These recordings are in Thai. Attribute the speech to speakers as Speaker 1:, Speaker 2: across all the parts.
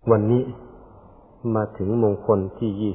Speaker 1: วันนี้มาถึงมงคลที่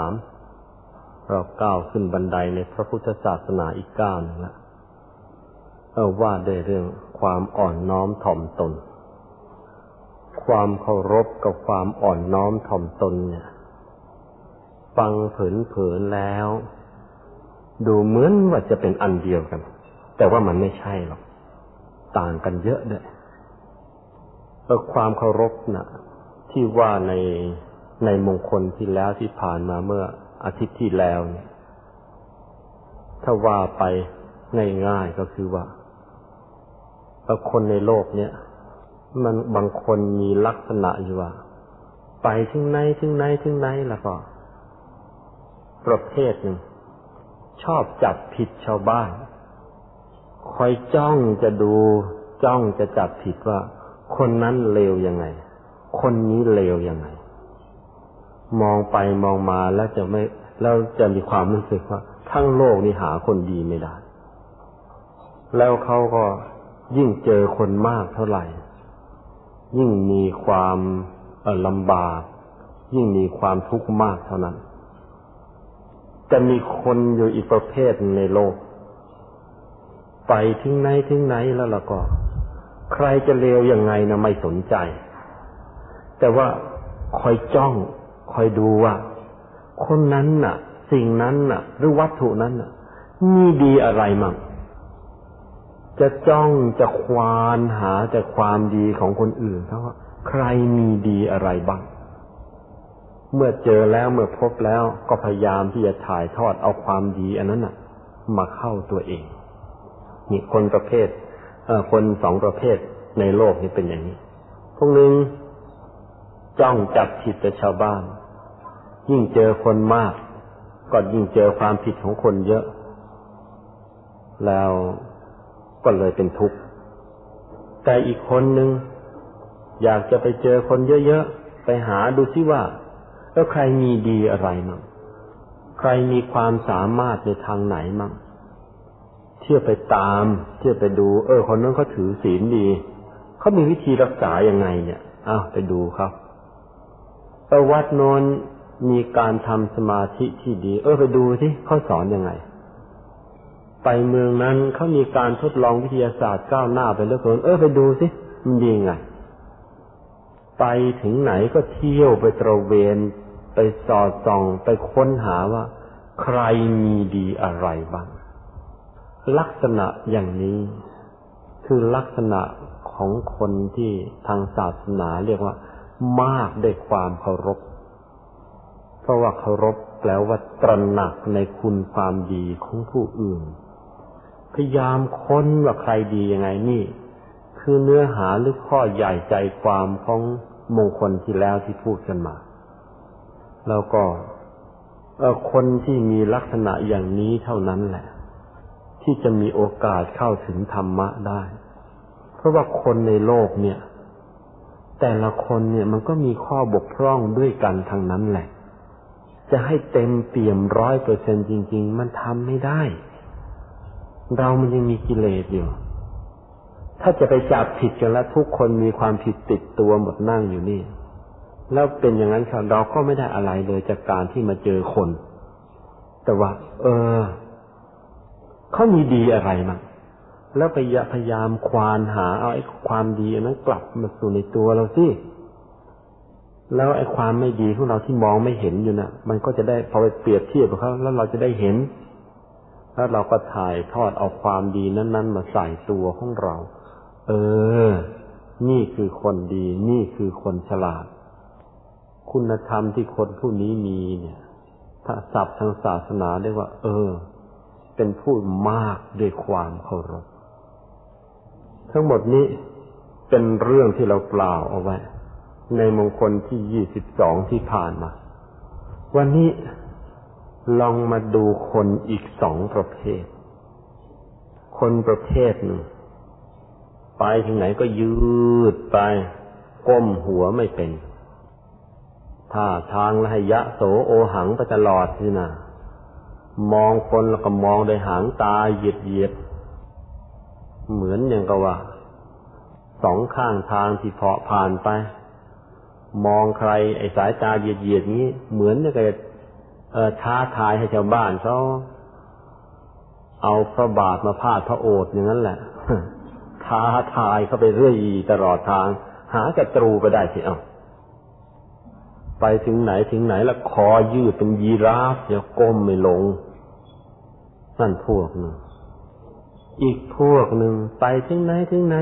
Speaker 1: 23เราก้าวขึ้นบันไดในพระพุทธศาสนาอีกก้าวหนึ่งละว่าด้วยเรื่องความอ่อนน้อมถ่อมตนความเคารพกับความอ่อนน้อมถ่อมตนเนี่ยฟังเผินๆแล้วดูเหมือนว่าจะเป็นอันเดียวกันแต่ว่ามันไม่ใช่หรอกต่างกันเยอะด้วยความเคารพน่ะที่ว่าในมงคลที่แล้วที่ผ่านมาเมื่ออาทิตย์ที่แล้วเนี่ยถ้าว่าไปง่ายๆก็คือว่าคนในโลกเนี่ยมันบางคนมีลักษณะอยู่ว่าไปถึงไหนแล้วก็ประเภทหนึ่งชอบจับผิดชาวบ้านคอยจ้องจะดูจ้องจะจับผิดว่าคนนั้นเลวยังไงคนนี้เลวยังไงมองไปมองมาแล้วจะมีความรู้สึกว่าทั้งโลกนี้หาคนดีไม่ได้แล้วเขาก็ยิ่งเจอคนมากเท่าไหร่ยิ่งมีความลำบากยิ่งมีความทุกข์มากเท่านั้นจะมีคนอยู่อีกประเภทในโลกไปถึงไหนแล้วล่ะก็ใครจะเลวยังไงนะไม่สนใจแต่ว่าคอยจ้องคอยดูว่าคนนั้นน่ะสิ่งนั้นน่ะหรือวัตถุนั้นน่ะมีดีอะไรมั่งจะจ้องจะควานหาแต่ความดีของคนอื่นเขาว่าใครมีดีอะไรบ้างเมื่อเจอแล้วเมื่อพบแล้วก็พยายามที่จะถ่ายทอดเอาความดีอันนั้นน่ะมาเข้าตัวเองนี่คนประเภทคนสองประเภทในโลกนี้เป็นอย่างนี้พวกนึงจ้องจับผิดแต่ชาวบ้านยิ่งเจอคนมากก็ยิ่งเจอความผิดของคนเยอะแล้วก็เลยเป็นทุกข์แต่อีกคนนึงอยากจะไปเจอคนเยอะๆไปหาดูซิว่าแล้วใครมีดีอะไรมั่งใครมีความสามารถในทางไหนมั่งเที่ยวไปตามเที่ยวไปดูคนนั้นเขาถือศีลดีเขามีวิธีรักษายังไงเนี่ยไปดูครับวัดโน้นมีการทำสมาธิที่ดีไปดูสิเขาสอนยังไงไปเมืองนั้นเขามีการทดลองวิทยาศาสตร์ก้าวหน้าไปแล้วไปดูสิมันดีไงไปถึงไหนก็เที่ยวไปตระเวนไปสอดส่องไปค้นหาว่าใครมีดีอะไรบ้างลักษณะอย่างนี้คือลักษณะของคนที่ทางศาสนาเรียกว่ามากด้วยความเคารพเพราะว่าเคารพแปลว่าตระหนักในคุณความดีของผู้อื่นพยายามค้นว่าใครดียังไงนี่คือเนื้อหาหรือข้อใหญ่ใจความของมงคลที่แล้วที่พูดกันมาแล้วก็คนที่มีลักษณะอย่างนี้เท่านั้นแหละที่จะมีโอกาสเข้าถึงธรรมะได้เพราะว่าคนในโลกเนี่ยแต่ละคนเนี่ยมันก็มีข้อบกพร่องด้วยกันทั้งนั้นแหละจะให้เต็มเปี่ยม 100% จริงๆมันทำไม่ได้เรามันยังมีกิเลสอยู่ถ้าจะไปจับผิดกันแล้วทุกคนมีความผิดติดตัวหมดนั่งอยู่นี่แล้วเป็นอย่างนั้นครับเราก็ไม่ได้อะไรเลยจากการที่มาเจอคนแต่ว่าเขามีดีอะไรมั่งแล้วพยายามควานหาเอาไอ้ความดีอันนั้นกลับมาสู่ในตัวเราสิแล้วไอ้ความไม่ดีของเราที่มองไม่เห็นอยู่น่ะมันก็จะได้พอไปเปรียบเทียบกับเขาแล้วเราจะได้เห็นแล้วเราก็ถ่ายทอดเอาความดีนั้นๆมาใส่ตัวของเรานี่คือคนดีนี่คือคนฉลาดคุณธรรมที่คนผู้นี้มีเนี่ยถ้าศัพท์ทางศาสนาเรียกว่าเป็นผู้มากด้วยความเคารพทั้งหมดนี้เป็นเรื่องที่เรากล่าวเอาไว้ในมงคลที่22ที่ผ่านมาวันนี้ลองมาดูคนอีก2ประเภทคนประเภทหนึ่งไปที่ไหนก็ยืดไปก้มหัวไม่เป็นท่าทางละหยะโสโอหังไปตลอดนี่นะมองคนแล้วก็มองด้วยหางตาเหยียดเหมือนอย่างกับว่าสองข้างทางที่เพาะผ่านไปมองใครไอ้สายตาเหยียดๆนี้เหมือนจะท้าทายให้ชาวบ้านเขาเอาพระบาทมาพาดพระโอษฐ์อย่างนั้นแหละ ท้าทายเข้าไปเรื่อยตลอดทางหาศัตรูไปได้สิไปถึงไหนแล้วคอยืดเป็นยีราฟเดี๋ยวก้มไม่ลงนั่นพวกหนึ่งอีกพวกหนึ่งไปถึงไหน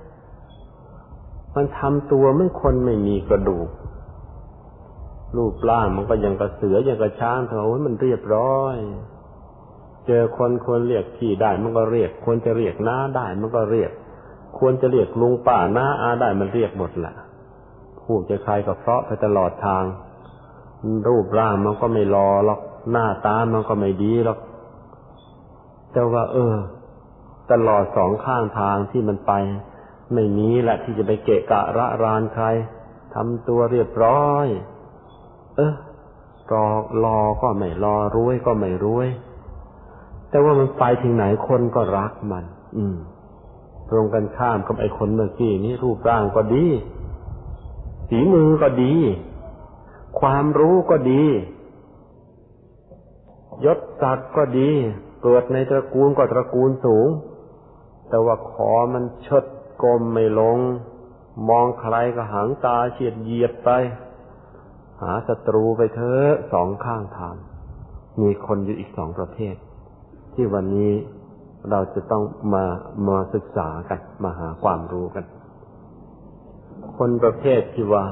Speaker 1: มันทำตัวเหมือนคนไม่มีกระดูกรูปร่างมันก็ยังกระเสือยังกระช้างเท่ามันเรียบร้อยเจอคนควรเรียกพี่ได้มันก็เรียกควรจะเรียกน้าได้มันก็เรียกควรจะเรียกลุงป้าน้าอาได้มันเรียกหมดแหละพูดจะใครก็เพราะไปตลอดทางรูปร่างมันก็ไม่รอหรอกหน้าตามันก็ไม่ดีหรอกแต่ว่าตลอดสองข้างทางที่มันไปไม่มีแหละที่จะไปเกะกะระรานใครทำตัวเรียบร้อยรอก็ไม่รอรวยก็ไม่รวยแต่ว่ามันไปถึงไหนคนก็รักมันตรงกันข้ามกับไอ้คนเมื่อกี้นี้รูปร่างก็ดีฝีมือก็ดีความรู้ก็ดียศศักดิ์ก็ดีเกิดในตระกูลก็ตระกูลสูงแต่ว่าคอมันเชิดก้มไม่ลงมองใครก็หางตาเฉียดเหยียดไปหาศัตรูไปเถอะสองข้างทางมีคนอยู่อีกสองประเภทที่วันนี้เราจะต้องมาศึกษากันมาหาความรู้กันคนประเภทที่ว่า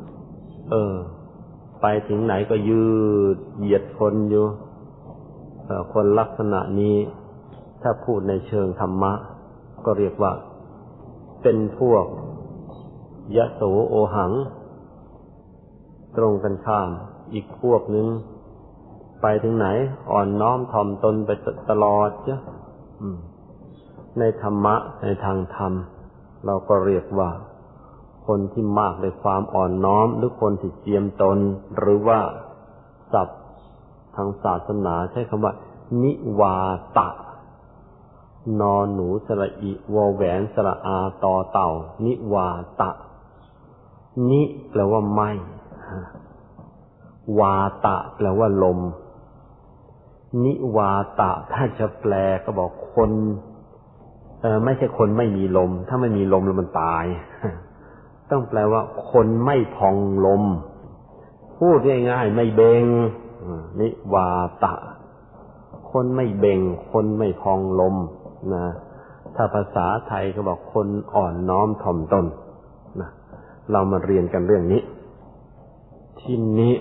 Speaker 1: ไปถึงไหนก็ยืดเหยียดคนอยู่คนลักษณะนี้ถ้าพูดในเชิงธรรมะก็เรียกว่าเป็นพวกยโสโอหังตรงกันข้ามอีกพวกนึงไปถึงไหนอ่อนน้อมถ่อมตนไปตลอดจ้ะในธรรมะในทางธรรมเราก็เรียกว่าคนที่มากในความอ่อนน้อมหรือคนที่เจียมตนหรือว่าศัพท์ทางศาสนาใช้คำว่านิวาตะนอหนูสระอิวอแหวนสระอาตอเต่านิวาตะนิแปลว่าไม่วาตะแปลว่าลมนิวาตะถ้าจะแปลก็บอกคนไม่ใช่คนไม่มีลมถ้าไม่มีลมแล้วมันตายต้องแปลว่าคนไม่พองลมพูดง่ายๆไม่เบ่งนิวาตะคนไม่เบ่งคนไม่พองลมนะถ้าภาษาไทยก็บอกคนอ่อนน้อมถ่อมตนนะเรามาเรียนกันเรื่องนี้ทีนี้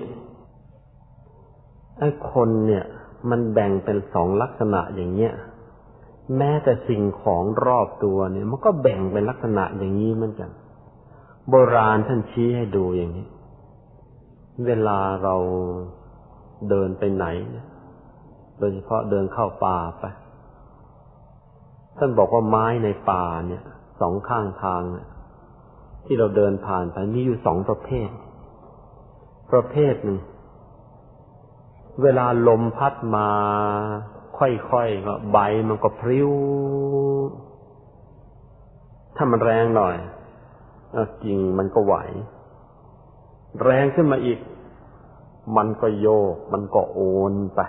Speaker 1: ไอ้คนเนี่ยมันแบ่งเป็นสองลักษณะอย่างเงี้ยแม้แต่สิ่งของรอบตัวเนี่ยมันก็แบ่งเป็นลักษณะอย่างนี้เหมือนกันโบราณท่านชี้ให้ดูอย่างนี้เวลาเราเดินไปไหนโดยเฉพาะเดินเข้าป่าไปท่านบอกว่าไม้ในป่าเนี่ยสองข้างทางที่เราเดินผ่านไปมีอยู่สองประเภทหนึ่งเวลาลมพัดมาค่อยๆก็ใบมันก็พลิ้วถ้ามันแรงหน่อยกิ่งมันก็ไหวแรงขึ้นมาอีกมันก็โยกมันก็โอนไป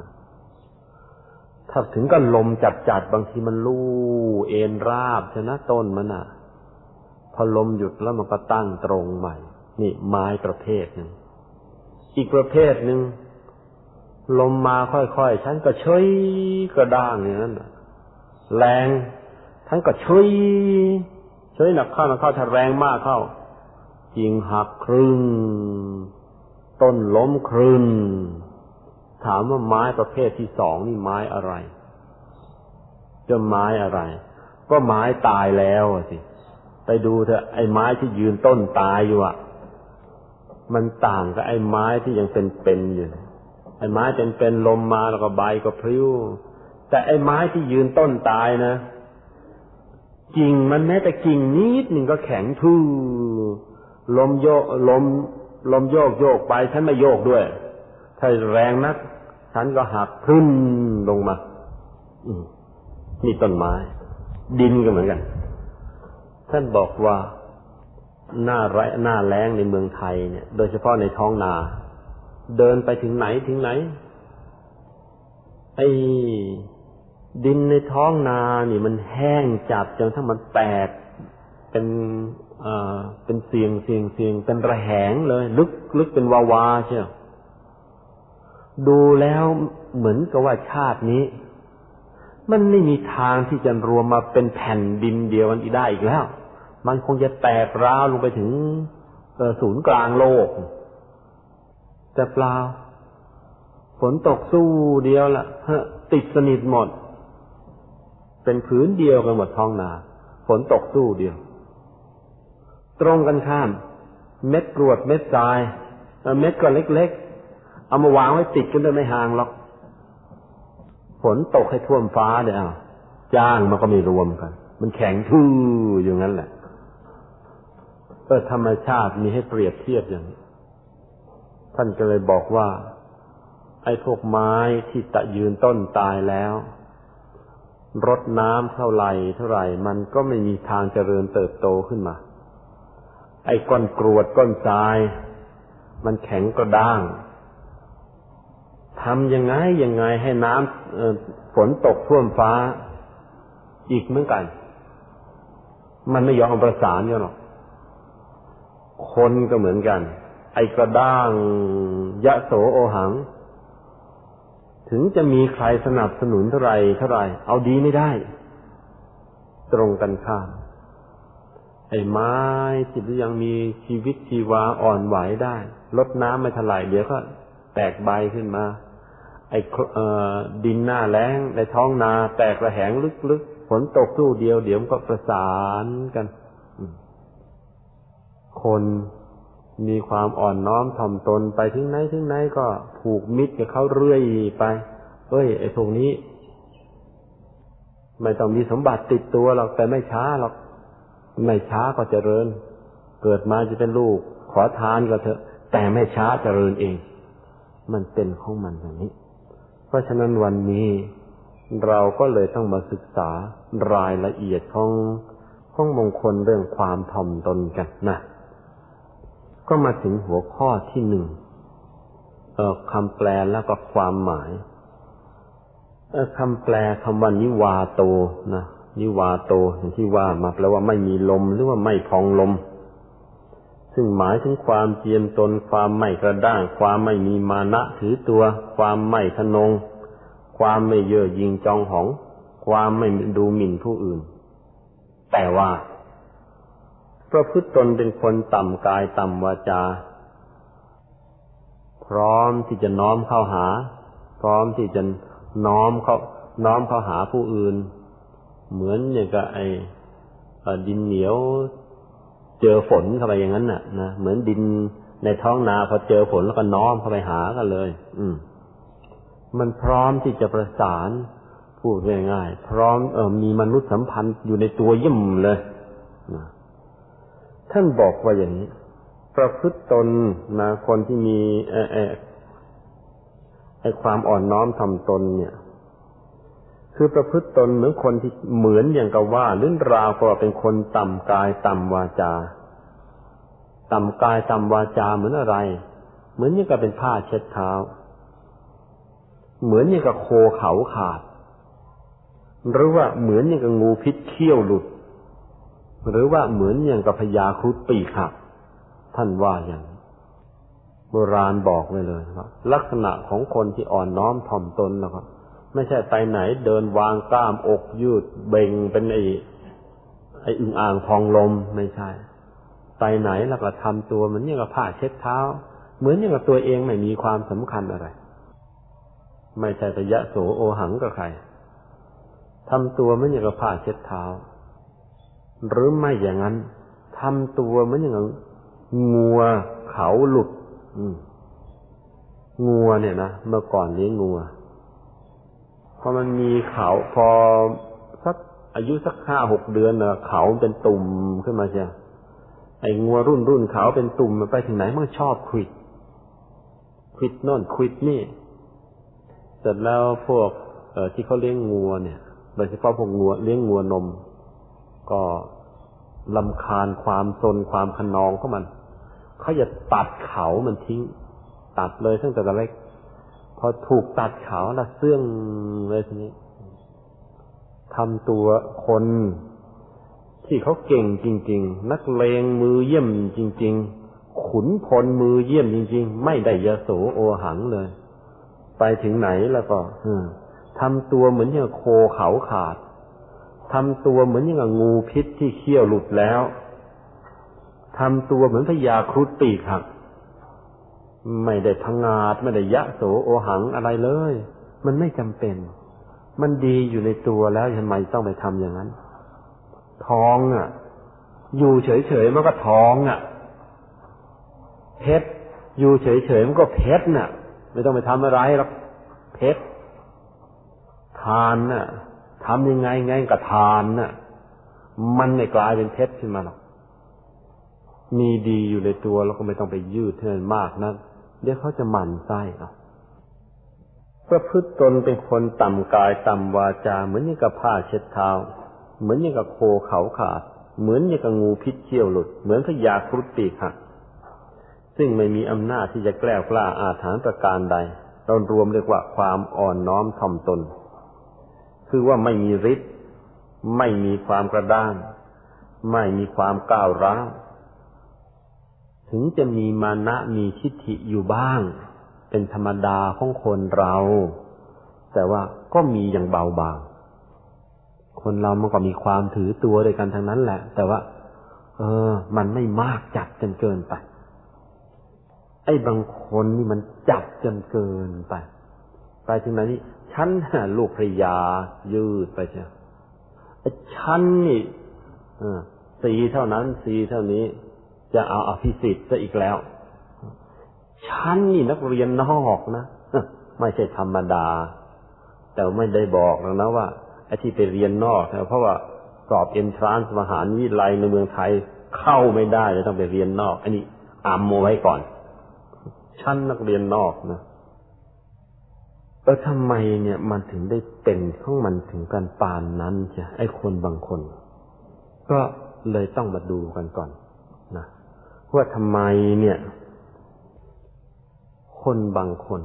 Speaker 1: ถ้าถึงกับลมจัดๆบางทีมันลู่เอ็นราบใช่นะต้นมันพอลมหยุดแล้วมันก็ตั้งตรงใหม่นี่ไม้ประเภทนึงอีกประเภทนึงลมมาค่อยๆฉันก็เฉยกระด้างอย่างนั้นแรงฉันก็เฉยหนักเข้าถ้าแรงมากเข้ากิ่งหักครึ่งต้นล้มครึ่งถามว่าไม้ประเภทที่สองนี่ไม้อะไรจะไม้อะไรก็ไม้ตายแล้วสิไปดูเถอะไอ้ไม้ที่ยืนต้นตายอยู่มันต่างกับไอ้ไม้ที่ยังเป็นอยู่ไอ้ไม้เป็นลมมาแล้วก็ใบก็พลิ้วแต่ไอ้ไม้ที่ยืนต้นตายนะกิ่งมันแม้แต่กิ่งนิดหนึ่งก็แข็งทื่อลมโยกไปฉันไม่โยกด้วยถ้าแรงนักฉันก็หักพึ่นลงมานี่ต้นไม้ดินก็เหมือนกันท่านบอกว่าหน้าแล้งในเมืองไทยเนี่ยโดยเฉพาะในท้องนาเดินไปถึงไหนไอ้ดินในท้องนานี่มันแห้งจัดจนทั้งมันแตกเป็นเสียงเป็นระแหงเลยลึกเป็นวาเชียวดูแล้วเหมือนกับว่าชาตินี้มันไม่มีทางที่จะรวมมาเป็นแผ่นดินเดียวกันอีกได้อีกแล้วมันคงจะแตกร้าวลงไปถึงศูนย์กลางโลกแต่เปล่าฝนตกสู้เดียวละติดสนิทหมดเป็นผืนเดียวกันหมดท้องนาฝนตกสู้เดียวตรงกันข้ามเม็ดกรวดเม็ดทรายเม็ดก็เล็กๆเอามาวางไว้ติดกันด้วยไม่ห่างหรอกฝนตกให้ท่วมฟ้าเนี่ยจ้างมันก็ไม่รวมกันมันแข็งทื่ออย่างนั้นแหละธรรมชาติมีให้เปรียบเทียบอย่างนี้ท่านก็เลยบอกว่าไอ้พวกไม้ที่ยืนต้นตายแล้วรดน้ำเท่าไหร่มันก็ไม่มีทางเจริญเติบโตขึ้นมาไอ้ก้อนกรวดก้อนทรายมันแข็งกระด้างทำยังไงให้น้ำฝนตกท่วมฟ้าอีกเหมือนกันมันไม่ยอมประสานกันหรอกคนก็เหมือนกันไอ้กระด้างยะโสโอหังถึงจะมีใครสนับสนุนเท่าไหร่เอาดีไม่ได้ตรงกันข้ามไอ้ไม้ที่ยังมีชีวิตชีวาอ่อนไหวได้ลดน้ำไม่เท่าไหร่เดี๋ยวก็แตกใบขึ้นมาไอ้ดินหน้าแล้งในท้องนาแตกระแหงลึกๆฝนตกสู้เดียวเดี๋ยวมันก็ประสานกันคนมีความอ่อนน้อมถ่อมตนไปถึงไหนก็ผูกมิตรกับเขาเรื่อยไปไอ้พวกนี้ไม่ต้องมีสมบัติติดตัวหรอกแต่ไม่ช้าหรอกไม่ช้าก็เจริญเกิดมาจะเป็นลูกขอทานก็เถอะแต่ไม่ช้าเจริญเองมันเป็นของมันอย่างนี้เพราะฉะนั้นวันนี้เราก็เลยต้องมาศึกษารายละเอียดของมงคลเรื่องความถ่อมตนกันนะก็มาถึงหัวข้อที่หนึ่งคำแปลแล้วก็ความหมายคำแปลคำว่านิวาโตนะนิวาโตอย่างที่ว่ามาแปลว่าไม่มีลมหรือว่าไม่พองลมซึ่งหมายถึงความเจียมตนความไม่กระด้างความไม่มีมานะถือตัวความไม่ทะนงความไม่เย่อหยิ่งจองหองความไม่ดูหมิ่นผู้อื่นแต่ว่าประพฤติตนเป็นคนต่ำกายต่ำวาจาพร้อมที่จะน้อมเข้าหาพร้อมที่จะน้อมเข้าหาผู้อื่นเหมือนอย่างกับไอ้ดินเหนียวเจอฝนเข้าไปอย่างนั้นน่ะนะเหมือนดินในท้องนาพอเจอฝนแล้วก็น้อมเข้าไปหากันเลยมันพร้อมที่จะประสานพูดง่ายๆพร้อมมีมนุษยสัมพันธ์อยู่ในตัวยิ่มเลยนะท่านบอกว่าอย่างนี้ประพฤติตนนะคนที่มีความอ่อนน้อมถ่อมตนเนี่ยคือประพฤติตนเหมือนคนที่เหมือนอย่างกับว่าลื่นราวก็เป็นคนต่ำกายต่ำวาจาต่ำกายต่ำวาจาเหมือนอะไรเหมือนอย่างกับเป็นผ้าเช็ดเท้าเหมือนอย่างกับโคเขาขาดหรือว่าเหมือนอย่างกับงูพิษเขี้ยวหลุดหรือว่าเหมือนอย่างกับพญาครุฑปีกหักท่านว่าอย่างโบราณบอกไว้เลยว่าลักษณะของคนที่อ่อนน้อมถ่อมตนนะครับไม่ใช่ไปไหนเดินวางกล้ามอกยืดเบ่งเป็นไอ้อึ่งอ่างพองลมไม่ใช่ไปไหนแล้วก็ทำตัวเหมือนอย่างกับผ้าเช็ดเท้าเหมือนอย่างกับตัวเองไม่มีความสำคัญอะไรไม่ใช่แต่ยะโสโอหังกับใครทำตัวเหมือนอย่างกับผ้าเช็ดเท้าหรือไม่อย่างนั้นทำตัวเหมือนอย่างงัวเขาหลุดงัวเนี่ยนะเมื่อก่อนเลี้ยงงัวพอมันมีเขาพอสักอายุสัก 5-6 เดือนน่ะเขาเป็นตุ่มขึ้นมาเชียวไอ้งัวรุ่นเขาเป็นตุ่มมันไปถึงไหนมันชอบขวิดโน่นขวิดนี่เสร็จแล้วพวกที่เขาเลี้ยงงัวเนี่ยโดยเฉพาะพวกงัวเลี้ยงงัวนมก็รำคาญความซนความขนองของมันเขาจะตัดเขามันทิ้งตัดเลยตั้งแต่เล็กพอถูกตัดเขาแล้วเสื่องเลยทีนี้ทำตัวคนที่เขาเก่งจริงๆนักเลงมือเยี่ยมจริงๆขุนพลมือเยี่ยมจริงๆไม่ได้ยโสโอหังเลยไปถึงไหนแล้วก็ทำตัวเหมือนอย่างโคเขาขาดทำตัวเหมือนอย่างงูพิษที่เขี้ยวหลุดแล้วทำตัวเหมือนพญาครุฑปีกหักไม่ได้พังงาดไม่ได้ยะโสโอหังอะไรเลยมันไม่จำเป็นมันดีอยู่ในตัวแล้วทำไมต้องไปทำอย่างนั้นท้องอยู่เฉยๆมันก็ท้องเพชรอยู่เฉยๆมันก็เพชรไม่ต้องไปทำอะไรหรอกเพชรทานทำยังไงก็ทานมันไม่กลายเป็นเพชรขึ้นมาหรอกมีดีอยู่ในตัวแล้วก็ไม่ต้องไปยืดเท่านั้นมากนะเดี๋ยวเขาจะหมั่นไส้ประพฤติตนเป็นคนต่ำกายต่ำวาจาเหมือนอย่างกับผ้าเช็ดเท้าเหมือนอย่างกับโคเขาขาดเหมือนอย่างกับงูพิษเขี้ยวหลุดเหมือนพญาครุฑปีกหักซึ่งไม่มีอำนาจที่จะแกล้วกล้าอาถรรพ์ประการใดเรารวมเรียกว่าความอ่อนน้อมถ่อมตนคือว่าไม่มีฤทธิ์ไม่มีความกระด้างไม่มีความก้าวร้าวถึงจะมีมานะมีทิฏฐิอยู่บ้างเป็นธรรมดาของคนเราแต่ว่าก็มีอย่างเบาบางคนเรามันก็มีความถือตัวด้วยกันทั้งนั้นแหละแต่ว่ามันไม่มากจัดจนเกินไปไอ้บางคนนี่มันจัดจนเกินไปถึงไหนนี่ฉันลูกภรรยายืดไปเชียวฉันนี่สีเท่านั้นสีเท่านี้จะเอาอภิสิทธิ์ซะอีกแล้วฉันนี่นักเรียนนอกนะไม่ใช่ธรรมดาแต่ไม่ได้บอกแล้วนะว่าไอ้ที่ไปเรียนนอกเพราะว่าสอบเอนทรานซ์มหาวิทยาลัยในเมืองไทยเข้าไม่ได้เลยต้องไปเรียนนอกอันนี้อำไว้ก่อนฉันนักเรียนนอกนะทำไมเนี่ยมันถึงได้เป็นของมันถึงกันปานนั้นจ้ะไอ้คนบางคนก็เลยต้องมาดูกันก่อนนะว่าทำไมเนี่ยคนบางคน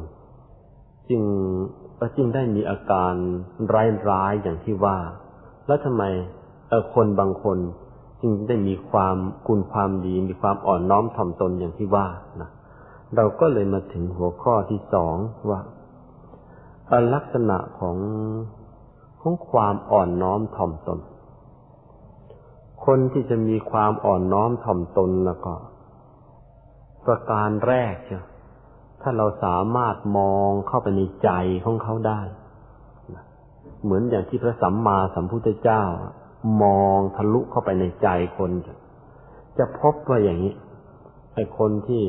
Speaker 1: จึงได้มีอาการร้ายๆอย่างที่ว่าแล้วทำไมคนบางคนจึงได้มีความคุณความดีมีความอ่อนน้อมถ่อมตนอย่างที่ว่านะเราก็เลยมาถึงหัวข้อที่สองว่าลักษณะของความอ่อนน้อมถ่อมตนคนที่จะมีความอ่อนน้อมถ่อมตนแล้วก็ประการแรกจ้ะถ้าเราสามารถมองเข้าไปในใจของเขาได้เหมือนอย่างที่พระสัมมาสัมพุทธเจ้ามองทะลุเข้าไปในใจคนจะพบว่าอย่างนี้ไอ้คนที่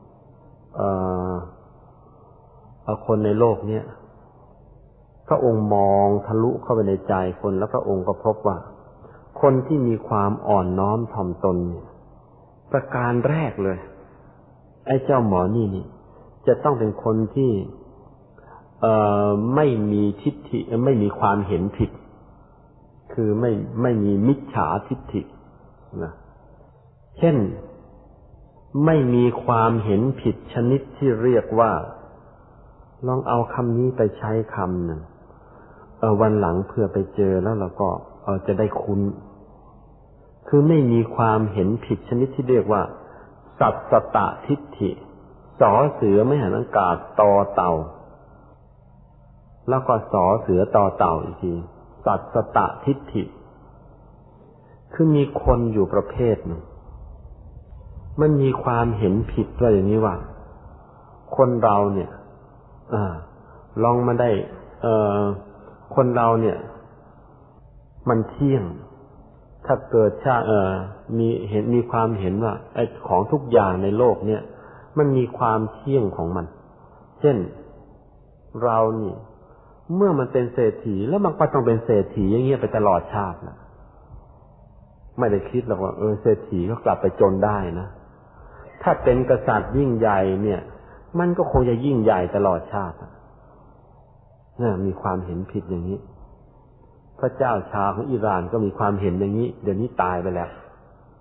Speaker 1: คนในโลกเนี้ยพระองค์มองทะลุเข้าไปในใจคนแล้วพระองค์ก็พบว่าคนที่มีความอ่อนน้อมถ่อมตนเนี่ยประการแรกเลยไอ้เจ้าหมอนี่จะต้องเป็นคนที่ไม่มีทิฏฐิไม่มีความเห็นผิดคือไม่มีมิจฉาทิฏฐินะเช่นไม่มีความเห็นผิดชนิดที่เรียกว่าลองเอาคำนี้ไปใช้คำหนึ่งวันหลังเพื่อไปเจอแล้วเราก็จะได้คุ้นคือไม่มีความเห็นผิดชนิดที่เรียกว่าสัตตตทิฏฐิสอเสือไม่หันอากาศตอเต่าแล้วก็สอเสือตอเต่าอีกทีสัตตทิฏฐิคือมีคนอยู่ประเภทหนึ่งมันมีความเห็นผิดว่าอย่างนี้ว่าคนเราเนี่ยลองมาได้คนเราเนี่ยมันเที่ยงถ้าเกิดมีความเห็นว่าไอ้ของทุกอย่างในโลกเนี่ยมันมีความเที่ยงของมันเช่นเรานี่เมื่อมันเป็นเศรษฐีแล้วมันก็ต้องเป็นเศรษฐีอย่างเงี้ยไปตลอดชาตินะไม่ได้คิดหรอกว่าเศรษฐีก็กลับไปจนได้นะถ้าเป็นกษัตริย์ยิ่งใหญ่เนี่ยมันก็คงจะยิ่งใหญ่ตลอดชาติมีความเห็นผิดอย่างนี้พระเจ้าชาของอิหร่านก็มีความเห็นอย่างนี้เดี๋ยวนี้ตายไปแล้ว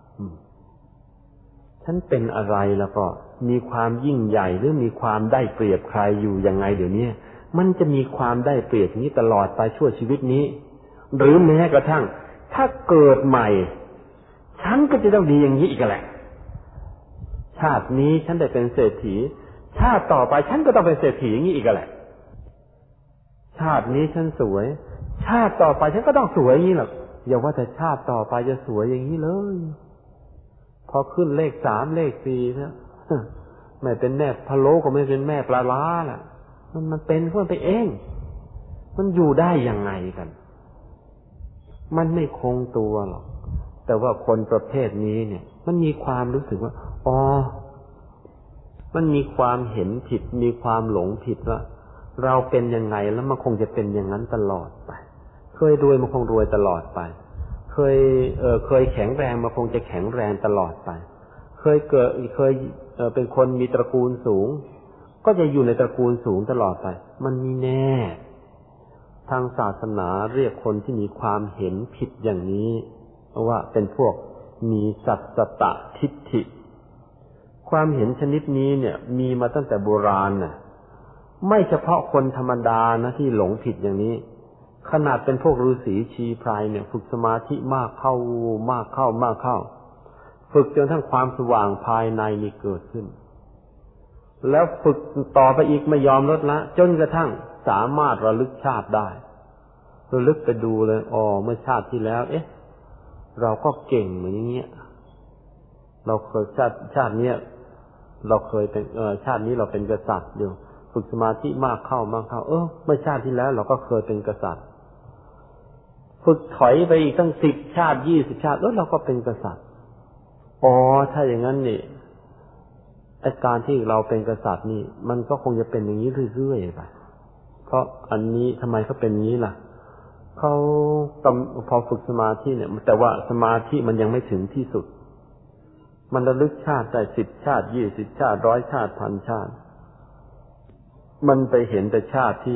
Speaker 1: ฉันเป็นอะไรแล้วก็มีความยิ่งใหญ่หรือมีความได้เปรียบใครอยู่ยังไงเดี๋ยวนี้มันจะมีความได้เปรียบนี้ตลอดไปชั่วชีวิตนี้หรือแม้กระทั่งถ้าเกิดใหม่ฉันก็จะต้องดีอย่างนี้อีกแหละชาตินี้ฉันได้เป็นเศรษฐีชาติต่อไปฉันก็ต้องเป็นเศรษฐีอย่างนี้อีกแหละชาตินี้ฉันสวยชาติต่อไปฉันก็ต้องสวยอย่างนี้หรอกอย่าว่าแต่ชาติต่อไปจะสวยอย่างนี้เลยพอขึ้นเลข3เลข4นะไม่เป็นแม่พะโล้ก็ไม่เป็นแม่ปลาร้าล่ะมันเป็นเพื่อไปเองมันอยู่ได้ยังไงกันมันไม่คงตัวหรอกแต่ว่าคนประเภทนี้เนี่ยมันมีความรู้สึกว่าอ๋อมันมีความเห็นผิดมีความหลงผิดว่าเราเป็นยังไงแล้วมันคงจะเป็นอย่างนั้นตลอดไปเคยรวยมันคงรวยตลอดไปเคยแข็งแรงมันคงจะแข็งแรงตลอดไปเคยเป็นคนมีตระกูลสูงก็จะอยู่ในตระกูลสูงตลอดไปมันมีแน่ทางศาสนาเรียกคนที่มีความเห็นผิดอย่างนี้ว่าเป็นพวกมีสัตตทิฏฐิความเห็นชนิดนี้เนี่ยมีมาตั้งแต่โบราณน่ะไม่เฉพาะคนธรรมดานะที่หลงผิดอย่างนี้ขนาดเป็นพวกฤาษีชีไพรเนี่ยฝึกสมาธิมากเข้าฝึกจนทั้งความสว่างภายในนี่เกิดขึ้นแล้วฝึกต่อไปอีกไม่ยอมลดละจนกระทั่งสามารถระลึกชาติได้ระลึกไปดูเลยอ๋อเมื่อชาติที่แล้วเราก็เก่งเหมือนอย่างเงี้ยเราเคยชาติเนี้ยเราเคยเป็นชาตินี้เราเป็นกษัตริย์อยู่ฝึกสมาธิมากเข้าเมื่อชาติที่แล้วเราก็เคยเป็นกษัตริย์ฝึกถอยไปอีกตั้ง10ชาติ20ชาติเราก็เป็นกษัตริย์อ๋อถ้าอย่างนั้นนี่ไอ้การที่เราเป็นกษัตริย์นี่มันก็คงจะเป็นอย่างนี้เรื่อยๆไปเพราะอันนี้ทำไมเขาเป็นอย่างนี้ล่ะเขาพอฝึกสมาธิเนี่ยแต่ว่าสมาธิมันยังไม่ถึงที่สุดมันระลึกชาติได้10ชาติ20ชาติ100ชาติ1,000ชาติมันไปเห็นแต่ชาติที่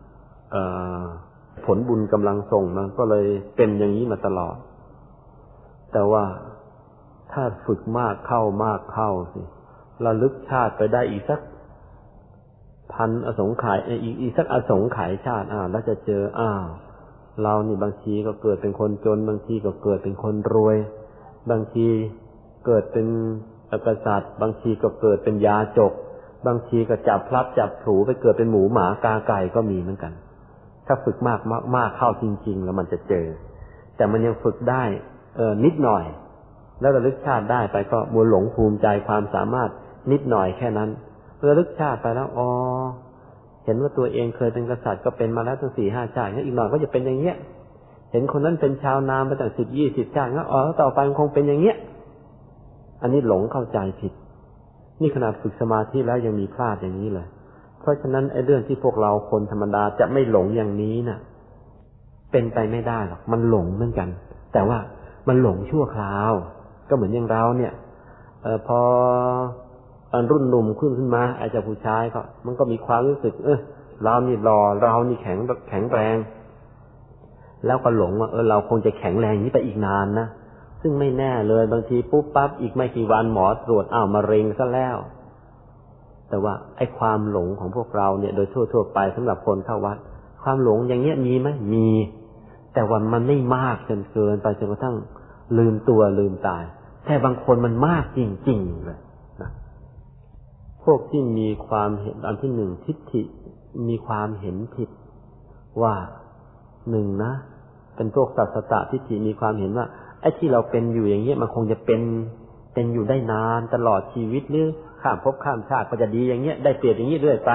Speaker 1: ผลบุญกำลังส่งมันก็เลยเป็นอย่างนี้มาตลอดแต่ว่าถ้าฝึกมากเข้าสิระลึกชาติไปได้อีกสัก1,000อสงไขยอีกสักอสงไขยชาติแล้วจะเจอเรานี่บางทีก็เกิดเป็นคนจนบางทีก็เกิดเป็นคนรวยบางทีเกิดเป็นกษัตริย์บางทีก็เกิดเป็นยาจกบางทีก็จับพลัดจับผลูไปเกิดเป็นหมูหมากาไก่ก็มีเหมือนกันถ้าฝึกมากเข้าจริงๆแล้วมันจะเจอแต่มันยังฝึกได้นิดหน่อยแล้วระลึกชาติได้ไปก็มัวหลงภูมิใจความสามารถนิดหน่อยแค่นั้นระลึกชาติไปแล้วเห็นว่าตัวเองเคยเป็นกษัตริย์ก็เป็นมาแล้วตั้ง 4-5 ชาติงั้นอีกหน่อยก็จะเป็นอย่างเงี้ยเห็นคนนั้นเป็นชาวนามาตั้ง10-20 ชาติงั้นต่อไปมันคงเป็นอย่างเงี้ยอันนี้หลงเข้าใจผิดนี่ขนาดฝึกสมาธิแล้วยังมีพลาดอย่างนี้เลยเพราะฉะนั้นไอ้เรื่องที่พวกเราคนธรรมดาจะไม่หลงอย่างนี้น่ะเป็นไปไม่ได้หรอกมันหลงเหมือนกันแต่ว่ามันหลงชั่วคราวก็เหมือนอย่างเราเนี่ยพอรุ่นหนุ่มขึ้นมาไอ้เจ้าผู้ชายก็มันก็มีความรู้สึกเรานี่หล่อเรานี่แข็งแรงแล้วก็หลงว่าเราคงจะแข็งแรงนี้ไปอีกนานนะซึ่งไม่แน่เลยบางทีปุ๊บปั๊บอีกไม่กี่วันหมอตรวจมะเร็งซะแล้วแต่ว่าไอ้ความหลงของพวกเราเนี่ยโดยทั่วไปสำหรับคนเข้าวัดความหลงอย่างเงี้ยมีไหมมีแต่ว่ามันไม่มากจนเกินไปจนกระทั่งลืมตัวลืมตายแต่บางคนมันมากจริงๆเลยนะพวกที่มีความเห็นอันที่หนึ่งทิฏฐิมีความเห็นผิดว่าหนึ่งนะเป็นพวกสัตตทิฏฐิมีความเห็นว่าไอ้ที่เราเป็นอยู่อย่างเงี้ยมันคงจะเป็นอยู่ได้นานตลอดชีวิตหรือข้ามภพข้ามชาติก็จะดีอย่างเงี้ยได้เปรียบอย่างนี้เรื่อยไป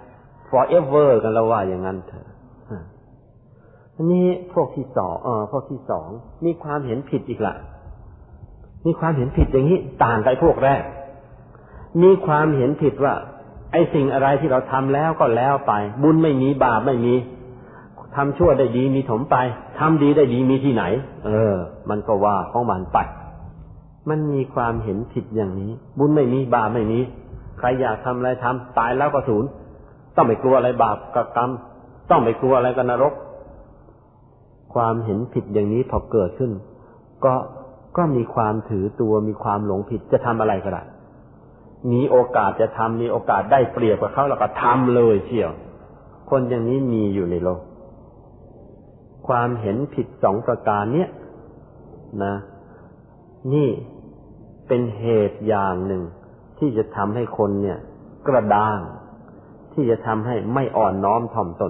Speaker 1: forever กันแล้วว่าอย่างนั้นเถอะอันนี้พวกที่สองมีความเห็นผิดอีกละมีความเห็นผิดอย่างนี้ต่างกับพวกแรกมีความเห็นผิดว่าไอ้สิ่งอะไรที่เราทำแล้วก็แล้วไปบุญไม่มีบาปไม่มีทำชั่วได้ดีมีถมไปทำดีได้ดีมีที่ไหนมันก็ว่าของมันไปมันมีความเห็นผิดอย่างนี้บุญไม่มีบาปไม่มีใครอยากทำอะไรทำตายแล้วก็สูญต้องไม่กลัวอะไรบาปกับกรรมต้องไม่กลัวอะไรกับนรกความเห็นผิดอย่างนี้พอเกิดขึ้นก็ก็มีความถือตัวมีความหลงผิดจะทำอะไรก็ได้มีโอกาสจะทำมีโอกาสได้เปรียบกับเขาแล้วก็ทำเลยเชียวคนอย่างนี้มีอยู่ในโลกความเห็นผิดสองประการเนี้ยนะนี่เป็นเหตุอย่างหนึ่งที่จะทำให้คนเนี่ยกระด้างที่จะทำให้ไม่อ่อนน้อมถ่อมตน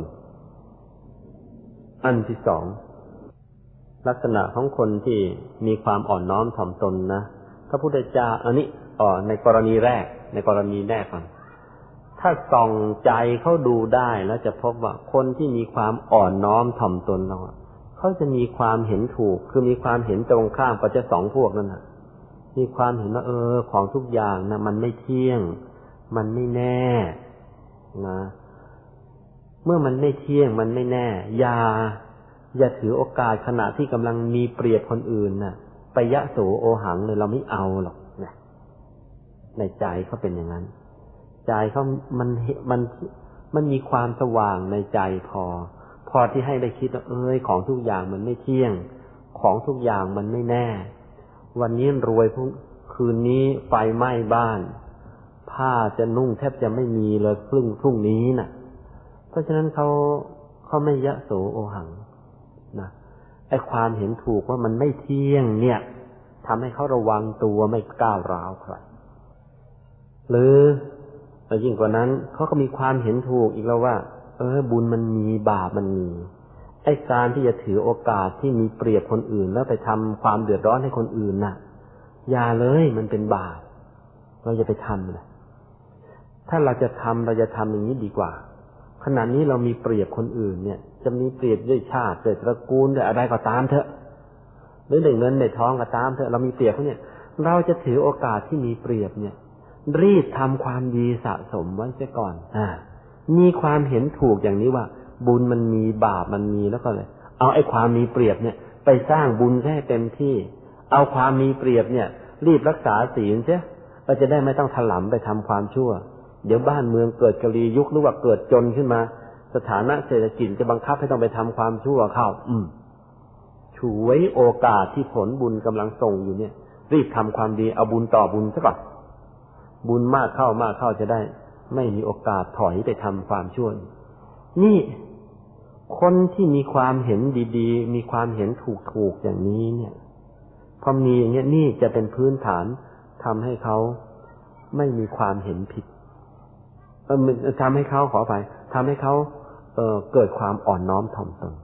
Speaker 1: อันที่สองลักษณะของคนที่มีความอ่อนน้อมถ่อมตนนะพระพุทธเจ้าอันนี้ในกรณีแรกก่อนถ้าส่องใจเขาดูได้แล้วจะพบว่าคนที่มีความอ่อนน้อมถ่อมตนแล้วเขาจะมีความเห็นถูกคือมีความเห็นตรงข้ามกับเจ้าสองพวกนั้นน่ะมีความเห็นว่าของทุกอย่างนะมันไม่เที่ยงมันไม่แน่นะเมื่อมันไม่เที่ยงมันไม่แน่อย่าถือโอกาสขณะที่กำลังมีเปรียบคนอื่นน่ะไปยะโสโอหังเลยเราไม่เอาหรอกนะในใจเขาเป็นอย่างนั้นใจเขามันมีความสว่างในใจพอที่ให้ได้คิดว่าของทุกอย่างมันไม่เที่ยงของทุกอย่างมันไม่แน่วันนี้รวยคืนนี้ไฟไหม้บ้านผ้าจะนุ่งแทบจะไม่มีเลยพรุ่งนี้น่ะเพราะฉะนั้นเขาไม่ยะโสโอหังนะไอ้ความเห็นถูกว่ามันไม่เที่ยงเนี่ยทำให้เขาระวังตัวไม่ก้าวร้าวใครหรือยิ่งกว่านั้นเขาก็มีความเห็นถูกอีกแล้วว่าบุญมันมีบาปมันมีไอ้การที่จะถือโอกาสที่มีเปรียบคนอื่นแล้วไปทำความเดือดร้อนให้คนอื่นน่ะอย่าเลยมันเป็นบาปเราอย่าไปทำเลยถ้าเราจะทำอย่างนี้ดีกว่าขณะนี้เรามีเปรียบคนอื่นเนี่ยจะมีเปรียบด้วยชาติด้วยตระกูลด้วยอะไรก็ตามเถอะหรือด้วยเงินด้วยทองก็ตามเถอะเรามีเปรียบเขาเนี่ยเราจะถือโอกาสที่มีเปรียบเนี่ยรีบทำความดีสะสมไว้เสียก่อนมีความเห็นถูกอย่างนี้ว่าบุญมันมีบาปมันมีแล้วก็เลยเอาไอ้ความมีเปรียบเนี่ยไปสร้างบุญให้เต็มที่เอาความมีเปรียบเนี่ยรีบรักษาศีลเสียเราจะได้ไม่ต้องถลำไปทำความชั่วเดี๋ยวบ้านเมืองเกิดกลียุคหรือว่าเกิดจนขึ้นมาสถานะเศรษฐกิจจะบังคับให้ต้องไปทำความชั่วเข้าฉวยโอกาสที่ผลบุญกำลังส่งอยู่เนี่ยรีบทำความดีเอาบุญต่อบุญซะก่อนบุญมากเข้าจะได้ไม่มีโอกาสถอยไปทำความชั่วนี่คนที่มีความเห็นดีๆมีความเห็นถูกอย่างนี้เนี่ยพอมีอย่างเงี้ยนี่จะเป็นพื้นฐานทำให้เขาไม่มีความเห็นผิดทำให้เขาขออภัยทำให้เขาเกิดความอ่อนน้อมถ่อมตน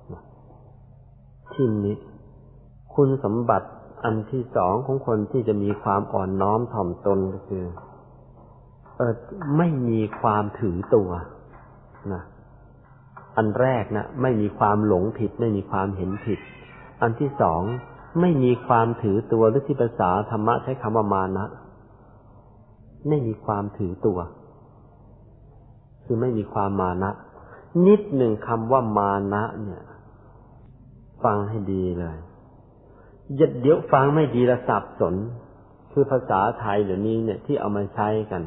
Speaker 1: ที่นี้คุณสมบัติอันที่สองของคนที่จะมีความอ่อนน้อมถ่อมตนก็คือไม่มีความถือตัวนะอันแรกนะไม่มีความหลงผิดไม่มีความเห็นผิดอันที่สองไม่มีความถือตัวหรือที่ภาษาธรรมะใช้คำว่ามานะไม่มีความถือตัวคือไม่มีความมานะนิดหนึ่งคำว่ามานะเนี่ยฟังให้ดีเลยเดี๋ยวฟังไม่ดีละสับสนคือภาษาไทยเดี๋ยวนี้เนี่ยที่เอามาใช้กัน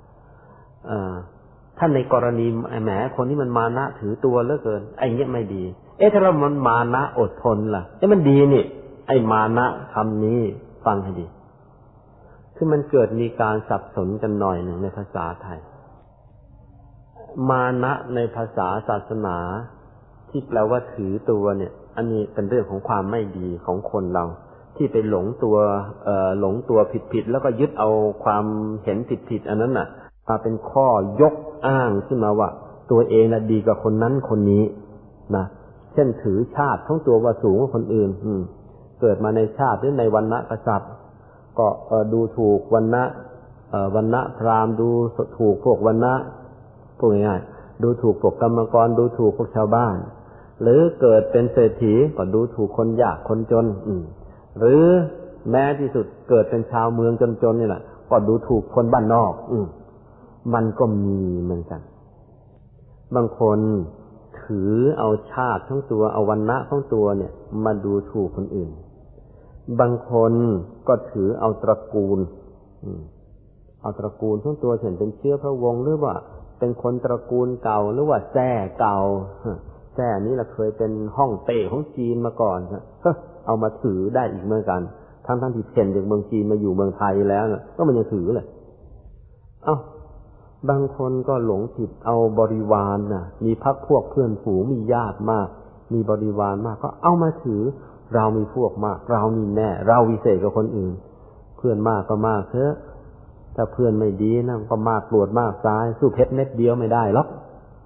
Speaker 1: ถ้าในกรณีแหมคนที่มันมานะถือตัวเหลือเกินไอ้เงี้ยไม่ดีถ้าเรามันมานะอดทนล่ะมันดีนี่ไอ้มานะคำนี้ฟังให้ดีคือมันเกิดมีการสับสนกันหน่อยหนึ่งในภาษาไทยมานะในภาษาศาสนาที่แปลว่าถือตัวเนี่ยอันนี้เป็นเรื่องของความไม่ดีของคนเราที่ไปหลงตัวผิดแล้วก็ยึดเอาความเห็นผิดอันนั้นน่ะมาเป็นข้อยกอ้างขึ้นมาว่าตัวเองน่ะดีกว่าคนนั้นคนนี้นะเช่นถือชาติของตัวว่าสูงกว่าคนอื่นเกิดมาในชาติหรือในวรรณะกษัตริย์ก็ดูถูกวรรณะพราหมณ์ดูถูกพวกวรรณะพวกง่ายๆดูถูกพวกกรรมกรดูถูกพวกชาวบ้านหรือเกิดเป็นเศรษฐีก็ดูถูกคนยากคนจนหรือแม้ที่สุดเกิดเป็นชาวเมืองจนๆนี่แหละก็ดูถูกคนบ้านนอกมันก็มีเหมือนกันบางคนถือเอาชาติทั้งตัวเอาวรรณะทั้งตัวเนี่ยมาดูถูกคนอื่นบางคนก็ถือเอาตระกูลเอาตระกูลทั้งตัวเช่นเป็นเชื้อพระวงศ์หรือว่าเป็นคนตระกูลเก่าหรือว่าแท้เก่าแท้นี้เราเคยเป็นฮ่องเต้ของจีนมาก่อนเอามาถือได้อีกเหมือนกันทั้งที่เพ่นจากเมืองจีนมาอยู่เมืองไทยแล้วน่ะก็มันยังถือเลยบางคนก็หลงผิดเอาบริวารน่ะมีพรรคพวกเพื่อนฝูงมีญาติมากมีบริวารมากก็เอามาถือเรามีพวกมากเรามีแน่เราวิเศษกว่าคนอื่นเพื่อนมากก็มากเถอะถ้าเพื่อนไม่ดีนะก็มากกรวดมากซ้ายสู้เพชรเม็ดเดียวไม่ได้หรอก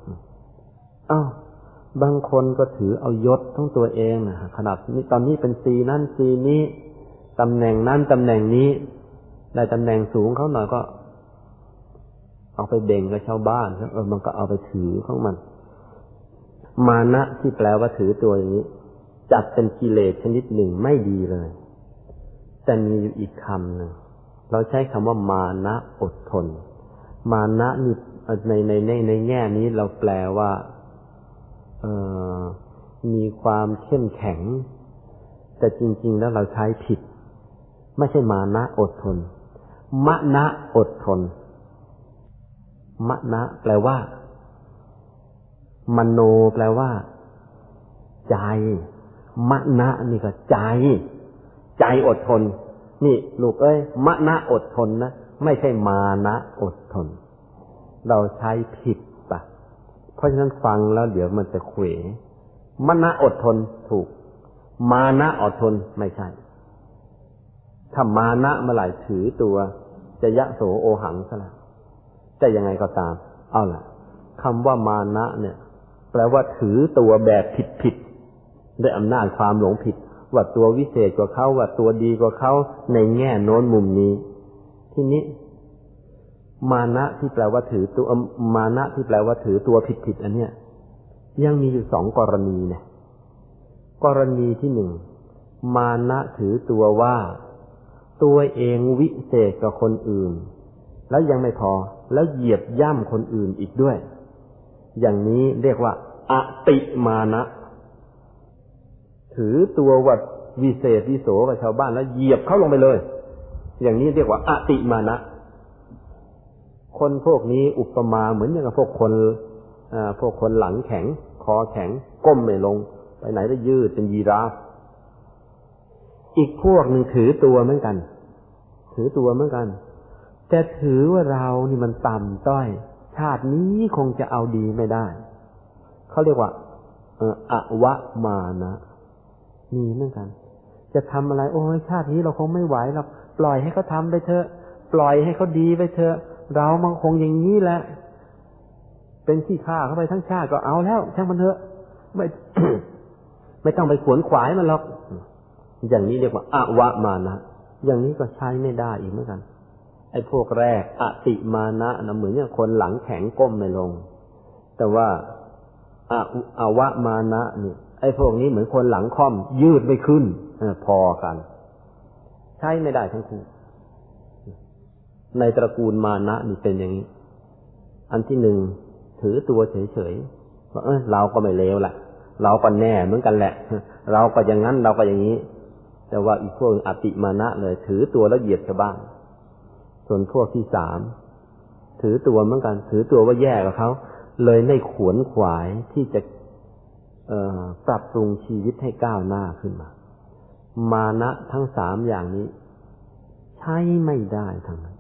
Speaker 1: บางคนก็ถือเอายศของตัวเองนะขนาดนี้ตอนนี้เป็นซีนั่นซีนี้ตำแหน่งนั้นตำแหน่งนี้ได้ตำแหน่งสูงเขาหน่อยก็เอาไปเบ่งกับชาวบ้านมันก็เอาไปถือของมันมานะที่แปลว่าถือตัวอย่างนี้จัดเป็นกิเลสชนิดหนึ่งไม่ดีเลยแต่มีอยู่อีกคำหนึ่งเราใช้คำว่ามานะอดทนมานะนี่ในแง่นี้เราแปลว่ามีความเข้มแข็งแต่จริงๆแล้วเราใช้ผิดไม่ใช่มานะอดทนมะนะอดทนมะนะแปลว่ามโนแปลว่าใจมะนะนี่ก็ใจอดทนนี่ลูกเอ้ยมะนะอดทนนะไม่ใช่มานะอดทนเราใช้ผิดปะเพราะฉะนั้นฟังแล้วเดี๋ยวมันจะเขวมะนะอดทนถูกมานะอดทนไม่ใช่ถ้ามานะเมื่อไหร่ถือตัวจะยะโสโอหังซะแล้วแต่ยังไงก็ตามเอาล่ะคำว่ามานะเนี่ยแปลว่าถือตัวแบบผิดด้วยอำนาจความหลงผิดว่าตัววิเศษกว่าเขาว่าตัวดีกว่าเขาในแง่โน้นมุมนี้ทีนี้มานะที่แปลว่าถือตัวมานะที่แปลว่าถือตัวผิดอันเนี้ยยังมีอยู่2กรณีเนี่ยกรณีที่1มานะถือตัวว่าตัวเองวิเศษกว่าคนอื่นแล้วยังไม่พอแล้วเหยียบย่ำคนอื่นอีกด้วยอย่างนี้เรียกว่าอติมานะถือตัวว่าวิเศษวิโสกับชาวบ้านแล้วเหยียบเขาลงไปเลยอย่างนี้เรียกว่าอติมานะคนพวกนี้อุปมาเหมือนอย่างกับพวกคนหลังแข็งคอแข็งก้มไม่ลงไปไหนได้ยืดเป็นยีราฟอีกพวกหนึ่งถือตัวเหมือนกันแต่ถือว่าเรานี่มันต่ำต้อยชาตินี้คงจะเอาดีไม่ได้เขาเรียกว่าอวมานะนี่เหมือนกันจะทำอะไรโอ้ยชาตินี้เราคงไม่ไหวหรอกปล่อยให้เขาทำไปเถอะปล่อยให้เขาดีไปเถอะเรามันคงอย่างนี้แหละเป็นขี้ข้าเข้าไปทั้งชาติก็เอาแล้วช่างมันเถอะไม่ต้องไปขวนขวายมันหรอกอย่างนี้เรียกว่าอวมานะอย่างนี้ก็ใช้ไม่ได้อีกเหมือนกันไอ้พวกแรกอติมานะนะเหมือนอย่างคนหลังแข็งก้มไม่ลงแต่ว่าอวมานะนี่ไอ้พวกนี้เหมือนคนหลังค่อมยืดไม่ขึ้นพอกันใช้ไม่ได้ทั้งคู่ในตระกูลมานะนี่เป็นอย่างนี้อันที่1ถือตัวเฉยๆว่าเราก็ไม่เลวแหละเราก็แน่เหมือนกันแหละเราก็อย่างนั้นเราก็อย่างนี้แต่ว่าอีกพวกอติมานะเลยถือตัวแล้วเหยียดชาวบ้านส่วนพวกที่3ถือตัวเหมือนกันถือตัวว่าแย่กว่าเขาเลยไม่ขวนขวายที่จะปรับปรุงชีวิตให้ก้าวหน้าขึ้นมานะทั้ง3อย่างนี้ใช้ไม่ได้ทั้งนั้น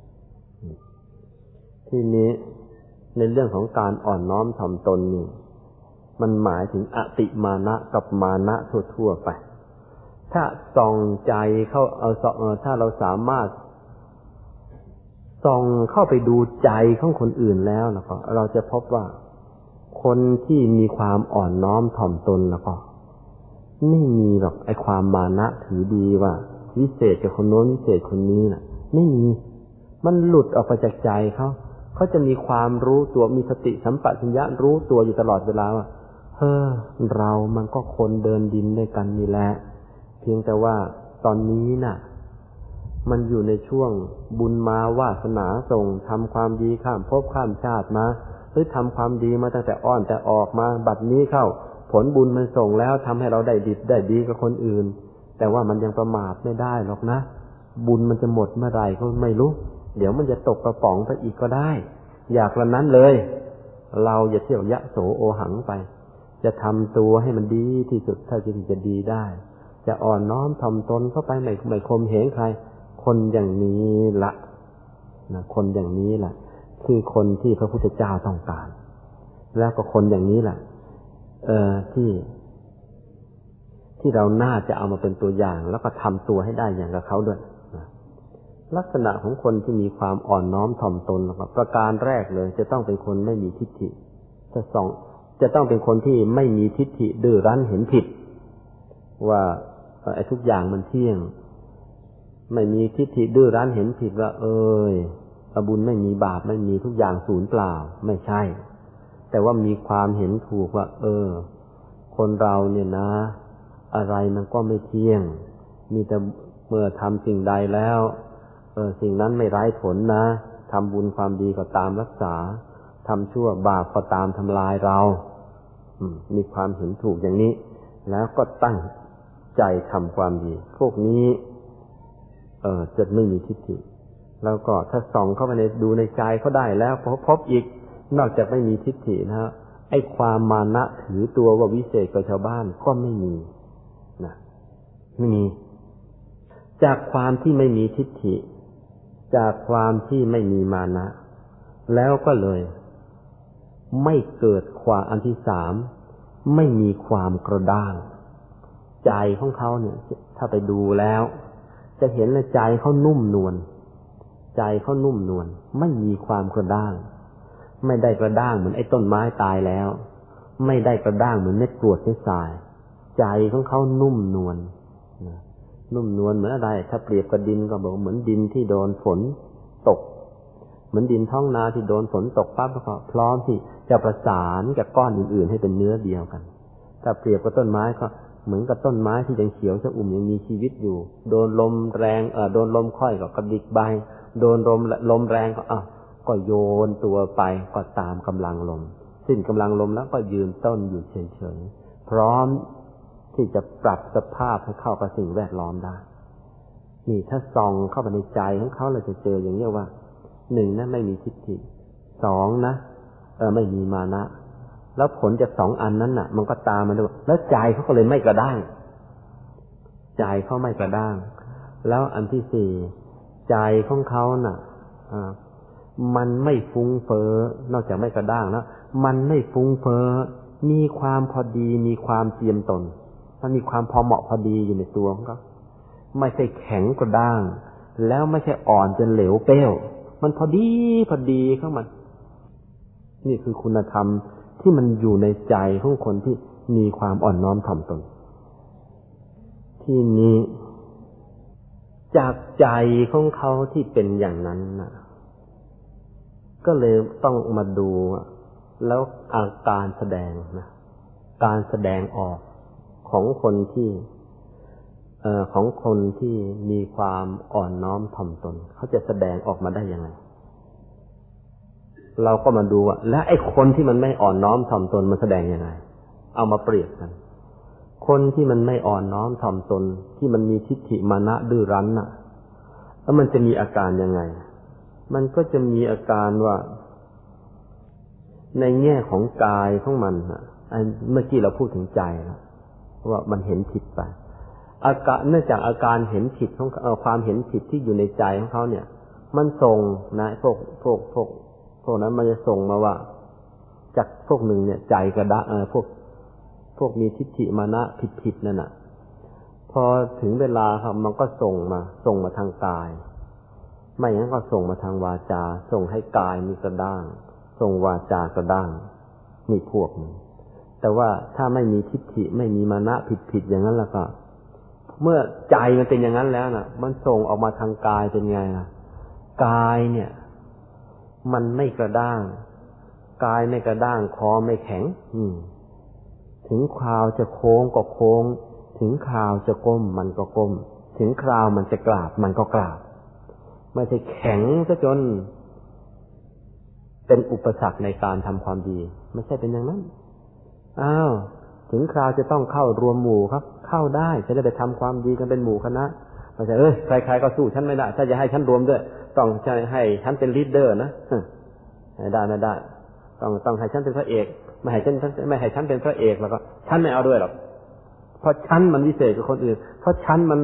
Speaker 1: ทีนี้ในเรื่องของการอ่อนน้อมถ่อมตนนี่มันหมายถึงอติมานะกับมานะทั่วๆไปถ้าส่องใจเข้าถ้าเราสามารถส่องเข้าไปดูใจของคนอื่นแล้วก็เราจะพบว่าคนที่มีความอ่อนน้อมถ่อมตนแล้วก็ไม่มีหรอกไอ้ความมานะถือดีว่าวิเศษกับคนโน้นวิเศษคนนี้น่ะไม่มีมันหลุดออกไปจากใจเขาจะมีความรู้ตัวมีสติสัมปชัญญะรู้ตัวอยู่ตลอดเวลาว่าเรามันก็คนเดินดินด้วยกันนี่แหละเพียงแต่ว่าตอนนี้น่ะมันอยู่ในช่วงบุญมาวาสนาส่งทำความดีข้ามภพข้ามชาติมาหรือทำความดีมาตั้งแต่อ้อนแต่ออกมาบัดนี้เข้าผลบุญมันส่งแล้วทำให้เราได้ดีกับคนอื่นแต่ว่ามันยังประมาทไม่ได้หรอกนะบุญมันจะหมดเมื่อไหร่ก็ไม่รู้เดี๋ยวมันจะตกกระป๋องไปอีกก็ได้อยากละนั้นเลยเราอย่าเที่ยวยะโสโอหังไปจะทำตัวให้มันดีที่สุดเท่าที่จะดีได้จะอ่อนน้อมถ่อมตนเข้าไปไม่ข่มเหงใครคนอย่างนี้ละนะคนอย่างนี้แหละคือคนที่พระพุทธเจ้าต้องการแล้วก็คนอย่างนี้แหละที่เราน่าจะเอามาเป็นตัวอย่างแล้วก็ทำตัวให้ได้อย่างกับเขาด้วยลักษณะของคนที่มีความอ่อนน้อมถ่อมตนประการแรกเลยจะต้องเป็นคนไม่มีทิฏฐิจะต้องเป็นคนที่ไม่มีทิฏฐิดื้อรั้นเห็นผิดว่าไอ้ทุกอย่างมันเที่ยงไม่มีทิฏฐิดื้อรั้นเห็นผิดว่าบุญไม่มีบาปไม่มีทุกอย่างสูญเปล่าไม่ใช่แต่ว่ามีความเห็นถูกว่าคนเราเนี่ยนะอะไรมันก็ไม่เที่ยงมีแต่เมื่อทำสิ่งใดแล้วสิ่งนั้นไม่ไร้ผลนะทำบุญความดีก็ตามรักษาทำชั่วบาปก็ตามทำลายเรามีความเห็นถูกอย่างนี้แล้วก็ตั้งใจทำความดีพวกนี้จะไม่มีทิฏฐิแล้วก็ถ้าส่องเข้าไปดูในใจเขาได้แล้วพบอีกนอกจากไม่มีทิฏฐินะไอ้ความมานะถือตัวว่าวิเศษกว่าชาวบ้านก็ไม่มีนะไม่มีจากความที่ไม่มีทิฏฐิจากความที่ไม่มีมานะแล้วก็เลยไม่เกิดความอันที่สามไม่มีความกระด้างใจของเขาเนี่ยถ้าไปดูแล้วจะเห็นเลยใจเขานุ่มนวลใจเขานุ่มนวลไม่มีความกระด้างไม่ได้กระด้างเหมือนไอ้ต้นไม้ตายแล้วไม่ได้กระด้างเหมือนเม็ดกรวดเม็ดทรายใจของเขานุ่มนวลนุ่มนวลเหมือนอะไรถ้าเปรียบกับดินก็บอกเหมือนดินที่โดนฝนตกเหมือนดินท้องนาที่โดนฝนตกปั๊บแล้วก็พร้อมที่จะประสานกับก้อนอื่นๆให้เป็นเนื้อเดียวกันถ้าเปรียบกับต้นไม้ก็เหมือนกับต้นไม้ที่ยังเขียวชอุ่มยังมีชีวิตอยู่โดนลมแรงโดนลมค่อยก็กระดิกใบโดนลมแรงก็โยนตัวไปก็ตามกำลังลมสิ้นกำลังลมแล้วก็ยืนต้นอยู่เฉยๆพร้อมที่จะปรับสภาพให้เข้ากับสิ่งแวดล้อมได้นี่ถ้าส่องเข้าไปในใจของเขาเราจะเจออย่างนี้ว่าหนึ่งนะไม่มีทิฏฐิสองนะไม่มีมานะแล้วผลจากสองอันนั้นน่ะมันก็ตามมาด้วยแล้วใจเขาก็เลยไม่กระด้างใจเขาไม่กระด้างแล้วอันที่สี่ใจของเขาน่ะมันไม่ฟุ้งเฟ้อนอกจากไม่กระด้างแล้วมันไม่ฟุ้งเฟ้อมีความพอดีมีความเจียมตนมันมีความพอเหมาะพอดีอยู่ในตัวของเขาไม่ใช่แข็งกระด้างแล้วไม่ใช่อ่อนจนเหลวเปรี้ยวมันพอดีเข้ามันนี่คือคุณธรรมที่มันอยู่ในใจของคนที่มีความอ่อนน้อมถ่อมตนที่นี้จากใจของเขาที่เป็นอย่างนั้นนะก็เลยต้องมาดูแล้วอาการแสดงนะการแสดงออกของคนที่มีความอ่อนน้อมถ่อมตนเขาจะแสดงออกมาได้ยังไงเราก็มาดูว่าและไอ้คนที่มันไม่อ่อนน้อมถ่อมตนมันแสดงยังไงเอามาเปรียบกันคนที่มันไม่อ่อนน้อมถ่อมตนที่มันมีทิฏฐิมานะดื้อรั้นน่ะแล้วมันจะมีอาการยังไงมันก็จะมีอาการว่าในแง่ของกายของมันน่ะเมื่อกี้เราพูดถึงใจแล้วว่ามันเห็นผิดไปอาการเนื่องจากอาการเห็นผิดของความเห็นผิดที่อยู่ในใจของเขาเนี่ยมันส่งนะพวกนั้นมันจะส่งมาว่าจากพวกหนึ่งเนี่ยใจกระด้างพวกมีทิฏฐิมานะผิดนั่นน่ะพอถึงเวลาครับมันก็ส่งมาทางกายไม่อย่างนั้นก็ส่งมาทางวาจาส่งให้กายมีกระด้างส่งวาจากระด้างนี่พวกนึงแต่ว่าถ้าไม่มีทิฏฐิไม่มีมานะผิดอย่างนั้นแล้วก็เมื่อใจมันเป็นอย่างนั้นแล้วน่ะมันส่งออกมาทางกายเป็นไงล่ะกายเนี่ยมันไม่กระด้างกายไม่กระด้างคอไม่แข็งถึงคราวจะโค้งก็โค้งถึงคราวจะก้มมันก็ก้มถึงคราวมันจะกราบมันก็กราบไม่ใช่แข็งซะจนเป็นอุปสรรคในการทำความดีไม่ใช่เป็นอย่างนั้นถึงคราวจะต้องเข้ารวมหมู่ครับเข้าได้จะได้ไปทำความดีกันเป็นหมู่คณะไม่ใช่ใครๆก็สู้ฉันไม่ได้ถ้าจะให้ฉันรวมด้วยต้องให้ฉันเป็นลีดเดอร์นะไม่ได้ต้องให้ฉันเป็นพระเอกไม่ให้ฉันเป็นพระเอกแล้วก็ฉันไม่เอาด้วยหรอกเพราะชั้นมันวิเศษกว่าคนอื่นเพราะชั้นมัน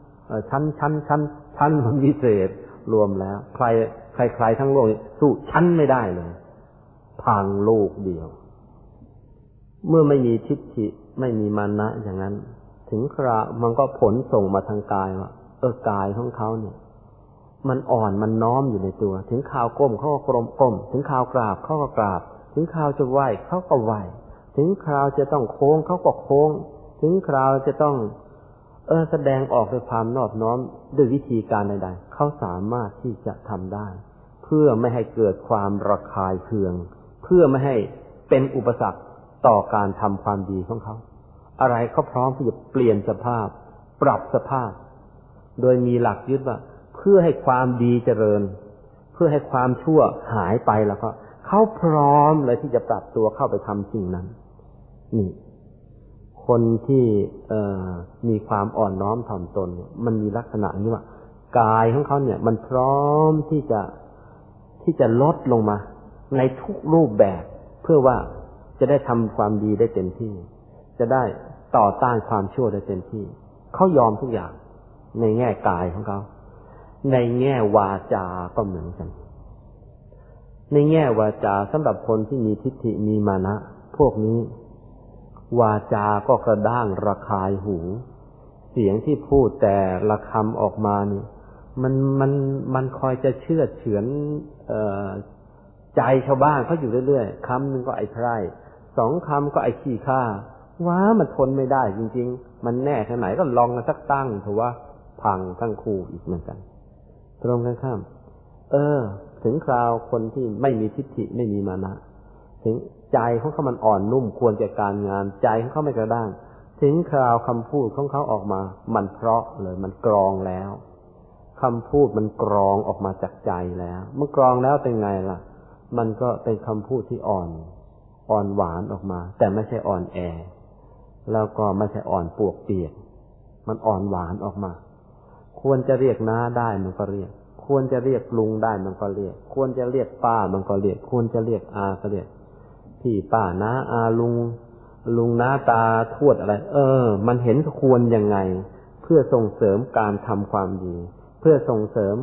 Speaker 1: ชั้นมันวิเศษรวมแล้วใครทั้งโลกสู้ชั้นไม่ได้เลยพังโลกเดียวเมื่อไม่มีทิฏฐิไม่มีมานะอย่างนั้นถึงครามันก็ผลส่งมาทางกายว่ากายของเขาเนี่ยมันอ่อนมันน้อมอยู่ในตัวถึงข่าวก้มเขาก็ก้มถึงข่าวกราบเขาก็กราบถึงข่าวจะไหว้เขาก็ไหว้ถึงคราวจะต้องโค้งเขาก็โค้งถึงคราวจะต้องแสดงออกด้วยความนอบน้อมด้วยวิธีการใดๆเขาสามารถที่จะทำได้เพื่อไม่ให้เกิดความระคายเคืองเพื่อไม่ให้เป็นอุปสรรคต่อการทำความดีของเขาอะไรเขาพร้อมที่จะเปลี่ยนสภาพปรับสภาพโดยมีหลักยึดว่าเพื่อให้ความดีเจริญเพื่อให้ความชั่วหายไปแล้วก็เขาพร้อมเลยที่จะปรับตัวเข้าไปทำสิ่งนั้นนี่คนที่มีความอ่อนน้อมถ่อมตนมันมีลักษณะนี้ว่ากายของเขาเนี่ยมันพร้อมที่จะลดลงมาในทุกรูปแบบเพื่อว่าจะได้ทำความดีได้เต็มที่จะได้ต่อต้านความชั่วได้เต็มที่เขายอมทุกอย่างในแง่กายของเขาในแง่วาจาก็เหมือนกันในแง่วาจาสำหรับคนที่มีทิฏฐิมีมานะพวกนี้วาจาก็กระด้างระคายหูเสียงที่พูดแต่ละคำออกมานี่มันคอยจะเชื่อเฉือนใจชาวบ้านเขาอยู่เรื่อยๆคำหนึ่งก็ไอ้ไพร่สองคำก็ไอ้ขี้ข้าว้ามันทนไม่ได้จริงๆมันแน่แค่ไหนก็ลองกันสักตั้งถือว่าพังทั้งคู่อีกเหมือนกันตรงกันข้ามถึงคราวคนที่ไม่มีทิฏฐิไม่มีมานะถึงใจของเขามันอ่อนนุ่มควรแก่การงานใจของเขาไม่กระด้างถึงคราวคำพูดของเขาออกมามันเพราะเลยมันกรองแล้วคำพูดมันกรองออกมาจากใจแล้วเมื่อกรองแล้วเป็นไงล่ะมันก็เป็นคำพูดที่อ่อนหวานออกมาแต่ไม่ใช่อ่อนแอแล้วก็ไม่ใช่อ่อนปวกเปียกมันอ่อนหวานออกมาควรจะเรียกน้าได้มันก็เรียกควรจะเรียกลุงได้มันก็เรียกควรจะเรียกป้ามันก็เรียกควรจะเรียกอาก็เรียกพี่ป้าน้าอาลุงน้าตาทวดอะไรมันเห็นควรยังไงเพื่อส่งเสริมการทำความดีเพื่อส่งเสริม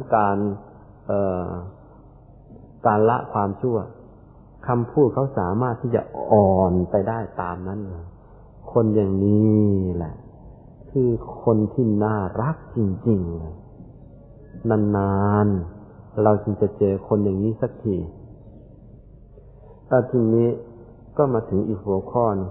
Speaker 1: การละความชั่วคำพูดเขาสามารถที่จะอ่อนไปได้ตามนั้นเลยคนอย่างนี้แหละคือคนที่น่ารักจริงๆเลยนานๆเราจึงจะเจอคนอย่างนี้สักทีทีนี้ก็มาถึงอีกหัวข้อนึง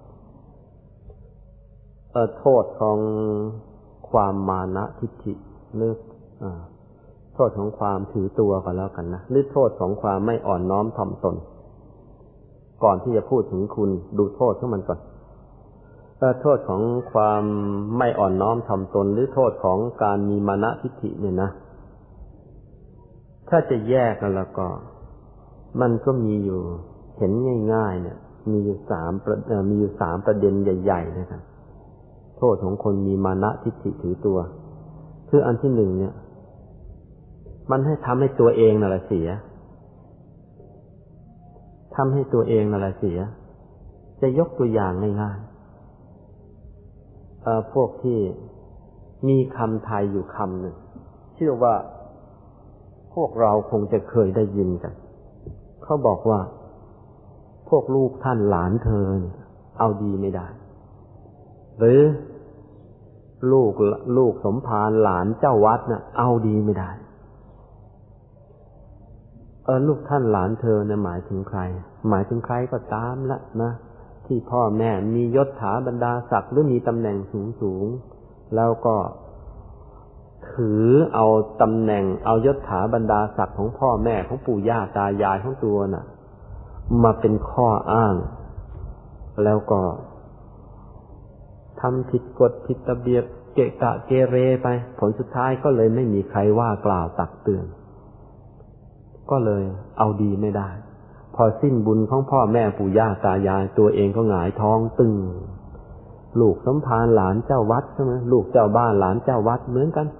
Speaker 1: โทษของความมานะทิฏฐิหรือโทษของความถือตัวก็แล้วกันนะหรือโทษของความไม่อ่อนน้อมถ่อมตนก่อนที่จะพูดถึงคุณดูโทษของมันก่อนโทษของความไม่อ่อนน้อมถ่อมตนหรือโทษของการมีมานะทิฏฐิเนี่ยนะถ้าจะแยกกันแล้วก็มันก็มีอยู่เห็นง่ายๆเนี่ยมีอยู่สามประเด็นใหญ่ๆนะครับโทษของคนมีมานะทิฏฐิถือตัวคืออันที่หนึ่งเนี่ยมันให้ทำให้ตัวเองนั่นแหละเสียทำให้ตัวเองนั่นแหละเสียจะยกตัวอย่างง่ายๆพวกที่มีคำไทยอยู่คำหนึ่งเชื่อว่าพวกเราคงจะเคยได้ยินกันเขาบอกว่าพวกลูกท่านหลานเธอเอาดีไม่ได้หรือลูกสมภารหลานเจ้าวัดน่ะเอาดีไม่ได้ลูกท่านหลานเธอเนี่ยหมายถึงใครหมายถึงใครก็ตามละนะที่พ่อแม่มียศถาบรรดาศักดิ์หรือมีตำแหน่งสูงแล้วก็ถือเอาตำแหน่งเอายศถาบรรดาศักดิ์ของพ่อแม่ของปู่ย่าตายายของตัวน่ะมาเป็นข้ออ้างแล้วก็ทำผิดกฎผิดระเบียบเกะกะเกเรไปผลสุดท้ายก็เลยไม่มีใครว่ากล่าวตักเตือนก็เลยเอาดีไม่ได้พอสิ้นบุญของพ่อแม่ปู่ย่าตายายตัวเองก็หงายท้องตึงลูกสมภารหลานเจ้าวัดใช่ไหมลูกเจ้าบ้านหลานเจ้าวัดเหมือนกัน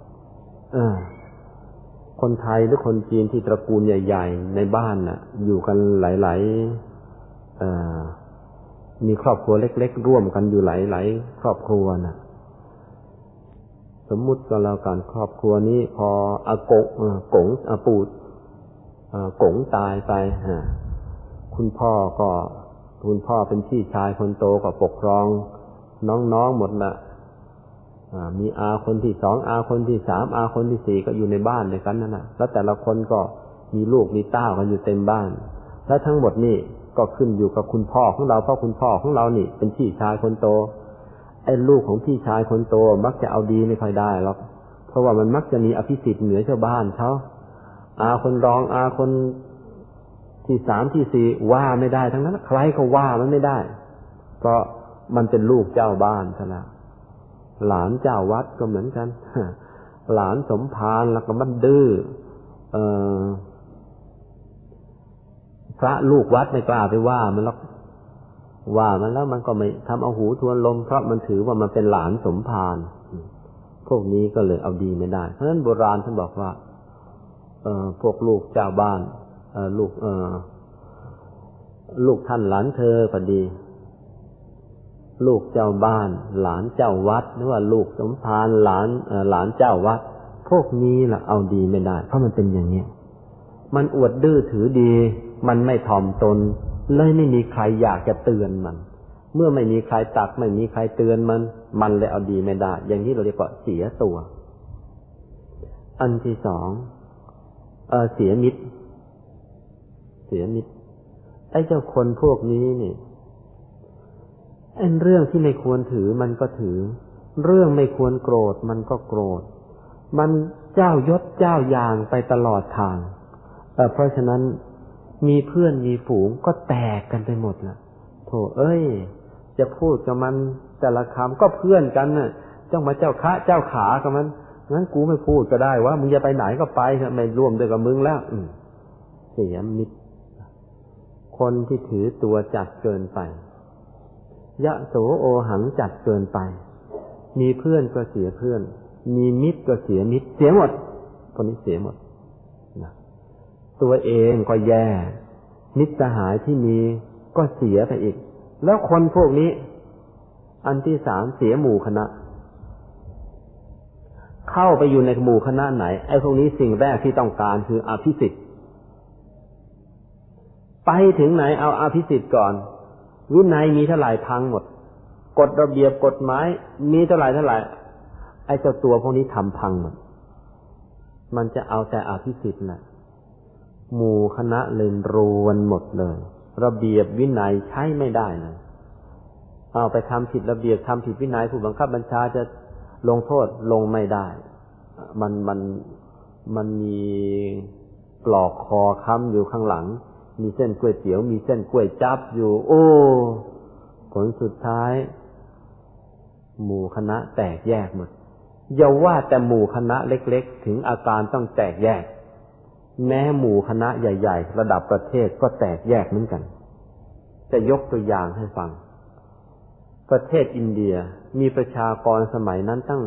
Speaker 1: คนไทยหรือคนจีนที่ตระกูลใหญ่ๆในบ้านน่ะอยู่กันหลายมีครอบครัวเล็กๆร่วมกันอยู่หลายๆครอบครัวนะสมมุติก็แล้วกันครอบครัวนี้พออากงปู่กงตายไปคุณพ่อเป็นพี่ชายคนโตก็ปกครองน้องๆหมดละมีอาคนที่สองอาคนที่สามอาคนที่สี่ก็อยู่ในบ้านด้วยกันนั่นแหละแล้วแต่ละคนก็มีลูกมีเต้ากันอยู่เต็มบ้านแล้วทั้งหมดนี่ก็ขึ้นอยู่กับคุณพ่อของเราเพราะคุณพ่อของเรานี่เป็นพี่ชายคนโตไอ้ลูกของพี่ชายคนโตมักจะเอาดีไม่ค่อยได้หรอกเพราะว่ามันมักจะมีอภิสิทธิ์เหนือชาวบ้านเขาอาคนรองอาคนที่สามที่สี่ว่าไม่ได้ทั้งนั้นใครก็ว่ามันไม่ได้เพราะมันเป็นลูกเจ้าบ้านซะแล้วหลานเจ้าวัดก็เหมือนกันหลานสมภารแล้วก็มันดื้อพระลูกวัดไม่กล้าไปว่ามันหรอกว่ามันแล้วมันก็ไม่ทำเอาหูทวนลมเพราะมันถือว่ามันเป็นหลานสมภารพวกนี้ก็เลยเอาดีไม่ได้เพราะฉะนั้นโบราณท่านบอกว่าพวกลูกเจ้าบ้านลูกท่านหลานเธอก็ดีลูกเจ้าบ้านหลานเจ้าวัดหรือว่าลูกสมภารหลานเจ้าวัดพวกนี้ล่ะเอาดีไม่ได้เพราะมันเป็นอย่างนี้มันอวดดื้อถือดีมันไม่ถ่อมตนเลยไม่มีใครอยากจะเตือนมันเมื่อไม่มีใครตักไม่มีใครเตือนมันเลยเอาดีไม่ได้อย่างนี้เราเรียกว่าเสียตัวอันที่สองเสียมิตรไอ้เจ้าคนพวกนี้นี่เรื่องที่ไม่ควรถือมันก็ถือเรื่องไม่ควรโกรธมันก็โกรธมันเจ้ายศเจ้าอย่างไปตลอดทางเพราะฉะนั้นมีเพื่อนมีฝูงก็แตกกันไปหมดละโธ่เอ้ยจะพูดกับมันแต่ละคำก็เพื่อนกันน่ะเจ้ามาเจ้าคะเจ้าขากับมันงั้นกูไม่พูดก็ได้ว่ามึงจะไปไหนก็ไปไม่ร่วมด้วยกับมึงแล้วเสียมิตรคนที่ถือตัวจัดเกินไปยะโสโอหังจัดเกินไปมีเพื่อนก็เสียเพื่อนมีมิตรก็เสียมิตรเสียหมดคนนี้เสียหมดนะตัวเองก็แย่มิตรสหายที่มีก็เสียไปอีกแล้วคนพวกนี้อันที่สามเสียหมู่คณะเข้าไปอยู่ในหมู่คณะไหนไอ้พวกนี้สิ่งแรกที่ต้องการคืออภิสิทธิ์ไปถึงไหนเอาอภิสิทธิ์ก่อนวินัยมีเท่าไหร่พังหมดกฎระเบียบกฎหมายมีเท่าไหร่ไอ้เจ้าตัวพวกนี้ทำพังหมดมันจะเอาแต่อภิสิทธิ์แหละหมู่คณะเลยรวนหมดเลยระเบียบวินัยใช้ไม่ได้เลยเอาไปทำผิดระเบียบทำผิดวินัยผู้บังคับบัญชาจะลงโทษลงไม่ได้มันมีปลอกคอค้ำอยู่ข้างหลังมีเส้นก๋วยเตี๋ยวมีเส้นก๋วยจั๊บอยู่โอ้ผลสุดท้ายหมู่คณะแตกแยกหมดอย่าว่าแต่หมู่คณะเล็กๆถึงอาการต้องแตกแยกแม้หมู่คณะใหญ่ๆระดับประเทศก็แตกแยกเหมือนกันจะยกตัวอย่างให้ฟังประเทศอินเดียมีประชากรสมัยนั้นตั้ง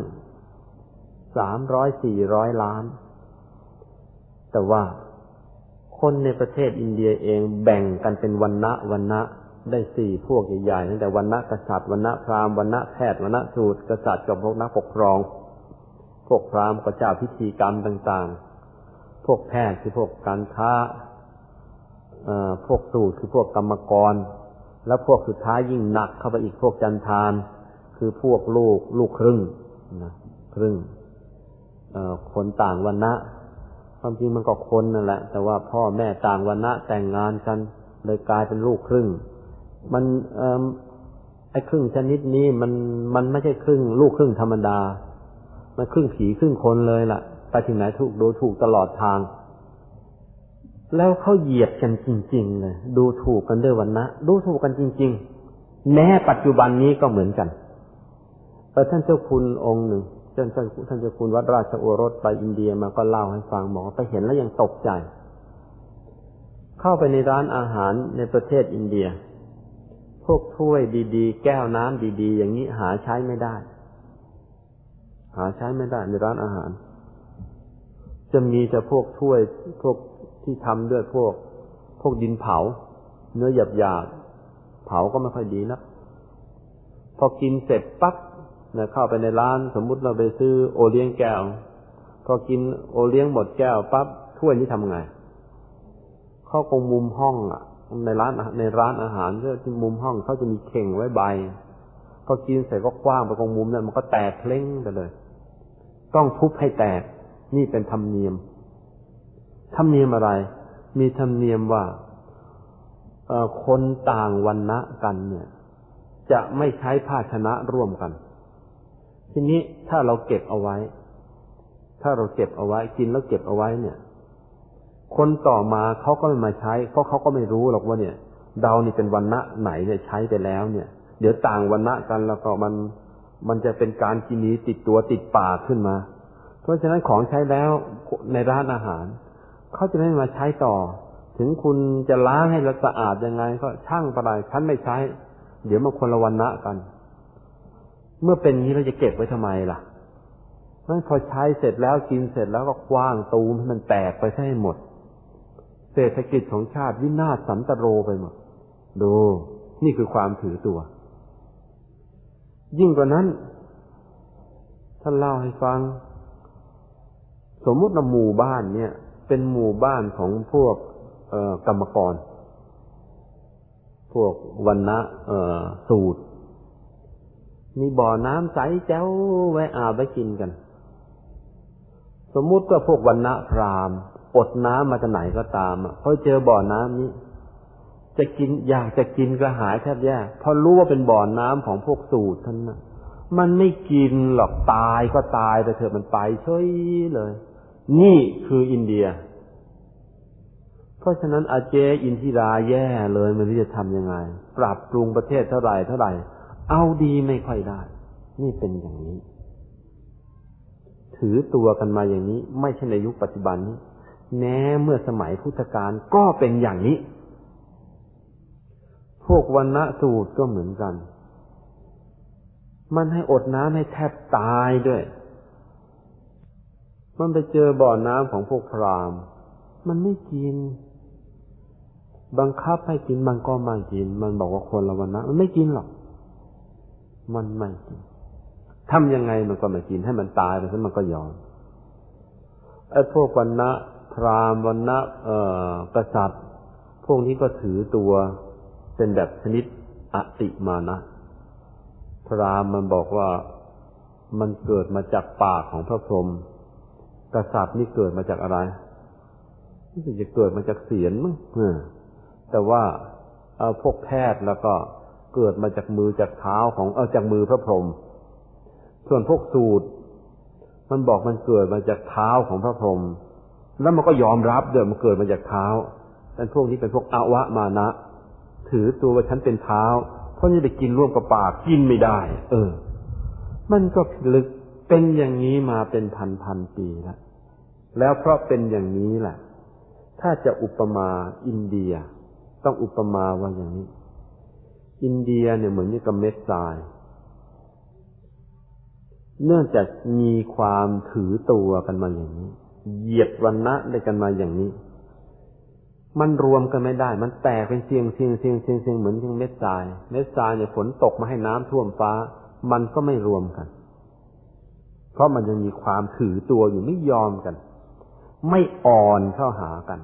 Speaker 1: 300-400 ล้านแต่ว่าคนในประเทศอินเดียเองแบ่งกันเป็นวรรณะได้4พวกใหญ่ๆตั้งแต่วรรณะกษัตริย์วรรณะพราหมณ์วรรณะแพทย์วรรณะสูตรกษัตริย์กับพวกนักปกครองพวกพราหมณ์ก็เจ้าพิธีกรรมต่างๆพวกแพทย์คือพวกการค้าพวกสูตรคือพวกกรรมกรแล้วพวกสุดท้ายยิ่งหนักเข้าไปอีกพวกจันทานคือพวกลูกครึ่งครึ่งคนต่างวรรณะความจริงมันก็คนนั่นแหละแต่ว่าพ่อแม่ต่างวรรณะแต่งงานกันเลยกลายเป็นลูกครึ่งมันไอ้ครึ่งชนิดนี้มันไม่ใช่ครึ่งลูกครึ่งธรรมดามันครึ่งผีครึ่งคนเลยล่ะไปถึงไหนถูกตลอดทางแล้วเขาเหยียดกันจริงๆเลยดูถูกกันด้วยวรรณะดูถูกกันจริงๆแม้ปัจจุบันนี้ก็เหมือนกันท่านเจ้าคุณองค์หนึ่งท่านเจ้าคุณวัดราชโอรสไปอินเดียมาก็เล่าให้ฟังบอกว่าไปเห็นแล้วยังตกใจเข้าไปในร้านอาหารในประเทศอินเดียพวกถ้วยดีๆแก้วน้ำดีๆอย่างนี้หาใช้ไม่ได้ในร้านอาหารจะมีแต่พวกถ้วยพวกที่ทำด้วยพวกดินเผาเนื้อหยาบๆเผผาก็ไม่ค่อยดีนะพอกินเสร็จปั๊บเนี่ยเข้าไปในร้านสมมุติเราไปซื้อโอเลี้ยงแก้วพอกินโอเลี้ยงหมดแก้วปั๊บถ้วยนี้ทำไงเข้าตรงมุมห้องอ่ะในร้านอาหารก็ที่มุมห้องเขาจะมีเข่งไว้ใบพอกินเสร็จก็คว้างไปตรงมุมนั้นมันก็แตกเพล้งไปเลยต้องทุบให้แตกนี่เป็นธรรมเนียมอะไรมีธรรมเนียมว่าคนต่างวรรณะกันเนี่ยจะไม่ใช้ภาชนะร่วมกันทีนี้ถ้าเราเก็บเอาไว้กินแล้วเก็บเอาไว้เนี่ยคนต่อมาเขาก็ไม่มาใช้เพราะเขาก็ไม่รู้หรอกว่าเนี่ยเรานี่เป็นวรรณะไหนเนี่ยใช้ไปแล้วเนี่ยเดี๋ยวต่างวรรณะกันแล้วก็มันจะเป็นการกินีติดตัวติดปากขึ้นมาเพราะฉะนั้นของใช้แล้วในร้านอาหารเขาจะไม่มาใช้ต่อถึงคุณจะล้างให้สะอาดยังไงก็ช่างไปเลยฉันไม่ใช้เดี๋ยวมันคนละวรรณะกันเมื่อเป็นอย่างนี้เราจะเก็บไว้ทำไมล่ะเพราะพอใช้เสร็จแล้วกินเสร็จแล้วก็คว้างตูมให้มันแตกไปให้หมดเศรษฐกิจของชาติวินาศสันตโรไปหมดดูนี่คือความถือตัวยิ่งกว่านั้นท่านเล่าให้ฟังสมมุติว่าหมู่บ้านเนี่ยเป็นหมู่บ้านของพวกกรรมกรพวกวรรณะสูตรมีบ่อน้ำใสแจ๋วไว้อาบไว้กินกันสมมุติว่าพวกวรรณะพราหมณ์อดน้ำมาจากไหนก็ตามพอเจอบ่อน้ำนี้จะกินอยากจะกินกระหายแทบแย่พอรู้ว่าเป็นบ่อน้ำของพวกสูตรท่านน่ะมันไม่กินหรอกตายก็ตายไปเถอะมันไปเฉยเลยนี่คืออินเดียเพราะฉะนั้นอาเจอินทิราแย่เลยไม่รู้จะทำยังไงปรับปรุงประเทศเท่าไหร่เอาดีไม่ค่อยได้นี่เป็นอย่างนี้ถือตัวกันมาอย่างนี้ไม่ใช่ในยุคปัจจุบันนี้แม้เมื่อสมัยพุทธกาลก็เป็นอย่างนี้พวกวรรณะสูตรก็เหมือนกันมันให้อดน้ำให้แทบตายด้วยมันไปเจอบ่อน้ำของพวกพราหมณ์มันไม่กินบังคับให้กินมันก็ไม่กินมันบอกว่าคนละวรรณะมันไม่กินหรอกมันไม่กินทำยังไงมันก็ไม่กินให้มันตายไปซะมันก็ยอมไอ้พวกวรรณะพราหมณ์วรรณะกษัตริย์พวกนี้ก็ถือตัวเป็นแบบชนิดอติมานะพราหมณ์มันบอกว่ามันเกิดมาจากปากของพระพรหมกษัตริย์นี่เกิดมาจากอะไรนี่จะเกิดมาจากเสียรมั้งแต่ว่าพวกแพทย์แล้วก็เกิดมาจากมือจากเท้าของจากมือพระพรหมส่วนพวกสูตรมันบอกมันเกิดมาจากเท้าของพระพรหมแล้วมันก็ยอมรับด้วยมันเกิดมาจากเท้าแต่พวกนี้เป็นพวกอวมานะถือตัวว่าฉันเป็นเท้าเพราะนี่ไปกินร่วมกับปากกินไม่ได้มันก็ลึกเป็นอย่างนี้มาเป็นพันปีแล้วเพราะเป็นอย่างนี้แหละถ้าจะอุปมาอินเดียต้องอุปมาว่าอย่างนี้อินเดียเนี่ยเหมือนกับเม็ดทรายเนื่องจากมีความถือตัวกันมาอย่างนี้เหยียดวรรณะได้กันมาอย่างนี้มันรวมกันไม่ได้มันแตกเป็นเสียงเหมือนเม็ดทรายเนี่ยฝนตกมาให้น้ำท่วมฟ้ามันก็ไม่รวมกันเพราะมันยังมีความถือตัวอยู่ไม่ยอมกันไม่อ่อนเข้าหากัน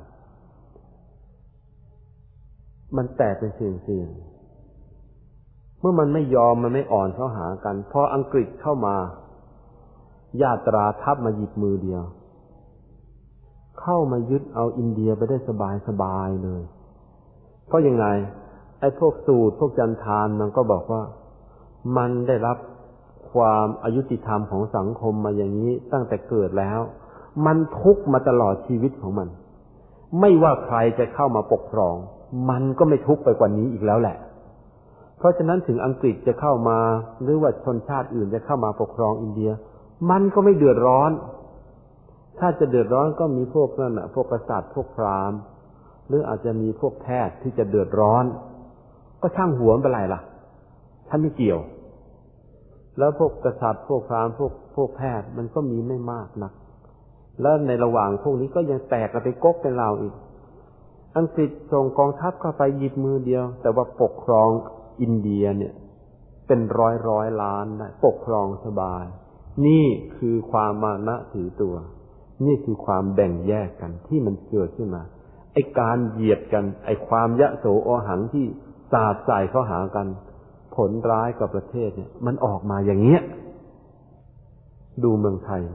Speaker 1: มันแตกเป็นเสียงเมื่อมันไม่ยอมมันไม่อ่อนเข้าหากันพออังกฤษเข้ามาญาตราทัพมาหยิบมือเดียวเข้ามายึดเอาอินเดียไปได้สบายเลยเพราะยังไงไอ้พวกสูตรพวกจันทานมันก็บอกว่ามันได้รับความอยุติธรรมของสังคมมาอย่างนี้ตั้งแต่เกิดแล้วมันทุกข์มาตลอดชีวิตของมันไม่ว่าใครจะเข้ามาปกครองมันก็ไม่ทุกข์ไปกว่านี้อีกแล้วแหละเพราะฉะนั้นถึงอังกฤษจะเข้ามาหรือว่าชนชาติอื่นจะเข้ามาปกครองอินเดียมันก็ไม่เดือดร้อนถ้าจะเดือดร้อนก็มีพวกนั่นน่ะพวกกษัตริย์พวกพราหมณ์หรืออาจจะมีพวกแพทย์ที่จะเดือดร้อนก็ช่างหัวมันเป็นไรล่ะท่านไม่เกี่ยวแล้วพวกกษัตริย์พวกพราหมณ์พวกแพทย์มันก็มีไม่มากนักแล้วในระหว่างพวกนี้ก็ยังแตกกันไปก๊กเป็นเราอีกอังกฤษส่งกองทัพเข้าไปหยิบมือเดียวแต่ว่าปกครองอินเดียเนี่ยเป็นร้อยล้านได้ปกครองสบายนี่คือความมานะถือตัวนี่คือความแบ่งแยกกันที่มันเกิดขึ้นมาไอ้การเหยียดกันไอ้ความยโสโอหังที่สาดใส่เข้าหากันผลร้ายกับประเทศเนี่ยมันออกมาอย่างเงี้ยดูเมืองไทย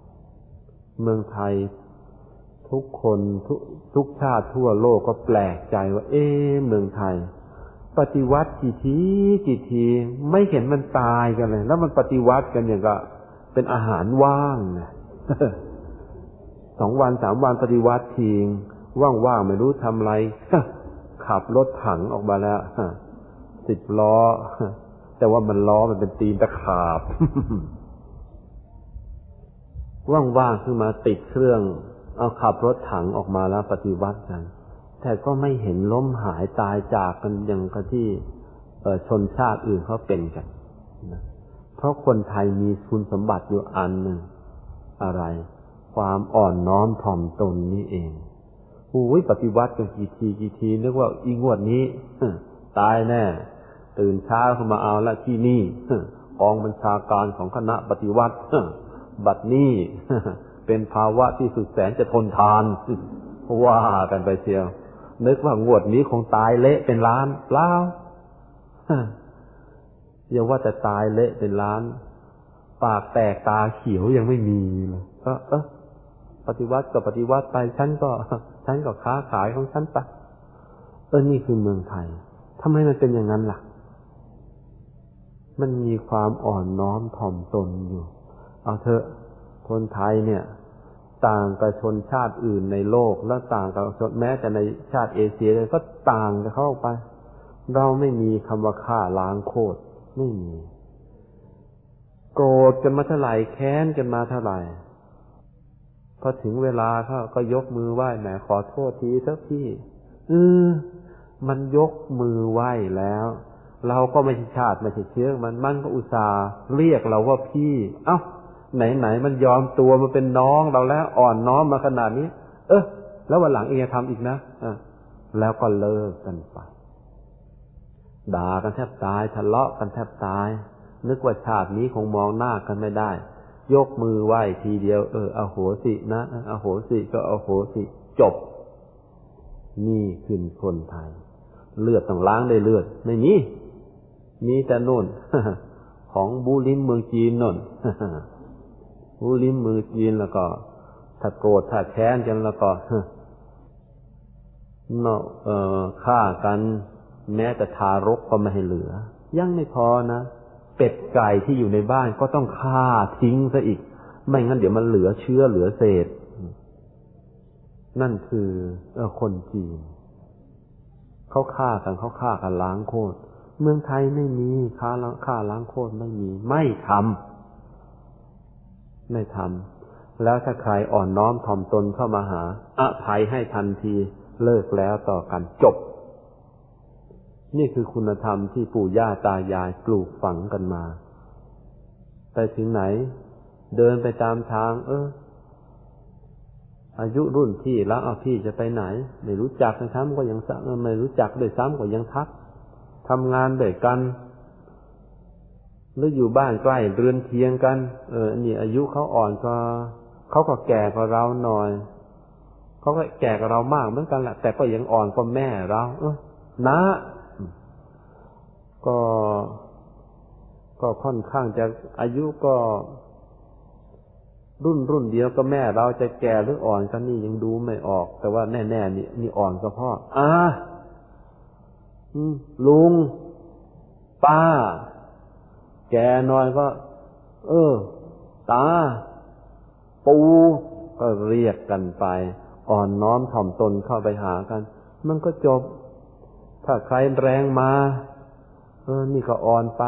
Speaker 1: ทุกคนทุกชาติทั่วโลกก็แปลกใจว่าเมืองไทยปฏิวัติกี่ทีไม่เห็นมันตายกันเลยแล้วมันปฏิวัติกันอย่างก็เป็นอาหารว่างนะ 2 วัน 3 วันปฏิวัติทีว่างๆไม่รู้ทำอะไร ขับรถถังออกมาแล้ว 10 ล้อ แต่ว่ามันล้อมันเป็นตีนตะขาบ ว่างๆขึ้นมาติดเครื่องเอาขับรถถังออกมาแล้วปฏิวัติกันแต่ก็ไม่เห็นล้มหายตายจากกันอย่างกับที่ชนชาติอื่นเขาเป็นกันนะเพราะคนไทยมีคุณสมบัติอยู่อันหนึ่งอะไรความอ่อนน้อมถ่อมตนนี่เองปฏิวัติกันกี่ทีนึกว่าอีงวดนี้ตายแน่ตื่นเช้าขึ้นมาเอาละที่นี่กองบัญชาการของคณะปฏิวัติบัดนี้เป็นภาวะที่สุดแสนจะทนทานว่ากันไปเชียวนึกว่างวดนี้คงตายเละเป็นล้านเปล่าอย่าว่าแต่ตายเละเป็นล้านปากแตกตาเขียวยังไม่มีเลยปฏิวัติก็ปฏิวัติไปฉันก็ค้าขายของฉันไปนี่คือเมืองไทยทำไมมันเป็นอย่างนั้นล่ะมันมีความอ่อนน้อมถ่อมตนอยู่เอาเถอะคนไทยเนี่ยต่างกับชนชาติอื่นในโลกและต่างกับชนแม้แต่ในชาติเอเชียก็ต่างกันเข้าไปเราไม่มีคำว่าฆ่าล้างโคตรไม่มีโกรธกันมาเท่าไหร่แค้นกันมาเท่าไหร่พอถึงเวลาก็ยกมือไหว้แหมขอโทษทีสักพี่มันยกมือไหว้แล้วเราก็ไม่ใช่ชาติไม่ใช่เชื้อมันก็อุตส่าห์เรียกเราว่าพี่ไหนมันยอมตัวมาเป็นน้องเราแล้วอ่อนน้อมมาขนาดนี้แล้ววันหลังเองจะทำอีกนะแล้วก็เลิกกันไปด่ากันแทบตายทะเลาะกันแทบตายนึกว่าชาตินี้คงมองหน้ากันไม่ได้ยกมือไหว้ทีเดียวอโหสินะอโหสิก็อโหสิจบนี่คือคนไทยเลือดต้องล้างได้เลือดไม่มีแต่โน่น ของบูลิมเมืองจีนโน่น บูลิมเมืองจีนแล้วก็ถ้าโกรธถ้าแค้นกันแล้วก็ฆ่ากันแม้แต่ทารกก็ไม่ให้เหลือยังไม่พอนะเป็ดไก่ที่อยู่ในบ้านก็ต้องฆ่าทิ้งซะอีกไม่งั้นเดี๋ยวมันเหลือเชื้อเหลือเศษนั่นคือคนจีนเขาฆ่ากันล้างโคตรเมืองไทยไม่มีฆ่าล้างโคตรไม่มีไม่ทำแล้วถ้าใครอ่อนน้อมถ่อมตนเข้ามาหาอภัยให้ทันทีเลิกแล้วต่อกันจบนี่คือคุณธรรมที่ปู่ย่าตายายปลูกฝังกันมาไปถึงไหนเดินไปตามทางอายุรุ่นพี่แล้วพี่จะไปไหนไม่รู้จักนะครับก็ยังไม่รู้จักด้วยซ้ำก็ยังทักทำงานด้วยกันหรืออยู่บ้านใกล้เรือนเคียงกันนี่อายุเขาอ่อนก็เขาก็แก่กว่าเราหน่อยเขาก็แก่กว่าเรามากเหมือนกันแหละแต่ก็ยังอ่อนกว่าแม่เรานะก็ค่อนข้างจะอายุก็รุ่นเดียวก็แม่เราจะแก่หรืออ่อนกันนี่ยังดูไม่ออกแต่ว่าแน่ๆนี่อ่อนก็พ่อลุงป้าแก่หน่อยก็ตาปู่ก็เรียกกันไปอ่อนน้อมถ่อมตนเข้าไปหากันมันก็จบถ้าใครแรงมานี่ก็อ่อนไป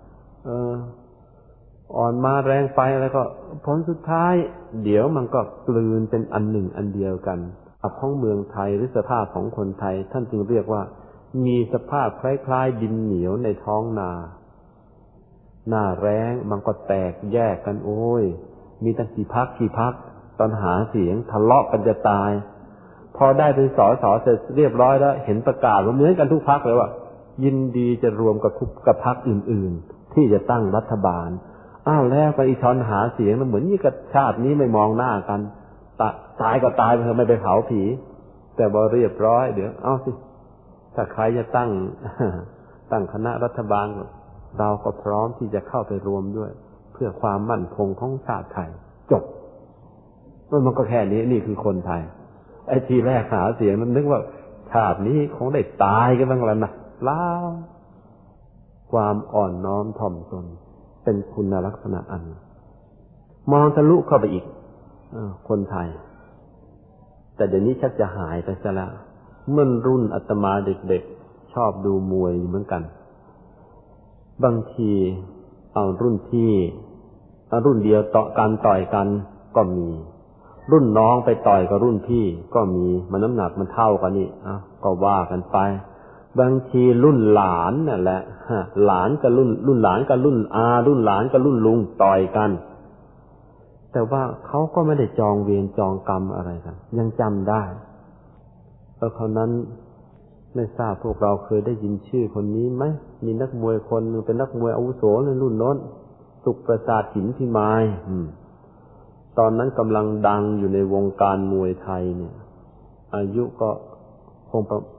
Speaker 1: อ่อนมาแรงไปแล้วก็ผลสุดท้ายเดี๋ยวมันก็กลืนเป็นอันหนึ่งอันเดียวกันของเมืองไทยหรือสภาพของคนไทยท่านจึงเรียกว่ามีสภาพคล้ายๆดินเหนียวในท้องนาหน้าแล้งมันก็แตกแยกกันโอ้ยมีตั้งกี่พรรคตอนหาเสียงทะเลาะกันจะตายพอได้เป็นสสเสร็จเรียบร้อยแล้วเห็นประกาศว่าเหมือนกันทุกพรรคเลยว่า
Speaker 2: ยินดีจะรวมกับพรรคอื่นๆที่จะตั้งรัฐบาลแล้วไปอีชอนหาเสียงเหมือนนี่กับชาตินี้ไม่มองหน้ากันตายก็ตายไปเถอะไม่ไปเผาผีแต่พอเรียบร้อยเดี๋ยวเอาสิถ้าใครจะตั้งคณะรัฐบาลเราก็พร้อมที่จะเข้าไปรวมด้วยเพื่อความมั่นคงของชาติไทยจบมันก็แค่นี้นี่คือคนไทยไอ้ทีแรกหาเสียงนั้นนึกว่าชาตินี้คงได้ตายกันบ้างแล้วนะล้าความอ่อนน้อมถ่อมตนเป็นคุณลักษณะอันมองทะลุเข้าไปอีกคนไทยแต่เดี๋ยวนี้ชักจะหายไปซะแล้วเมื่อรุ่นอาตมาเด็กๆชอบดูมวยเหมือนกันบางทีเอารุ่นพี่รุ่นเดียวต่อยกันก็มีรุ่นน้องไปต่อยกับรุ่นพี่ก็มีมันน้ำหนักมันเท่ากันนี่ก็ว่ากันไปบางทีรุ่นหลานนั่นแหละหลานกับรุ่นหลานกับรุ่นอารุ่นหลานกับรุ่นลุงต่อยกันแต่ว่าเขาก็ไม่ได้จองเวรจองกรรมอะไรกันยังจำได้เพราะนั้นไม่ทราบพวกเราเคยได้ยินชื่อคนนี้ไหมมีนักมวยคนนึงเป็นนักมวยอาวุโสในรุ่นโน้นสุขประสาทหินพิมายตอนนั้นกำลังดังอยู่ในวงการมวยไทยเนี่ยอายุก็คงประ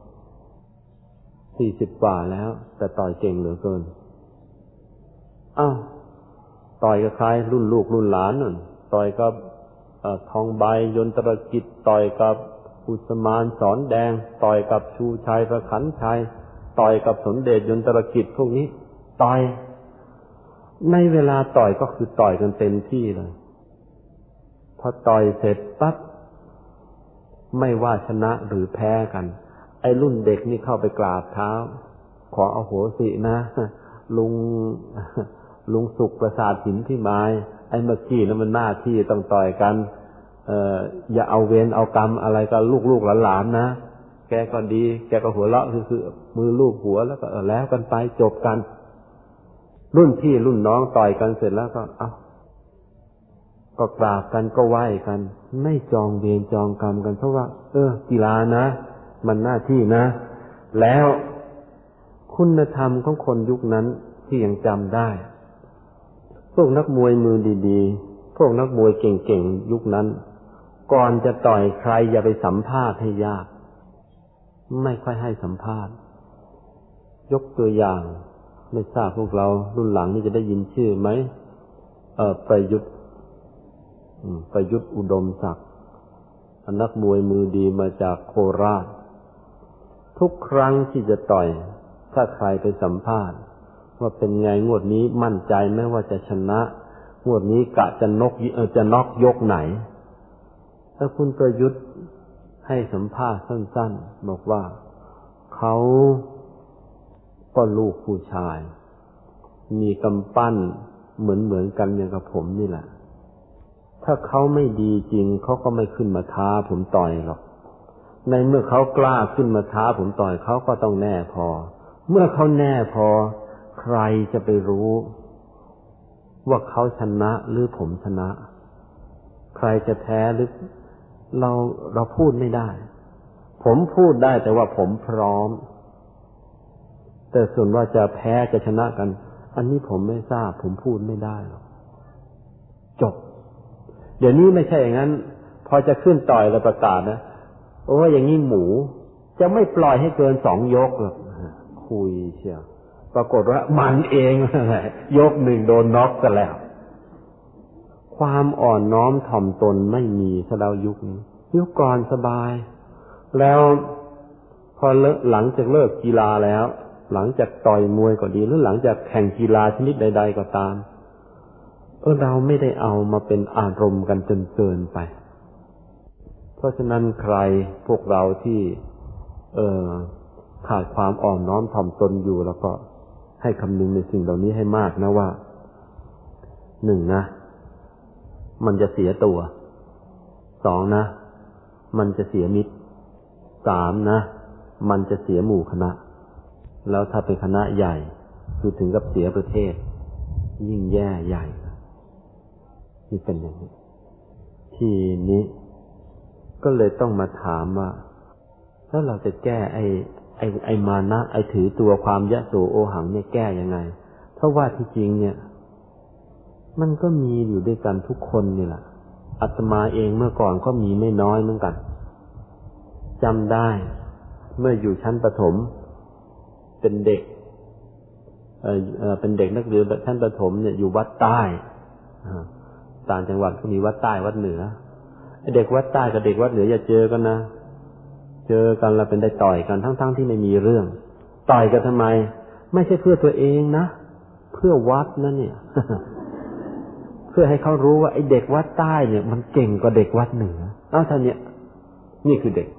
Speaker 2: 40 กว่าแล้วแต่ต่อยเก่งเหลือเกินต่อยกับใครรุ่นลูกรุ่นหลานนั่นต่อยกับทองใบยนตรกิจต่อยกับอุสมานสอนแดงต่อยกับชูชัยประขันชัยต่อยกับสมเด็จยนตรกิจพวกนี้ต่อยในเวลาต่อยก็คือต่อยกันเต็มที่เลยพอต่อยเสร็จปั๊บไม่ว่าชนะหรือแพ้กันไอ้รุ่นเด็กนี่เข้าไปกราบเท้าขออโหสินะลุงสุขประสาทหินพิมายไอ้เมื่อกี้นั้นมันหน้าที่ต้องต่อยกันอย่าเอาเวรเอากรรมอะไรกับลูกหลานนะแกก็ดีแกก็หัวเราะคือมือลูบหัวแล้วก็แล้วกันไปจบกันรุ่นพี่รุ่นน้องต่อยกันเสร็จแล้วก็กราบกันก็ไหว้กันไม่จองเวรจองกรรมกันเพราะว่ากีฬานะมันหน้าที่นะแล้วคุณธรรมของคนยุคนั้นที่ยังจำได้พวกนักมวยมือดีๆพวกนักมวยเก่งๆยุคนั้นก่อนจะต่อยใครอย่าไปสัมภาษณ์ให้ยากไม่ค่อยให้สัมภาษณ์ยกตัวอย่างไม่ทราบพวกเรารุ่นหลังนี่จะได้ยินชื่อไหมประยุทธ์อุดมศักดิ์นักมวยมือดีมาจากโคราชทุกครั้งที่จะต่อยถ้าใครไปสัมภาษณ์ว่าเป็นไงงวดนี้มั่นใจไหมว่าจะชนะงวดนี้กะจะน็อกยกไหนถ้าคุณประยุทธ์ให้สัมภาษณ์สั้นๆบอกว่าเขาก็ลูกผู้ชายมีกำปั้นเหมือนกันอย่างกับผมนี่แหละถ้าเขาไม่ดีจริงเขาก็ไม่ขึ้นมาท้าผมต่อยหรอกในเมื่อเขากล้าขึ้นมาท้าผมต่อยเขาก็ต้องแน่พอเมื่อเขาแน่พอใครจะไปรู้ว่าเขาชนะหรือผมชนะใครจะแพ้หรือเราพูดไม่ได้ผมพูดได้แต่ว่าผมพร้อมแต่ส่วนว่าจะแพ้จะชนะกันอันนี้ผมไม่ทราบผมพูดไม่ได้หรอกจบเดี๋ยวนี้ไม่ใช่อย่างนั้นพอจะขึ้นต่อยแล้วประกาศนะอย่างนี้หมูจะไม่ปล่อยให้เกิน2 ยกหรอกคุยเชียวปรากฏว่ามันเองยก 1โดนน็อกซะแล้วความอ่อนน้อมถ่อมตนไม่มีซะแล้วยุคนี้ยุคก่อนสบายแล้วพอหลังจากเลิกกีฬาแล้วหลังจากต่อยมวยก็ดีหรือหลังจากแข่งกีฬาชนิดใดๆก็ตามเราไม่ได้เอามาเป็นอารมณ์กันจนเกินไปเพราะฉะนั้นใครพวกเราที่ขาดความอ่อนน้อมถ่อมตนอยู่แล้วก็ให้คำนึงในสิ่งเหล่านี้ให้มากนะว่า1นะมันจะเสียตัว2นะมันจะเสียมิตร3นะมันจะเสียหมู่คณะแล้วถ้าเป็นคณะใหญ่คือถึงกับเสียประเทศยิ่งแย่ใหญ่นี่เป็นอย่างนี้ทีนี้ก็เลยต้องมาถามว่าถ้าเราจะแก้ไไอ้มานะไอ้ถือตัวความยะโสโอหังเนี่ยแก้ยังไงเพราะว่าที่จริงเนี่ยมันก็มีอยู่ด้วยกันทุกคนนี่แหละอาตมาเองเมื่อก่อนก็มีไม่น้อยเหมือนกันจำได้เมื่ออยู่ชั้นประถมเป็นเด็กเป็นเด็กนักเรียนชั้นประถมเนี่ยอยู่วัดใต้ต่างจังหวัดก็มีวัดใต้วัดเหนือไอ้เด็กวัดใต้กับเด็กวัดเหนืออย่าเจอกันนะเจอกันแล้วเป็นได้ต่อยกันทั้งที่ไม่มีเรื่องต่อยกันทำไมไม่ใช่เพื่อตัวเองนะเพื่อวัดนะเนี่ย เพื่อให้เขารู้ว่าไอ้เด็กวัดใต้เนี่ยมันเก่งกว่าเด็กวัดเหนือท่านเนี่ยนี่คือเด็ก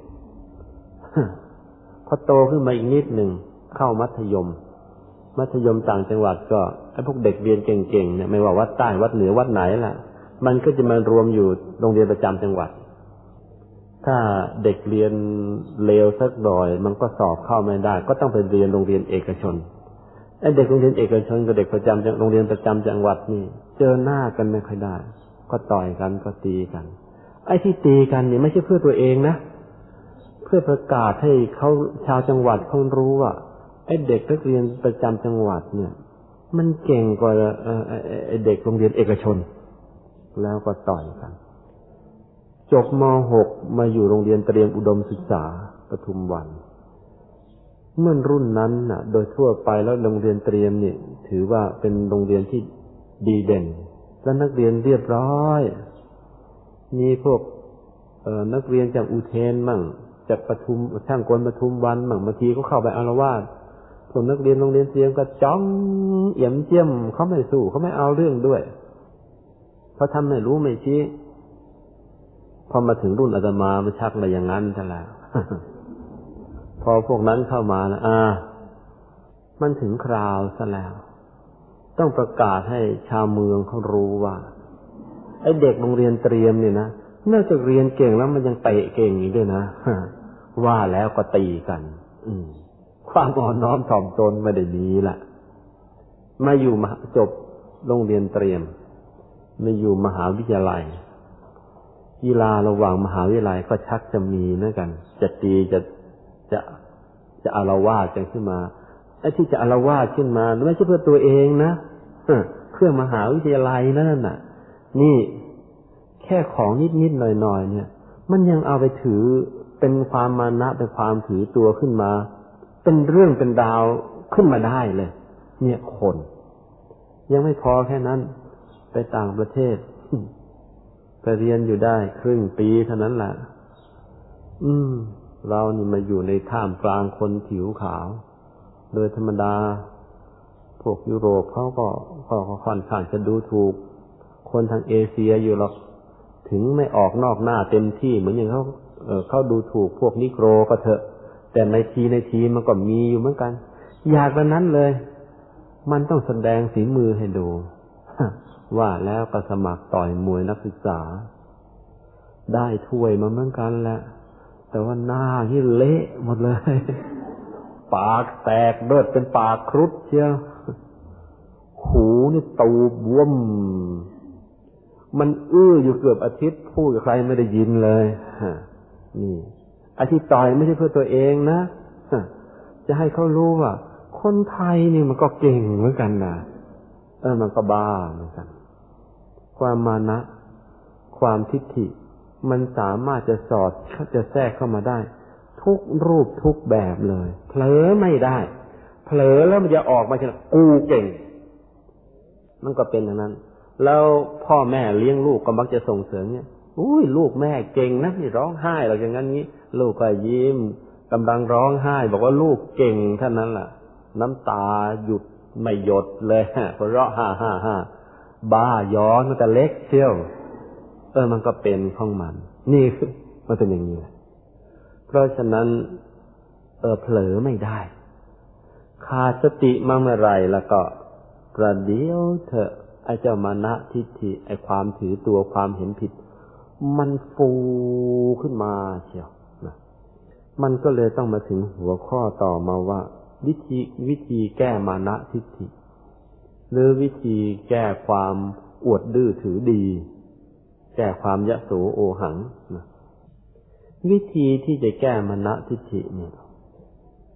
Speaker 2: พอโตขึ้นมาอีกนิดหนึ่งเข้ามัธยมต่างจังหวัดก็ไอ้พวกเด็กเรียนเก่งๆเนี่ยไม่ว่าวัดใต้วัดเหนือวัดไหนล่ะมันก็จะมารวมอยู่โรงเรียนประจำจังหวัดถ้าเด็กเรียนเลวสักหน่อยมันก็สอบเข้าไม่ได้ก็ต้องไปเรียนโรงเรียนเอกชนไอ้เด็กโรงเรียนเอกชนกับเด็กประจำโรงเรียนประจำจังหวัดนี่เจอหน้ากันไม่ค่อยได้ก็ต่อยกันก็ตีกันไอ้ที่ตีกันนี่ไม่ใช่เพื่อตัวเองนะเพื่อประกาศให้เขาชาวจังหวัดเขารู้ว่าไอ้เด็กนักเรียนประจำจังหวัดเนี่ยมันเก่งกว่าไอ้เด็กโรงเรียนเอกชนแล้วก็ต่อยกันจบม.6 มาอยู่โรงเรียนเตรียมอุดมศึกษาปทุมวันเมื่อรุ่นนั้นน่ะโดยทั่วไปแล้วโรงเรียนเตรียมนี่ถือว่าเป็นโรงเรียนที่ดีเด่นและนักเรียนเรียบร้อยมีพวกนักเรียนจากอุเทนมั่งจากปทุมช่างกลปทุมวันมั่งบางทีก็เข้าไปอาละวาดพวกนักเรียนโรงเรียนเตรียมก็จ้องเอี่ยมเจียมเขาไม่สู้เขาไม่เอาเรื่องด้วยเขาทำไม่รู้ไม่ชี้พอมาถึงรุ่นอาตมามันชักอะไรอย่างนั้นซะแล้ว พอพวกนั้นเข้ามานะมันถึงคราวซะแล้วต้องประกาศให้ชาวเมืองเขารู้ว่าไอ้เด็กโรงเรียนเตรียมเนี่ยนะนอกจากเรียนเก่งแล้วมันยังเตะเก่งอีกด้วยนะ ว่าแล้วก็ตีกันความอ่อนน้อมถ่อมตนไม่ได้มีล่ะมาอยู่จบโรงเรียนเตรียมมาอยู่มหาวิทยาลัยกีฬาระหว่างมหาวิทยาลัยก็ชักจะมีเหมือนกันจะตีจะอาละวาดกันขึ้นมาไอ้ที่จะอาละวาดขึ้นมาไม่ใช่เพื่อตัวเองนะเพื่อมหาวิทยาลัยนั่นน่ะนี่แค่ของนิดๆหน่อยๆเนี่ยมันยังเอาไปถือเป็นความมานะเป็นความถือตัวขึ้นมาเป็นเรื่องเป็นราวขึ้นมาได้เลยเนี่ยคนยังไม่พอแค่นั้นไปต่างประเทศไปเรียนอยู่ได้ครึ่งปีเท่านั้นแหละเรานี่มาอยู่ในท่ามกลางคนผิวขาวโดยธรรมดาพวกยุโรปเขาก็ค่อนข้างจะดูถูกคนทางเอเชียอยู่หรอกถึงไม่ออกนอกหน้าเต็มที่เหมือนอย่างเขาดูถูกพวกนิโกรก็เถอะแต่ในทีมันก็มีอยู่เหมือนกันอยากแบบนั้นเลยมันต้องแสดงฝีมือให้ดู ว่าแล้วก็สมัครต่อยมวยนักศึกษาได้ถ้วยมาเหมือนกันแหละแต่ว่าหน้าที่เละหมดเลย ปากแตกเบิดเป็นปากครุฑเชียวหูนี่ตูบบวมมันอยู่เกือบอาทิตย์พูดกับใครไม่ได้ยินเลยนี่อาทิตย์ต่อยไม่ใช่เพื่อตัวเองนะจะให้เขารู้ว่าคนไทยนี่มันก็เก่งเหมือนกันนะมันก็บ้าเหมือนกันความมานะความทิฏฐิมันสามารถจะจะแทรกเข้ามาได้ทุกรูปทุกแบบเลยเผลอไม่ได้เผลอแล้วมันจะออกมาจากกูเก่งมันก็เป็นอย่างนั้นแล้วพ่อแม่เลี้ยงลูกก็มักจะส่งเสริมเนี่ยอุ้ยลูกแม่เก่งนะนี่ร้องไห้หรอกอย่างนั้นนี้ลูกก็ยิ้มกำลังร้องไห้บอกว่าลูกเก่งเท่านั้นล่ะน้ำตาหยุดไม่หยดเลยเพราะฮ่าบ้าย้อนมันแต่เล็กเชียวมันก็เป็นของมันนี่คือมันเป็นอย่างนี้แหละเพราะฉะนั้นเผลอไม่ได้ขาดสติมาเมื่อไรแล้วก็ประเดี๋ยวเถอะไอ้เจ้ามานะทิฏฐิไอ้ความถือตัวความเห็นผิดมันฟูขึ้นมาเชียวนะมันก็เลยต้องมาถึงหัวข้อต่อมาว่าวิธีแก้มานะทิฏฐิหรือวิธีแก้ความอวดดื้อถือดีแก้ความยโสโอหังนะวิธีที่จะแก้มานะทิฏฐิเนี่ย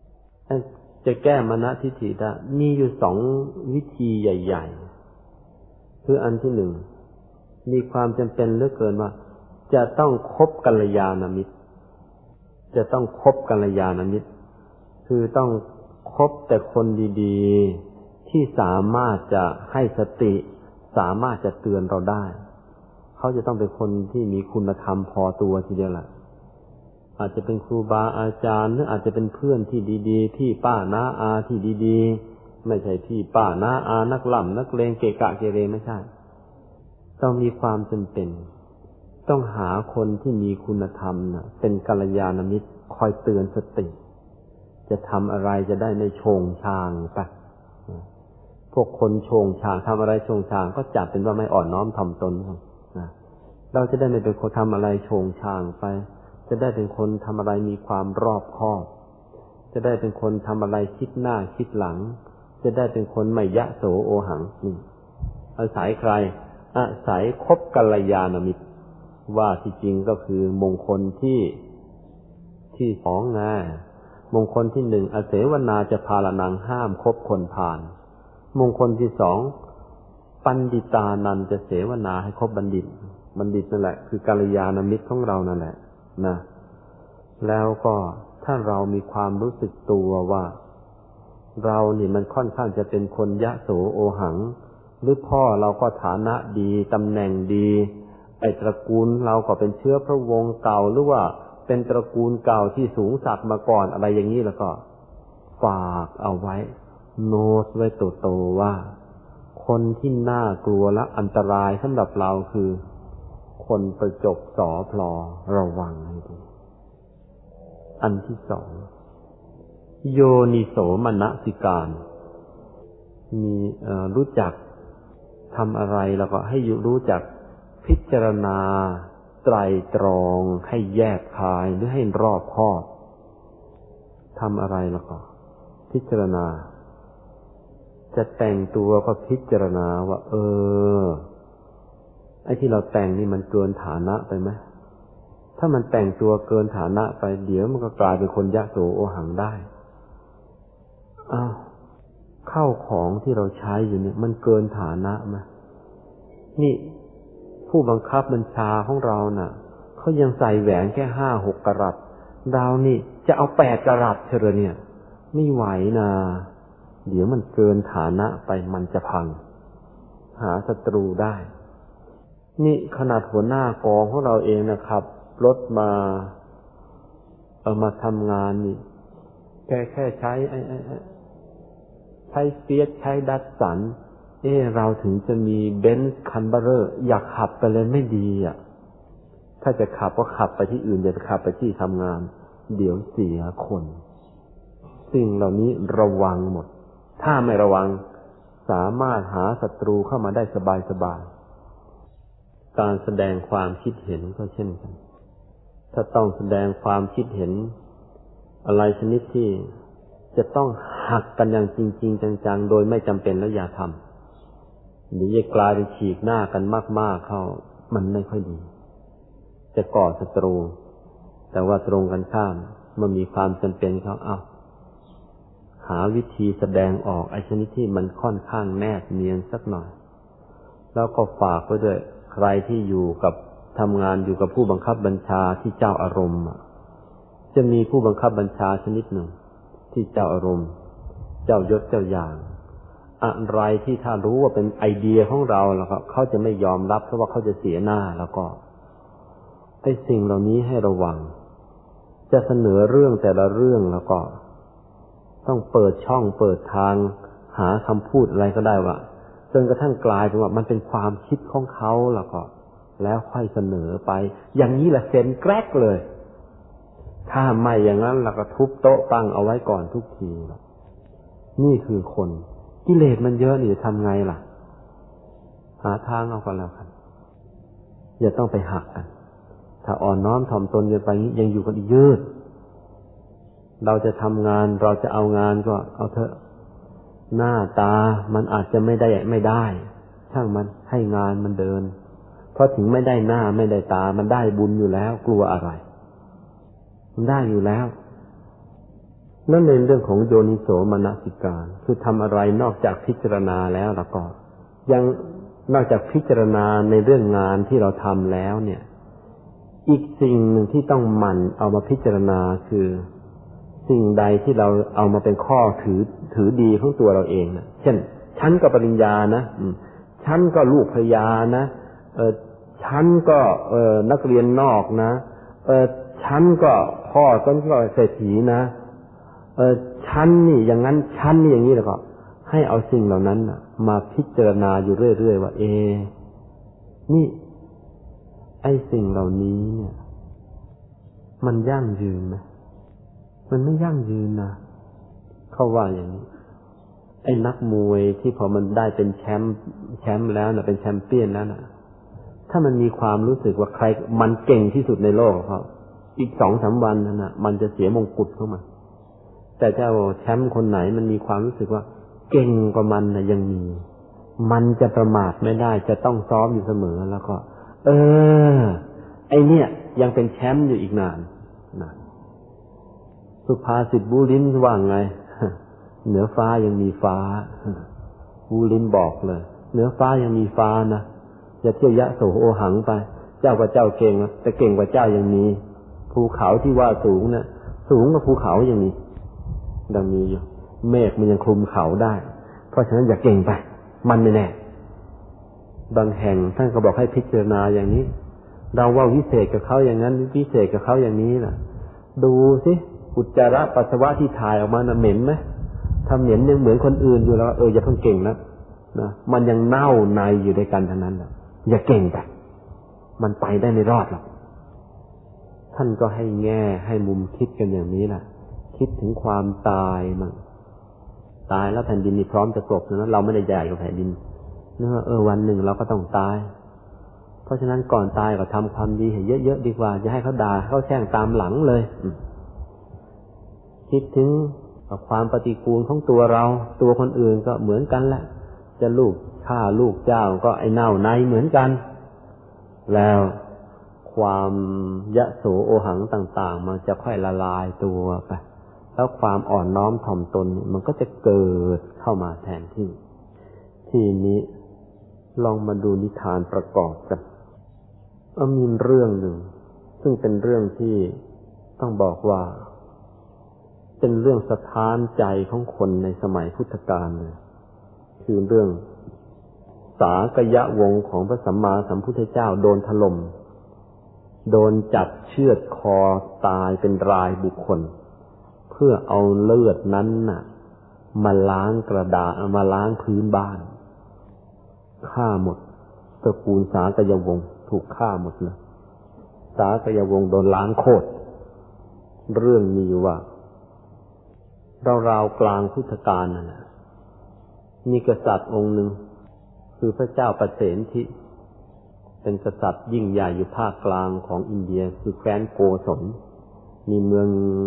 Speaker 2: จะแก้มานะทิฏฐิได้มีอยู่สองวิธีใหญ่ๆคืออันที่หนึ่งมีความจำเป็นเหลือเกินว่าจะต้องคบกัลยาณมิตรจะต้องคบกัลยาณมิตรคือต้องคบแต่คนดีๆที่สามารถจะให้สติสามารถจะเตือนเราได้เขาจะต้องเป็นคนที่มีคุณธรรมพอตัวทีเดียวแหละอาจจะเป็นครูบาอาจารย์หรืออาจจะเป็นเพื่อนที่ดีๆที่ป้าน้าอาที่ดีๆไม่ใช่ที่ป้าน้าอานักล่ำนักเลงเกะกะเกเรไม่ใช่ต้องมีความจำเป็นต้องหาคนที่มีคุณธรรมนะเป็นกัลยาณมิตรคอยเตือนสติจะทำอะไรจะได้ไม่โชงชางไปพวกคนโชงชางทำอะไรโชงชางก็จับเป็นว่าไม่อ่อนน้อมถ่อมตนนะเราจะได้ไม่เป็นคนทำอะไรโชงชางไปจะได้เป็นคนทำอะไรมีความรอบคอบจะได้เป็นคนทำอะไรคิดหน้าคิดหลังจะได้เป็นคนไม่ยะโสโอหังนี่อาศัยใครอาศัยคบกัลยาณมิตรว่าที่จริงก็คือมงคลที่สองไงมงคลที่หนึ่งอเสวนาจะพาลนังห้ามคบคนพาลมงคลที่สองปัณฑิตานันจะเสวนาให้คบบัณฑิตนั่นแหละคือกัลยาณมิตรของเรานั่นแหละนะแล้วก็ถ้าเรามีความรู้สึกตัวว่าเรานี่มันค่อนข้างจะเป็นคนยะโสโอหังหรือพ่อเราก็ฐานะดีตำแหน่งดีไอ้ตระกูลเราก็เป็นเชื้อพระวงศ์เก่าหรือว่าเป็นตระกูลเก่าที่สูงสักมาก่อนอะไรอย่างนี้แล้วก็ฝากเอาไว้โน้ตไว้โตๆว่าคนที่น่ากลัวและอันตรายสำหรับเราคือคนประจบสอพลอระวังให้ดีอันที่สองโยนิโสมนสิการมีรู้จักทำอะไรแล้วก็ให้รู้จักพิจารณาไตรตรองให้แยกคายหรือให้รอบคอบทำอะไรแล้วก็พิจารณาจะแต่งตัวก็พิจารณาว่าไอ้ที่เราแต่งนี่มันเกินฐานะไปไหมถ้ามันแต่งตัวเกินฐานะไปเดี๋ยวมันก็กลายเป็นคนยะโสโอหังได้ข้าวของที่เราใช้อยู่เนี่ยมันเกินฐานะไหมนี่ผู้บังคับบัญชาของเราน่ะเขายังใส่แหวนแค่5-6 กะรัตเรานี่จะเอา8 กะรัตเฉยๆเนี่ยไม่ไหวนะเดี๋ยวมันเกินฐานะไปมันจะพังหาศัตรูได้นี่ขนาดหัวหน้ากองของเราเองนะครับรถมาทำงานนี่แค่ใช้เฟียสใช้ดัตสันเราถึงจะมีเบนซ์คันเบอร์เรอร์อยากขับไปเลยไม่ดีถ้าจะขับก็ขับไปที่อื่นอย่าขับไปที่ทำงานเดี๋ยวเสียคนสิ่งเหล่านี้ระวังหมดถ้าไม่ระวังสามารถหาศัตรูเข้ามาได้สบายๆการแสดงความคิดเห็นก็เช่นกันถ้าต้องแสดงความคิดเห็นอะไรชนิดที่จะต้องหักกันอย่างจริงๆจังๆโดยไม่จำเป็นแล้วอย่าทำเดี๋ยวจะกลายเป็นฉีกหน้ากันมากๆเข้ามันไม่ค่อยดีจะก่อศัตรูแต่ว่าตรงกันข้ามเมื่อมีความจำเป็นเขาหาวิธีแสดงออกไอ้ชนิดที่มันค่อนข้างแนบเนียนสักหน่อยแล้วก็ฝากไว้ด้วยใครที่อยู่กับทำงานอยู่กับผู้บังคับบัญชาที่เจ้าอารมณ์จะมีผู้บังคับบัญชาชนิดหนึ่งที่เจ้าอารมณ์เจ้ายศเจ้าอย่างอะไรที่ถ้ารู้ว่าเป็นไอเดียของเราแล้วก็เขาจะไม่ยอมรับเพราะว่าเขาจะเสียหน้าแล้วก็ไอ้สิ่งเหล่านี้ให้ระวังจะเสนอเรื่องแต่ละเรื่องแล้วก็ต้องเปิดช่องเปิดทางหาคำพูดอะไรก็ได้ว่าจนกระทั่งกลายเป็นว่ามันเป็นความคิดของเขาแล้วค่อยเสนอไปอย่างนี้แหละเซ็นแกรกเลยถ้าไม่อย่างนั้นเราก็ทุบโต๊ะตั้งเอาไว้ก่อนทุกทีนี่คือคนกิเลสมันเยอะนี่จะทำไงล่ะหาทางเอากันแล้วกันอย่าต้องไปหักกันถ้าอ่อนน้อมถ่อมตนกันไปยังอยู่กันอีกยืดเราจะทำงานเราจะเอางานก็เอาเถอะหน้าตามันอาจจะไม่ได้ช่างมันให้งานมันเดินเพราะถึงไม่ได้หน้าไม่ได้ตามันได้บุญอยู่แล้วกลัวอะไรมันได้อยู่แล้วนั่นในเรื่องของโยนิโสมนสิการคือทำอะไรนอกจากพิจารณาแล้วก็ยังนอกจากพิจารณาในเรื่องงานที่เราทำแล้วเนี่ยอีกสิ่งหนึ่งที่ต้องหมั่นเอามาพิจารณาคือสิ่งใดที่เราเอามาเป็นข้อถือดีของตัวเราเองนะเช่นฉันก็ปริญญานะฉันก็ลูกภรรยานะฉันก็นักเรียนนอกนะฉันก็พ่อต้นก็เศรษฐีนะฉันนี่อย่างนั้นฉันนี่อย่างนี้แล้วก็ให้เอาสิ่งเหล่านั้นนะมาพิจารณาอยู่เรื่อยๆว่านี่ไอ้สิ่งเหล่านี้เนี่ยมันยั่งยืนไหมมันไม่ยั่งยืนนะเขาว่าอย่างนี้ไอ้นักมวยที่พอมันได้เป็นแชมป์แล้วนะเป็นแชมเปี้ยนแล้วนะถ้ามันมีความรู้สึกว่าใครมันเก่งที่สุดในโลกเขาอีก 2-3 วันนั่นน่ะมันจะเสียมงกุฎเข้ามาแต่เจ้าแชมป์คนไหนมันมีความรู้สึกว่าเก่งกว่ามันน่ะยังมีมันจะประมาทไม่ได้จะต้องซ้อมอยู่เสมอแล้วก็ไอ้เนี่ยยังเป็นแชมป์อยู่อีกนานนะสุภาษิตบูลินว่าไงเหนือฟ้ายังมีฟ้าบูลินบอกเลยเหนือฟ้ายังมีฟ้านะอย่าเที่ยวยะโสโอหังไปเจ้ากับเจ้าเก่งแต่เก่งกว่าเจ้ายังมีภูเขาที่ว่าสูงนะสูงกว่าภูเขายังมีดังมีอยู่เมฆมันยังคลุมเขาได้เพราะฉะนั้นอย่าเก่งไปมันไม่แน่บางแห่งท่านก็บอกให้พิจารณาอย่างนี้เราว่าวิเศษกับเขาอย่างนั้นวิเศษกับเขาอย่างนี้ล่ะดูสิอุจจาระปัสสาวะที่ถ่ายออกมาน่ะเหม็นไหมถ้าเหม็นยังเหมือนคนอื่นอยู่แล้วอย่าเพิ่งเก่งนะมันยังเน่าในอยู่ด้วยกันทั้งนั้นแหละอย่าเก่งไปมันไปได้ไม่รอดหรอกท่านก็ให้แง่ให้มุมคิดกันอย่างนี้แหละคิดถึงความตายมั่งตายแล้วแผ่นดินนี่พร้อมจะกลบนะเราไม่ได้ใหญ่กว่าแผ่นดินวันหนึ่งเราก็ต้องตายเพราะฉะนั้นก่อนตายก็ทำความดีให้เยอะๆดีกว่าจะให้เขาด่าเขาแช่งตามหลังเลยคิดถึงความปฏิกูลของตัวเราตัวคนอื่นก็เหมือนกันแหละจะลูกข้าลูกเจ้าก็ไอ้เน่าในเหมือนกันแล้วความยะโสโอหังต่างๆมันจะค่อยละลายตัวไปแล้วความอ่อนน้อมถ่อมตนมันก็จะเกิดเข้ามาแทนที่ทีนี้ลองมาดูนิทานประกอบกันมีเรื่องหนึ่งซึ่งเป็นเรื่องที่ต้องบอกว่าเป็นเรื่องสะท้านใจของคนในสมัยพุทธกาลเลยคือเรื่องสากยะวงศ์ของพระสัมมาสัมพุทธเจ้าโดนถล่มโดนจับเชือดคอตายเป็นรายบุคคลเพื่อเอาเลือดนั้นน่ะมาล้างกระดาษมาล้างพื้นบ้านฆ่าหมดตระกูลสากยวงศ์ถูกฆ่าหมดเลยสากยวงศ์โดนล้างโคตรเรื่องมีว่าราวๆกลางพุทธกาลนั่นแหละมีกษัตริย์องค์หนึ่งคือพระเจ้าประเสนทิเป็นกษัตริย์ยิ่งใหญ่อยู่ภาคกลางของอินเดียคือแคว้นโกศลมีเมื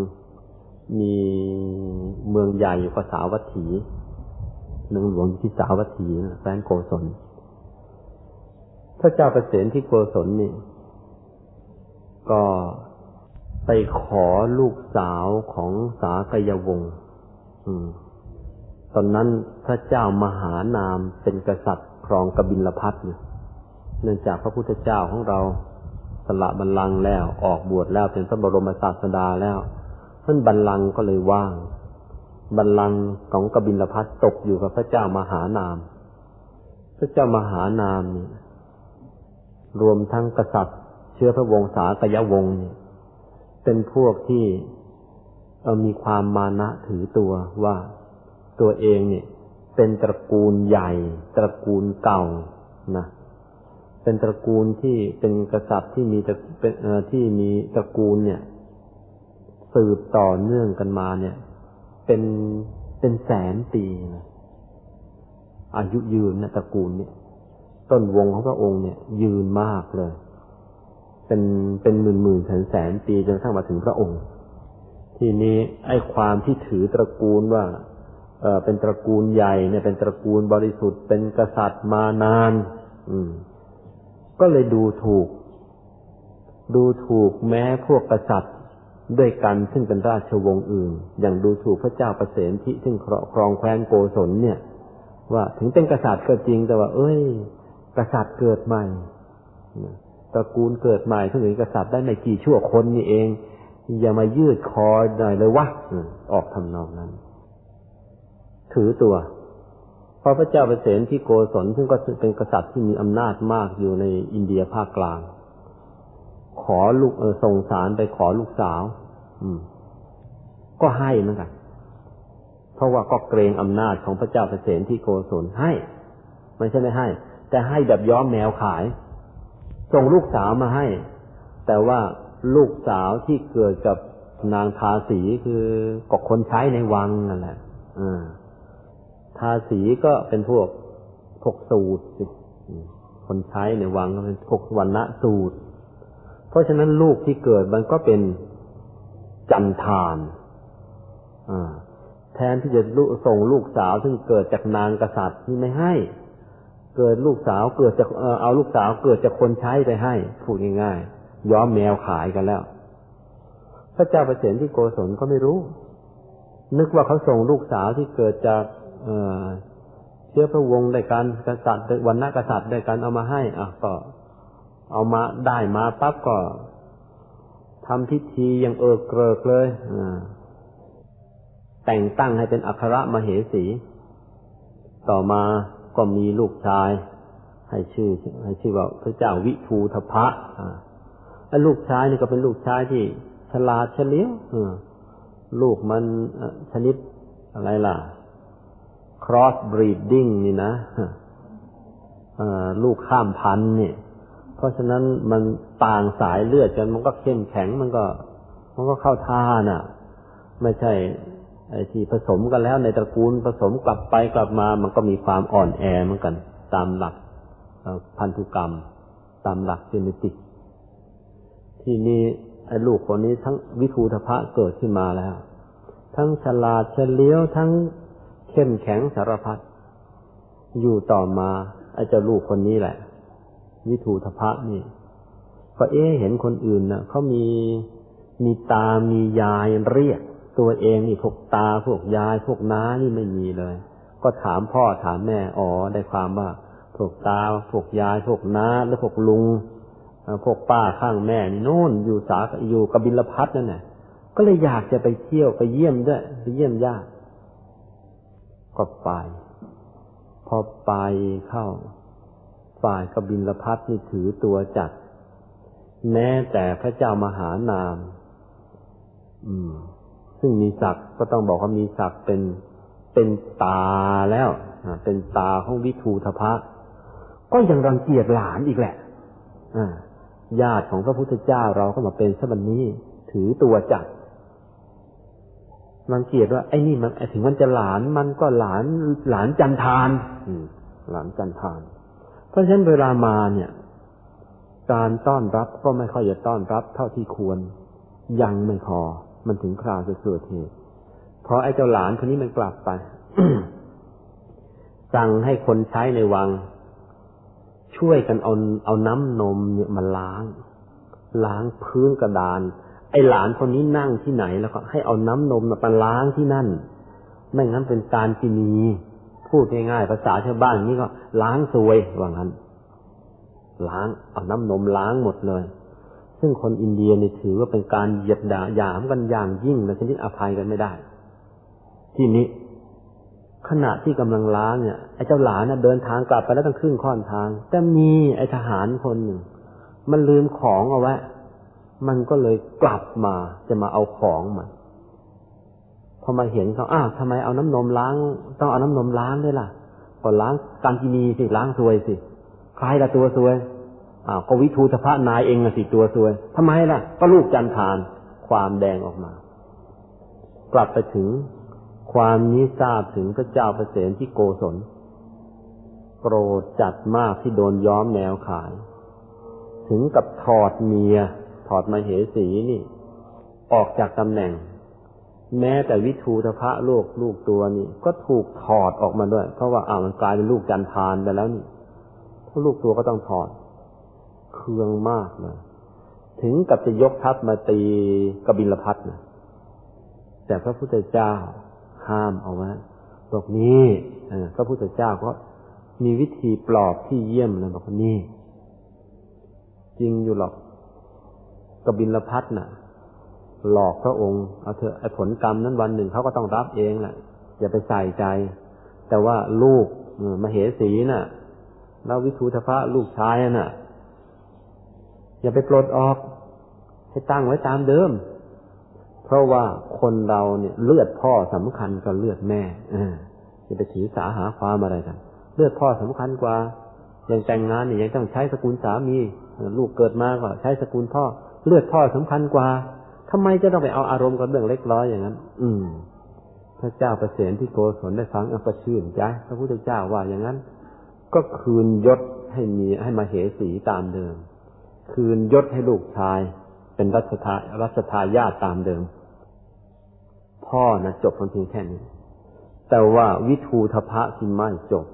Speaker 2: องใหญ่อยู่กับสาวัตถีเมืองหลวงที่สาวัตถีแคว้นโกศลพระเจ้าประเสนที่โกศลนี่ก็ไปขอลูกสาวของสากยวงศ์ตอนนั้นพระเจ้ามหานามเป็นกษัตริย์ครองกบิลพัสต์เนื่องจากพระพุทธเจ้าของเราสละบัลลังก์แล้วออกบวชแล้วเป็นพระบรมศาสดาแล้วท่านบัลลังก์ก็เลยว่างบัลลังก์ของกบิลพัสต์ตกอยู่กับพระเจ้ามหานามพระเจ้ามหานามนี่รวมทั้งกษัตริย์เชื้อพระวงศ์สากยวงศ์เป็นพวกที่มีความมานะถือตัวว่าตัวเองเนี่ยเป็นตระกูลใหญ่ตระกูลเก่านะเป็นตระกูลที่เป็นกษัตริย์ที่มีที่มีตระกูลเนี่ยสืบต่อเนื่องกันมาเนี่ยเป็นแสนปีนะอายุยืนนะตระกูลเนี่ยต้นวงของพระองค์เนี่ยยืนมากเลยเป็นหมื่นแสนปีจนกระทั่งมาถึงพระองค์ทีนี้ไอ้ความที่ถือตระกูลว่าเป็นตระกูลใหญ่เนี่ยเป็นตระกูลบริสุทธิ์เป็นกษัตริย์มานานก็เลยดูถูกแม้พวกกษัตริย์ด้วยกันซึ่งเป็นราชวงศ์อื่นอย่างดูถูกพระเจ้าประเสนทิซึ่งครองแคว้นโกศลเนี่ยว่าถึงเป็นกษัตริย์ก็จริงแต่ว่ากษัตริย์เกิดใหม่ตระกูลเกิดใหม่เพิ่งเป็นกษัตริย์ได้ไม่กี่ชั่วคนนี่เองอย่ามายืดคอหน่อยเลยวะออกทำนองนั้นถือตัวเพราะพระเจ้าประเสนทิโกศลซึ่งก็เป็นกษัตริย์ที่มีอำนาจมากอยู่ในอินเดียภาคกลางขอลูกส่งสารไปขอลูกสาวก็ให้เหมือนกันเพราะว่าก็เกรงอำนาจของพระเจ้าประเสนทิโกศลให้ไม่ใช่ไม่ให้แต่ให้แบบย้อมแมวขายส่งลูกสาวมาให้แต่ว่าลูกสาวที่เกิดกับนางทาสีคือก็คนใช้ในวังนั่นแหละทาสีก็เป็นพวกสูตรคนใช้ในวังก็เป็นพวกวรรณะสูตรเพราะฉะนั้นลูกที่เกิดมันก็เป็นจันทานแทนที่จะส่งลูกสาวซึ่งเกิดจากนางกษัตริย์นี่ไม่ให้เกิดลูกสาวเกิดจากเอาลูกสาวเกิดจากคนใช้ไปให้พูดง่ายๆย้อมแมวขายกันแล้วพระเจ้าประเสนทิโกศลก็ไม่รู้นึกว่าเขาส่งลูกสาวที่เกิดจากเชื้อพระวงศ์ด้วยกันกษัตริย์วรรณะกษัตริย์ด้วยกันเอามาให้ก็เอามาได้มาปั๊บก็ทำพิธีอย่างเกริกเลยแต่งตั้งให้เป็นอัครมเหสีต่อมาก็มีลูกชายให้ชื่อว่าพระเจ้าวิทูธพะไอ้ลูกชายนี่ก็เป็นลูกชายที่ฉลาดเฉลียวลูกมันชนิดอะไรล่ะ cross breeding นี่นะลูกข้ามพันธุ์นี่เพราะฉะนั้นมันต่างสายเลือดกันมันก็เข้มแข็งมันก็เข้าท่าน่ะไม่ใช่ไอ้ที่ผสมกันแล้วในตระกูลผสมกลับไปกลับมามันก็มีความอ่อนแอเหมือนกันตามหลักพันธุกรรมตามหลักเจเนติกที่นี่ไอ้ลูกคนนี้ทั้งวิทูธพะเกิดขึ้นมาแล้วทั้งฉลาดเฉลียวทั้งเข้มแข็งสารพัดอยู่ต่อมาไอ้เจ้าลูกคนนี้แหละวิทูธพะนี่ก็เห็นคนอื่นน่ะเขามีตามียายเรียกตัวเองนี่พวกตาพวกยายพวกน้านี่ไม่มีเลยก็ถามพ่อถามแม่ได้ความว่าพวกตาพวกยายพวกน้าและพวกลุงพวกป้าข้างแม่นี่โน่นอยู่กบิลพัสนั่นน่ะก็เลยอยากจะไปเที่ยวไปเยี่ยมด้วยไปเยี่ยมญาติก็ไปพอไปเข้าฝ่ายกบิลพัสนี่ถือตัวจัดแม้แต่พระเจ้ามหานามซึ่งมีศักดิ์ก็ต้องบอกว่ามีศักดิ์เป็นตาแล้วเป็นตาของวิทูธพะก็ยังรังเกียจหลานอีกแหละญาติของพระพุทธเจ้าเราก็มาเป็นซะบัดนี้ถือตัวจัดรังเกียจว่าไอ้นี่มันถึงมันจะหลานมันก็หลานจันทานหลานจันทานเพราะฉะนั้นเวลามาเนี่ยการต้อนรับก็ไม่ค่อยจะต้อนรับเท่าที่ควรยังไม่พอมันถึงคราวจะเกิดเหตุเพราะไอ้เจ้าหลานคนนี้มันกลับไป สั่งให้คนใช้ในวังช่วยกันเอาน้ำนมเนี่ยมาล้างพื้นกระดานไอ้หลานคนนี้นั่งที่ไหนแล้วก็ให้เอาน้ำนมมาล้างที่นั่นไม่งั้นเป็นการกินีพูดง่ายๆภาษาชาวบ้านนี่ก็ล้างซวยว่างั้นล้างเอาน้ำนมล้างหมดเลยซึ่งคนอินเดียนี่ถือว่าเป็นการเหยียดหยามกันอย่างยิ่งและชนิดอภัยกันไม่ได้ที่นี้ขณะที่กำลังล้างเนี่ยไอ้เจ้าหลานน่ะเดินทางกลับไปแล้วตั้งครึ่งค่อนทางแต่มีไอ้ทหารคนหนึ่งมันลืมของเอาไว้มันก็เลยกลับมาจะมาเอาของมันพอมาเห็นเขาทำไมเอาน้ำนมล้างต้องเอาน้ำนมล้างด้วยล่ะก็ล้างการกินีสิล้างซวยสิใครละตัวซวยก็วิทูธพะนายเองสิตัวซวยทำไมล่ะก็ลูกจันทานความแดงออกมากลับไปถึงความนี้ทราบถึงพระเจ้าประเสนทิโกศลโกรธจัดมากที่โดนย้อมแมวขายถึงกับถอดมเหสีนี่ออกจากตำแหน่งแม้แต่วิทูธพะลูกตัวนี่ก็ถูกถอดออกมาด้วยเพราะว่ามันกลายเป็นลูกจันทานไปแล้วนี่ลูกตัวก็ต้องถอดเคืองมากเลยถึงกับจะยกทัพมาตีกบิลพัสนะแต่พระพุทธเจ้าห้ามเอาไว้บอกนี้พระพุทธเจ้าก็มีวิธีปลอบที่เยี่ยมเลยบอกว่านี่จริงอยู่หรอกกบิลพัสน่ะหลอกพระองค์เอาเถอะไอ้ผลกรรมนั้นวันหนึ่งเขาก็ต้องรับเองแหละอย่าไปใส่ใจแต่ว่าลูกมเหสีน่ะแล้ววิทูธพะลูกชายน่ะอย่าไปปลดออกให้ตั้งไว้ตามเดิมเพราะว่าคนเราเนี่ยเลือดพ่อสำคัญกว่าเลือดแม่อย่าไปถือสาหาความอะไรกันเลือดพ่อสำคัญกว่าอย่างแต่งงานเนี่ยยังต้องใช้สกุลสามีลูกเกิดมาก็ใช้สกุลพ่อเลือดพ่อสำคัญกว่าทำไมจะต้องไปเอาอารมณ์กับเรื่องเล็กน้อยอย่างนั้นพระเจ้าประเสนที่โกศลได้ฟังก็ชื่นใจพระพุทธเจ้าว่าอย่างนั้นก็คืนยศให้มาเหสีตามเดิมคืนยศให้ลูกชายเป็นรัชทายาทตามเดิมพ่อนะจบเพียงแค่นี้แต่ว่าวิทูธพะที่ไม่จบ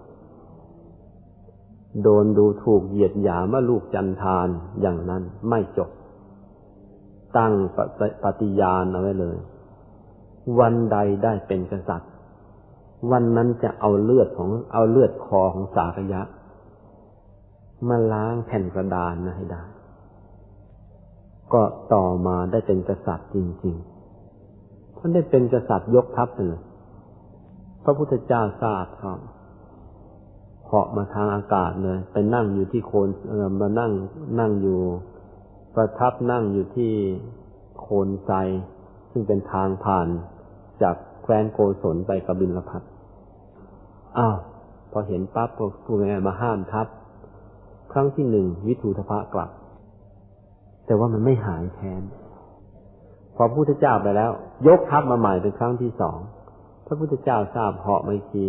Speaker 2: โดนดูถูกเหยียดหยามว่าลูกจันทานอย่างนั้นไม่จบตั้งปฏิญาณเอาไว้เลยวันใดได้เป็นกษัตริย์วันนั้นจะเอาเลือดคอของสากยะมาล้างแผ่นกระดานนะให้ได้ก็ต่อมาได้เป็นกษัตริย์จริงๆท่านได้เป็นกษัตริย์ยกทัพเลยพระพุทธเจ้าทราบครับเหาะมาทางอากาศเลยไปนั่งอยู่ที่โคนมานั่งอยู่ประทับนั่งอยู่ที่โคนไทรซึ่งเป็นทางผ่านจากแคว้นโกศลไปกบิลพัสพอเห็นปั๊บก็ผู้ใหญ่มาห้ามทัพครั้งที่หนึ่งวิทูธพะกลับแต่ว่ามันไม่หายแค้นพอพระพุทธเจ้าไปแล้วยกทัพมาใหม่เป็นครั้งที่สองพระพุทธเจ้าทราบเหาะไม่จริง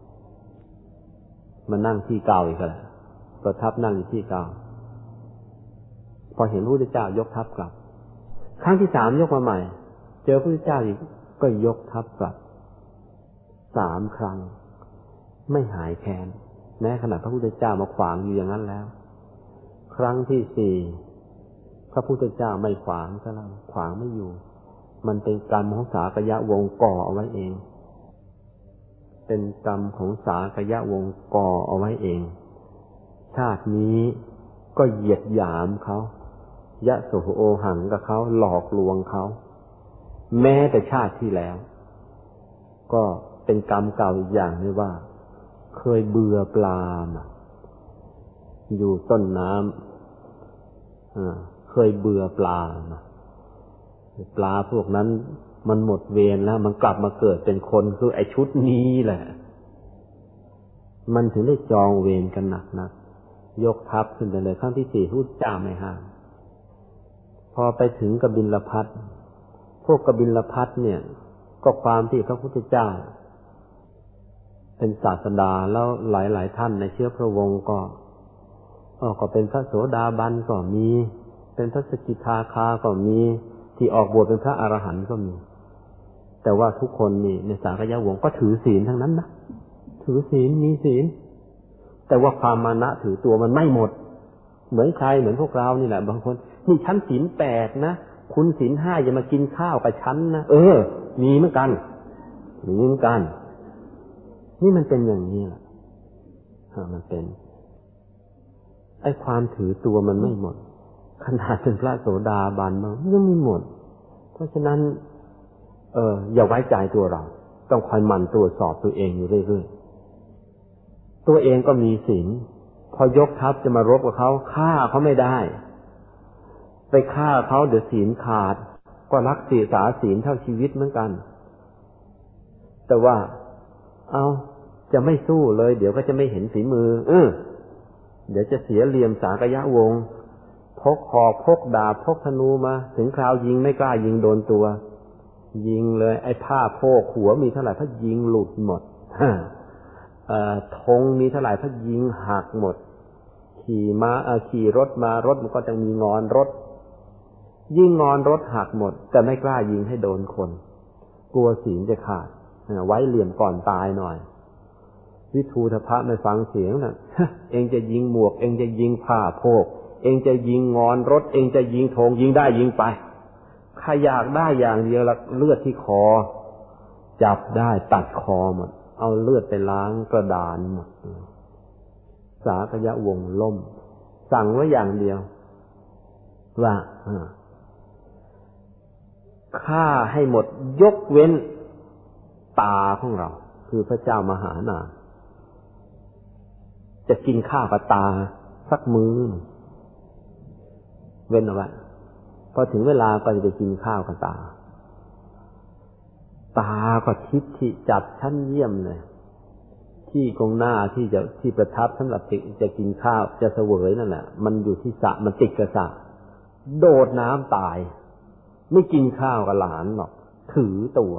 Speaker 2: มานั่งที่เก่าอีกแล้วประทับนั่งอยู่ที่เก่าพอเห็นพระพุทธเจ้ายกทัพกลับครั้งที่สามยกมาใหม่เจอพระพุทธเจ้าอีกก็ยกทัพกลับ3 ครั้งไม่หายแค้นแม้ขณะพระพุทธเจ้ามาขวางอยู่อย่างนั้นแล้วครั้งที่4พระพุทธเจ้าไม่ขวางซะแล้วขวางไม่อยู่มันเป็นกรรมของสากยะวงศ์ก่อเอาไว้เองเป็นกรรมของสากยะวงศ์ก่อเอาไว้เองชาตินี้ก็เหยียดหยามเขายะโสโอหังกับเขาหลอกลวงเขาแม้แต่ชาติที่แล้วก็เป็นกรรมเก่าอีกอย่างนึงว่าเคยเบื่อปลาอยู่ต้นน้ำเคยเบื่อปลาพวกนั้นมันหมดเวรแล้วมันกลับมาเกิดเป็นคนคือไอ้ชุดนี้แหละมันถึงได้จองเวรกันหนักนักยกทัพขึ้นไปเลยครั้งที่4พุทธเจ้าไม่ห้ามพอไปถึงกบิลพัสพวกกบิลพัสเนี่ยก็ความที่พระพุทธเจ้าเป็นศาสดาแล้วหลายๆท่านในเชื้อพระวงศ์ก็เป็นพระโสดาบันก็มีเป็นพระสกิทาคาก็มีที่ออกบวชเป็นพระอรหันต์ก็มีแต่ว่าทุกคนนี่ในสากยะวงศ์ก็ถือศีลทั้งนั้นนะถือศีลมีศีลแต่ว่าความมานะถือตัวมันไม่หมดเหมือนใครเหมือนพวกเรานี่แหละบางคนนี่ฉันศีล8นะคุณศีล5อย่ามากินข้าวกับฉันนะมีเหมือนกันนี่มันเป็นอย่างนี้แหละมันเป็นไอ้ความถือตัวมันไม่หมดขนาดเป็นพระโสดาบันมันยังไม่หมดเพราะฉะนั้นอย่าไว้ใจตัวเราต้องคอยหมั่นตรวจสอบตัวเองอยู่เรื่อยๆตัวเองก็มีศีลพอยกทัพจะมารบกับเขาฆ่าเขาไม่ได้ไปฆ่าเขาเดี๋ยวศีลขาดก็รักษาศีลเท่าชีวิตเหมือนกันแต่ว่าจะไม่สู้เลยเดี๋ยวก็จะไม่เห็นฝีมือเดี๋ยวจะเสียเหลี่ยมสากยะวงศ์พกหอกพกดาบพกธนูมาถึงคราวยิงไม่กล้ายิงโดนตัวยิงเลยไอ้ผ้าโพกหัวมีเท่าไหร่ถ้ายิงหลุดหมดธงมีเท่าไหร่ถ้ายิงหักหมดขี่รถมารถมันก็จะมีงอนรถยิงงอนรถหักหมดแต่ไม่กล้ายิงให้โดนคนกลัวศีลจะขาดไว้เหลี่ยมก่อนตายหน่อยวิทูธพะไม่ฟังเสียงน่ะเองจะยิงหมวกเองจะยิงผ้าโพกเองจะยิงงอนรถเองจะยิงธงยิงได้ยิงไปใครอยากได้อย่างเดียวละเลือดที่คอจับได้ตัดคอหมดเอาเลือดไปล้างกระดานหมดสากยะวงศ์ล่มสั่งไว้อย่างเดียวว่าฆ่าให้หมดยกเว้นตาของเราคือพระเจ้ามหานามจะกินข้าวกับตาสักมื้อเว้นเอาไว้พอถึงเวลาก็จะไปกินข้าวกับตาก็ทิพย์ที่จัดชั้นเยี่ยมเลยที่กองหน้าที่ประทับสำหรับจะกินข้าวจะเสวยนั่นแหละมันอยู่ที่สระมันติดกับสระโดดน้ำตายไม่กินข้าวกับหลานหรอกถือตัว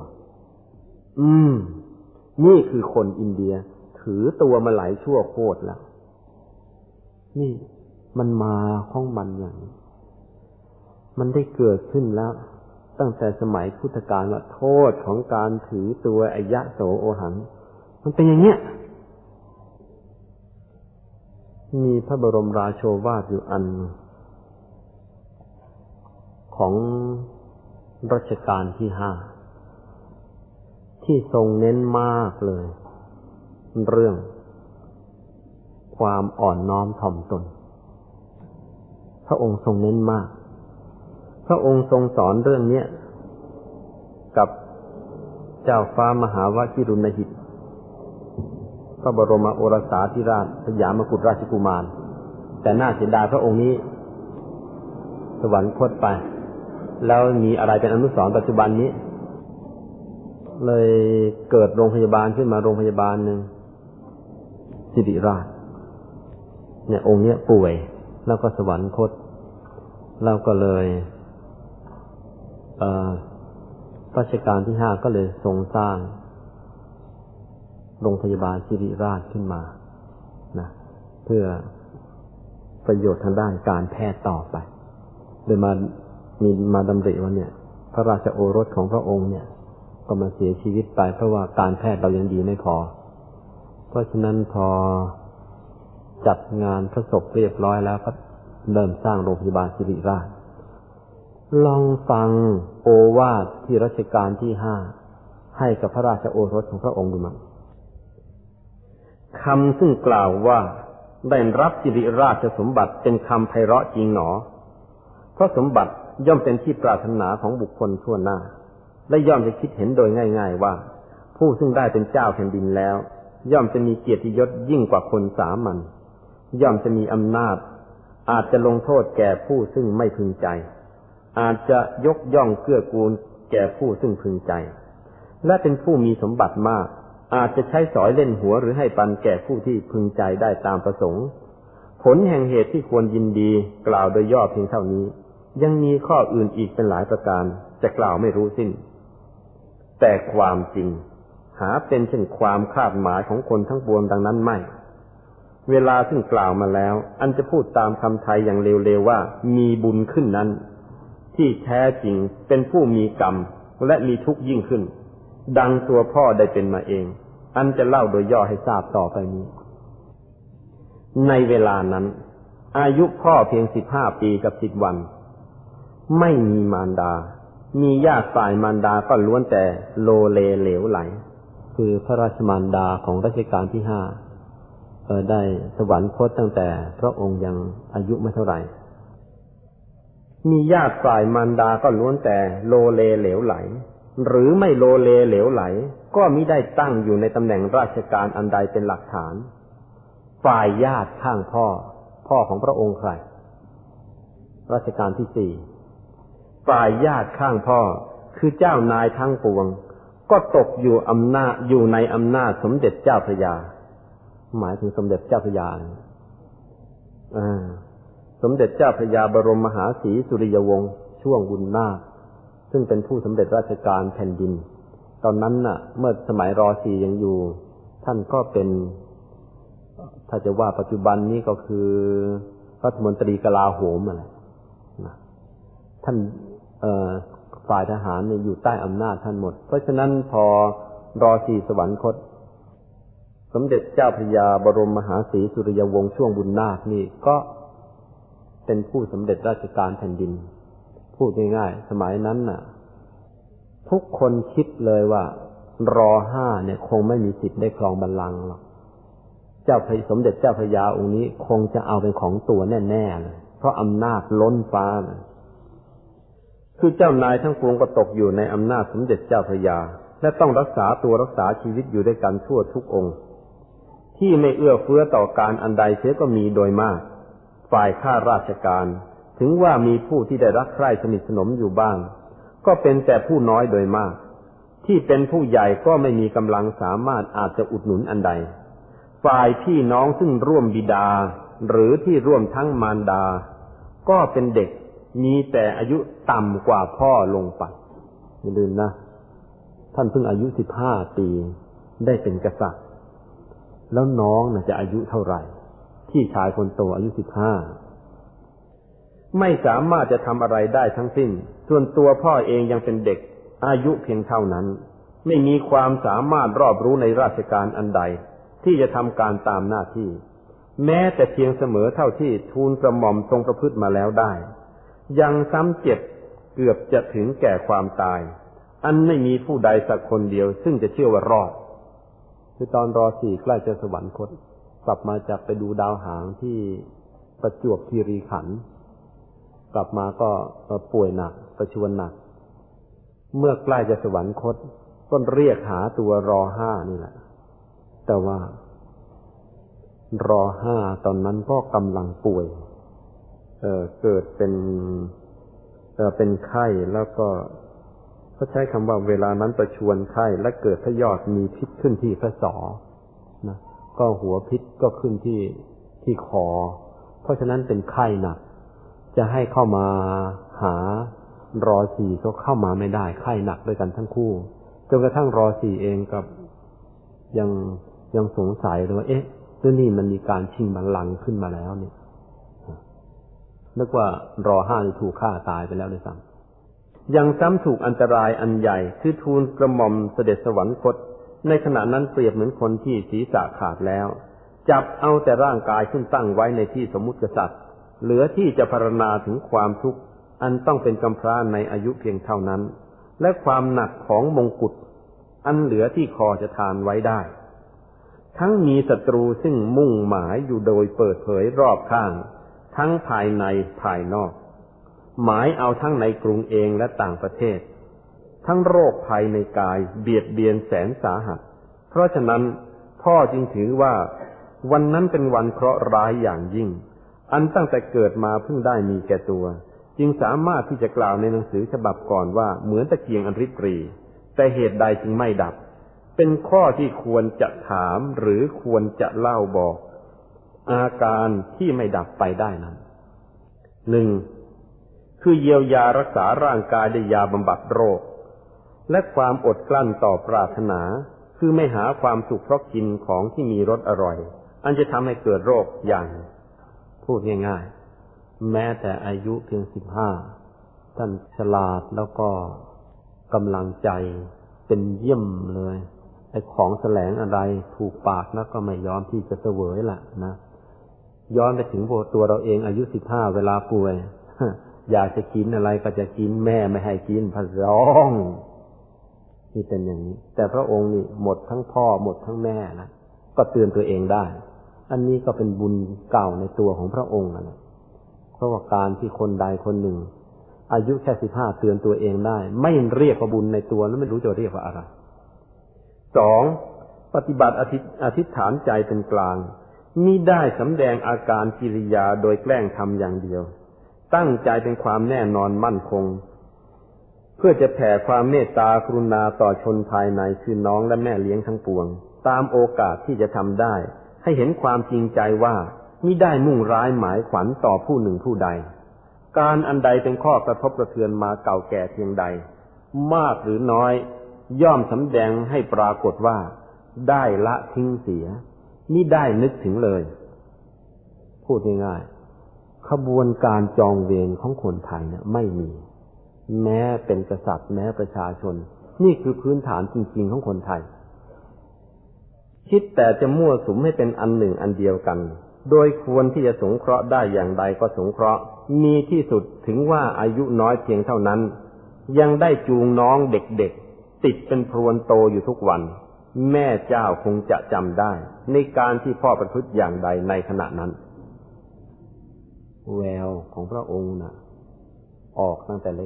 Speaker 2: นี่คือคนอินเดียถือตัวมาหลายชั่วโคตรแล้วนี่มันมาของมันอย่างนี้มันได้เกิดขึ้นแล้วตั้งแต่สมัยพุทธกาลว่าโทษของการถือตัวอายะโสโอหังมันเป็นอย่างเนี้ยมีพระบรมราโชวาทอยู่อันของรัชกาลที่5ที่ทรงเน้นมากเลยเรื่องความอ่อนน้อมถ่อมตนพระองค์ทรงเน้นมากพระองค์ทรงสอนเรื่องนี้กับเจ้าฟ้ามหาวชิรุณหิตพระบรมโอรสาธิราชสยามกุฎราชกุมารแต่น่าเสียดายพระองค์นี้สวรรคตไปแล้วมีอะไรเป็นอนุสรณ์ปัจจุบันนี้เลยเกิดโรงพยาบาลขึ้นมาโรงพยาบาลหนึ่งสิริราชเนี่ยองค์เนี้ยป่วยแล้วก็สวรรคตแล้วก็เลยรัชกาลที่5ก็เลยทรงสร้างโรงพยาบาลสิริราชขึ้นมานะเพื่อประโยชน์ทางด้านการแพทย์ต่อไปโดยมาดำริว่าเนี่ยพระราชโอรสของพระองค์เนี่ยก็มาเสียชีวิตไปเพราะว่าการแพทย์เรายังดีไม่พอเพราะฉะนั้นพอจัดงานพระศพเรียบร้อยแล้วก็เริ่มสร้างโรงพยาบาลสิริราชลองฟังโอวาทที่รัชกาลที่5ให้กับพระราชโอรสของพระองค์ดูมั้งคำซึ่งกล่าวว่าได้รับสิริราชสมบัติเป็นคำไพเราะจริงหนอเพราะสมบัติย่อมเป็นที่ปรารถนาของบุคคลทั่วหน้าและย่อมจะคิดเห็นโดยง่ายๆว่าผู้ซึ่งได้เป็นเจ้าแผ่นดินแล้วย่อมจะมีเกียรติยศยิ่งกว่าคนสามัญย่อมจะมีอำนาจอาจจะลงโทษแก่ผู้ซึ่งไม่พึงใจอาจจะยกย่องเกื้อกูลแก่ผู้ซึ่งพึงใจและเป็นผู้มีสมบัติมากอาจจะใช้สอยเล่นหัวหรือให้ปันแก่ผู้ที่พึงใจได้ตามประสงค์ผลแห่งเหตุที่ควรยินดีกล่าวโดยย่อเพียงเท่านี้ยังมีข้ออื่นอีกเป็นหลายประการจะกล่าวไม่รู้สิ้นแต่ความจริงหาเป็นเช่นความคาดหมายของคนทั้งปวงดังนั้นไม่เวลาซึ่งกล่าวมาแล้วอันจะพูดตามคำไทยอย่างเร็วๆว่ามีบุญขึ้นนั้นที่แท้จริงเป็นผู้มีกรรมและมีทุกข์ยิ่งขึ้นดังตัวพ่อได้เป็นมาเองอันจะเล่าโดยย่อให้ทราบต่อไปนี้ในเวลานั้นอายุพ่อเพียง15 ปีกับ10 วันไม่มีมารดามีญาติฝ่ายมารดาก็ล้วนแต่โลเลเหลวไหลคือพระราชมารดาของรัชกาลที่5ได้สวรรคตตั้งแต่พระองค์ยังอายุไม่เท่าไหร่มีญาติฝ่ายมารดาก็ล้วนแต่โลเลเหลวไหลหรือไม่โลเลเหลวไหลก็มิได้ตั้งอยู่ในตำแหน่งราชการอันใดเป็นหลักฐานฝ่ายญาติข้างพ่อของพระองค์ใครรัชกาลที่4ฝ่ายญาติข้างพ่อคือเจ้านายทั้งปวงก็ตกอยู่ในอำนาจสมเด็จเจ้าพระยาหมายถึงสมเด็จเจ้าพระยาสมเด็จเจ้าพระยาบรมมหาศรีสุริยวงศ์ช่วงบุญนาคซึ่งเป็นผู้สำเร็จราชการแผ่นดินตอนนั้นน่ะเมื่อสมัยร.4 ยังอยู่ท่านก็เป็นถ้าจะว่าปัจจุบันนี้ก็คือรัฐมนตรีกลาโหมอะไรนะท่านฝ่ายทหารเนี่ยอยู่ใต้อำนาจท่านหมดเพราะฉะนั้นพอร.4 สวรรคตสมเด็จเจ้าพระยาบรมมหาศรีสุริยวงศ์ช่วงบุญนาคนี่ก็เป็นผู้สำเร็จราชการแผ่นดินพูดง่ายๆสมัยนั้นน่ะทุกคนคิดเลยว่าร.5เนี่ยคงไม่มีสิทธิ์ได้ครองบัลลังก์หรอกเจ้าสมเด็จเจ้าพระยาองค์นี้คงจะเอาเป็นของตัวแน่ๆเลยเพราะอำนาจล้นฟ้าเลยคือเจ้านายทั้งปวงก็ตกอยู่ในอำนาจสมเด็จเจ้าพระยาและต้องรักษาตัวรักษาชีวิตอยู่ด้วยกันทั่วทุกองค์ที่ไม่เอื้อเฟื้อต่อการอันใดเสียก็มีโดยมากฝ่ายข้าราชการถึงว่ามีผู้ที่ได้รักใคร่สนิทสนมอยู่บ้างก็เป็นแต่ผู้น้อยโดยมากที่เป็นผู้ใหญ่ก็ไม่มีกำลังสามารถอาจจะอุดหนุนอันใดฝ่ายพี่น้องซึ่งร่วมบิดาหรือที่ร่วมทั้งมารดาก็เป็นเด็กมีแต่อายุต่ำกว่าพ่อลงไปอย่าลืมนะท่านเพิ่งอายุ15 ปีได้เป็นกษัตริย์แล้วน้องน่ะจะอายุเท่าไหร่พี่ชายคนโตอายุ15ไม่สามารถจะทำอะไรได้ทั้งสิ้นส่วนตัวพ่อเองยังเป็นเด็กอายุเพียงเท่านั้นไม่มีความสามารถรอบรู้ในราชการอันใดที่จะทำการตามหน้าที่แม้แต่เพียงเสมอเท่าที่ทูลกระหม่อมทรงประพฤติมาแล้วได้ยังซ้ำเจ็บเกือบจะถึงแก่ความตายอันไม่มีผู้ใดสักคนเดียวซึ่งจะเชื่อว่ารอดคือตอนร.4 ใกล้จะสวรรคตกลับมาจากไปดูดาวหางที่ประจวบคีรีขันธ์กลับมาก็ป่วยหนักประชวรหนักเมื่อใกล้จะสวรรคตก็เรียกหาตัวร.5 นี่แหละแต่ว่าร.5 ตอนนั้นก็กำลังป่วยเกิดเป็นไข้แล้วก็เขาใช้คำว่าเวลานั้นประชวรไข้และเกิดพยอดมีพิษขึ้นที่พระศอกนะก็หัวพิษก็ขึ้นที่คอเพราะฉะนั้นเป็นไข้หนักจะให้เข้ามาหาร.4 ก็เข้ามาไม่ได้ไข้หนักด้วยกันทั้งคู่จนกระทั่งร.4 เองกับยังสงสัยเลยว่าเอ๊ะเรื่องนี้มันมีการชิงบัลลังก์ขึ้นมาแล้วเนี่ยนึกว่าร.5 นี่ถูกฆ่าตายไปแล้วด้วยซ้ำยังซ้ำถูกอันตรายอันใหญ่คือทูลกระหม่อมเสด็จสวรรคตในขณะนั้นเปรียบเหมือนคนที่ศีรษะขาดแล้วจับเอาแต่ร่างกายขึ้นตั้งไว้ในที่สมมุติกษัตริย์เหลือที่จะพรรณนาถึงความทุกข์อันต้องเป็นกำพร้าในอายุเพียงเท่านั้นและความหนักของมงกุฎอันเหลือที่คอจะทานไว้ได้ทั้งมีศัตรูซึ่งมุ่งหมายอยู่โดยเปิดเผยรอบข้างทั้งภายในภายนอกหมายเอาทั้งในกรุงเองและต่างประเทศทั้งโรคภัยในกายเบียดเบียนแสนสาหัสเพราะฉะนั้นพ่อจึงถือว่าวันนั้นเป็นวันเคราะห์ร้ายอย่างยิ่งอันตั้งแต่เกิดมาเพิ่งได้มีแก่ตัวจึงสามารถที่จะกล่าวในหนังสือฉบับก่อนว่าเหมือนตะเกียงอันริบหรี่แต่เหตุใดจึงไม่ดับเป็นข้อที่ควรจะถามหรือควรจะเล่าบอกอาการที่ไม่ดับไปได้นั้น 1. คือเยียวยารักษาร่างกายด้วยยาบำบัดโรคและความอดกลั้นต่อปรารถนาคือไม่หาความสุขเพราะกินของที่มีรสอร่อยอันจะทำให้เกิดโรคอย่างพูดง่ายๆแม้แต่อายุเพียง15ท่านฉลาดแล้วก็กำลังใจเป็นเยี่ยมเลยไอ้ของแสลงอะไรถูกปากแล้วก็ไม่ยอมที่จะเสวยล่ะนะย้อนไปถึงตัวเราเองอายุ15เวลาป่วยอยากจะกินอะไรก็จะกินแม่ไม่ให้กินพะร้องนี่เป็นอย่างนี้แต่พระองค์นี่หมดทั้งพ่อหมดทั้งแม่นะก็เตือนตัวเองได้อันนี้ก็เป็นบุญเก่าในตัวของพระองค์นะเพราะว่าการที่คนใดคนหนึ่งอายุแค่15เตือนตัวเองได้ไม่เรียกว่าบุญในตัวแล้วไม่รู้จะเรียกว่าอะไร 2. ปฏิบัติอธิษฐานใจเป็นกลางมิได้สำแดงอาการกิริยาโดยแกล้งทำอย่างเดียวตั้งใจเป็นความแน่นอนมั่นคงเพื่อจะแผ่ความเมตตากรุณาต่อชนภายในคือน้องและแม่เลี้ยงทั้งปวงตามโอกาสที่จะทำได้ให้เห็นความจริงใจว่ามิได้มุ่งร้ายหมายขวัญต่อผู้หนึ่งผู้ใดการอันใดเป็นข้อกระทบกระเทือนมาเก่าแก่เพียงใดมากหรือน้อยย่อมสำแดงให้ปรากฏว่าได้ละทิ้งเสียมิได้นึกถึงเลยพูดง่ายๆขบวนการจองเวรของคนไทยเนี่ยไม่มีแม้เป็นกษัตริย์แม้ประชาชนนี่คือพื้นฐานจริงๆของคนไทยคิดแต่จะมั่วสุมให้เป็นอันหนึ่งอันเดียวกัน
Speaker 1: โดยควรที่จะสงเคราะห์ได้อย่างใดก็สงเคราะห์มีที่สุดถึงว่าอายุน้อยเพียงเท่านั้นยังได้จูงน้องเด็กๆติดเป็นพรวนโตอยู่ทุกวันแม่เจ้าคงจะจำได้ในการที่พ่อประพฤติอย่างใดในขณะนั้นแววของพระองค์น่ะออกตั้งแต่เล็ก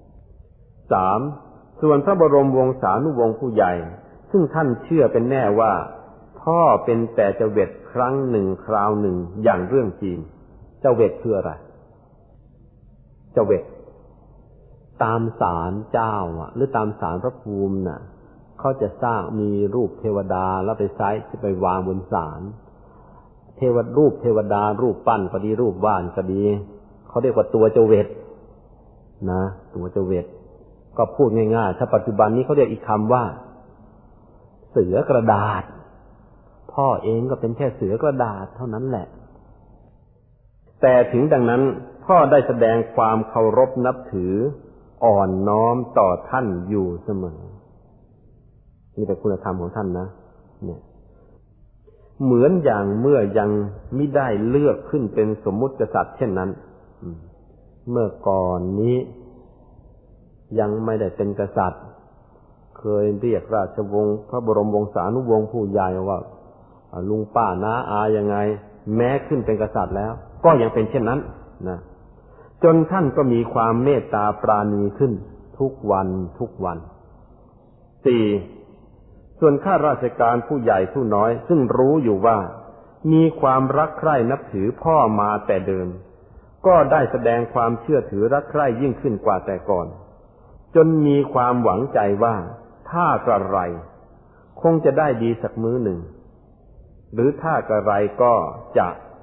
Speaker 1: 3. ส่วนพระบรมวงศานุวงศ์ผู้ใหญ่ซึ่งท่านเชื่อเป็นแน่ว่าพ่อเป็นแต่เจเวตครั้งหนึ่งคราวหนึ่งอย่างเรื่องจีนเจเวตคืออะไรเจเวตตามศาลเจ้าหรือตามศาลพระภูมิน่ะเขาจะสร้างมีรูปเทวดาแล้วไปใช้ไปวางบนศาลรูปเทวดารูปปั้นก็ดีรูปวาดก็ดีเขาเรียกว่าตัวเจเวตนะตัวเจเวตก็พูดง่ายๆถ้าปัจจุบันนี้เขาเรียกอีกคำว่าเสือกระดาษพ่อเองก็เป็นแค่เสือกระดาษเท่านั้นแหละแต่ถึงดังนั้นพ่อได้แสดงความเคารพนับถืออ่อนน้อมต่อท่านอยู่เสมอนี่เป็นคุณธรรมของท่านนะเนี่ยเหมือนอย่างเมื่อยังมิได้เลือกขึ้นเป็นสมมุติกษัตริย์เช่นนั้นเมื่อก่อนนี้ยังไม่ได้เป็นกษัตริย์เคยเรียกราชวงศ์พระบรมวงศานุวงศ์ผู้ใหญ่ว่าลุงป้าน้าอายังไงแม้ขึ้นเป็นกษัตริย์แล้วก็ยังเป็นเช่นนั้นนะจนท่านก็มีความเมตตาปราณีขึ้นทุกวันทุกวัน 4. ส่วนข้าราชการผู้ใหญ่ผู้น้อยซึ่งรู้อยู่ว่ามีความรักใคร่นับถือพ่อมาแต่เดิมก็ได้แสดงความเชื่อถือรักใคร่ยิ่งขึ้นกว่าแต่ก่อนจนมีความหวังใจว่าถ้ากระไรคงจะได้ดีสักมื้อหนึ่งหรือถ้ากระไรก็จะ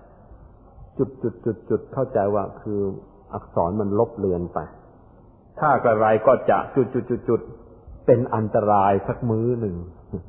Speaker 1: จุดเข้าใจว่าคืออักษรมันลบเลือนไปถ้ากระไรก็จะจุดเป็นอันตรายสักมื้อหนึ่ง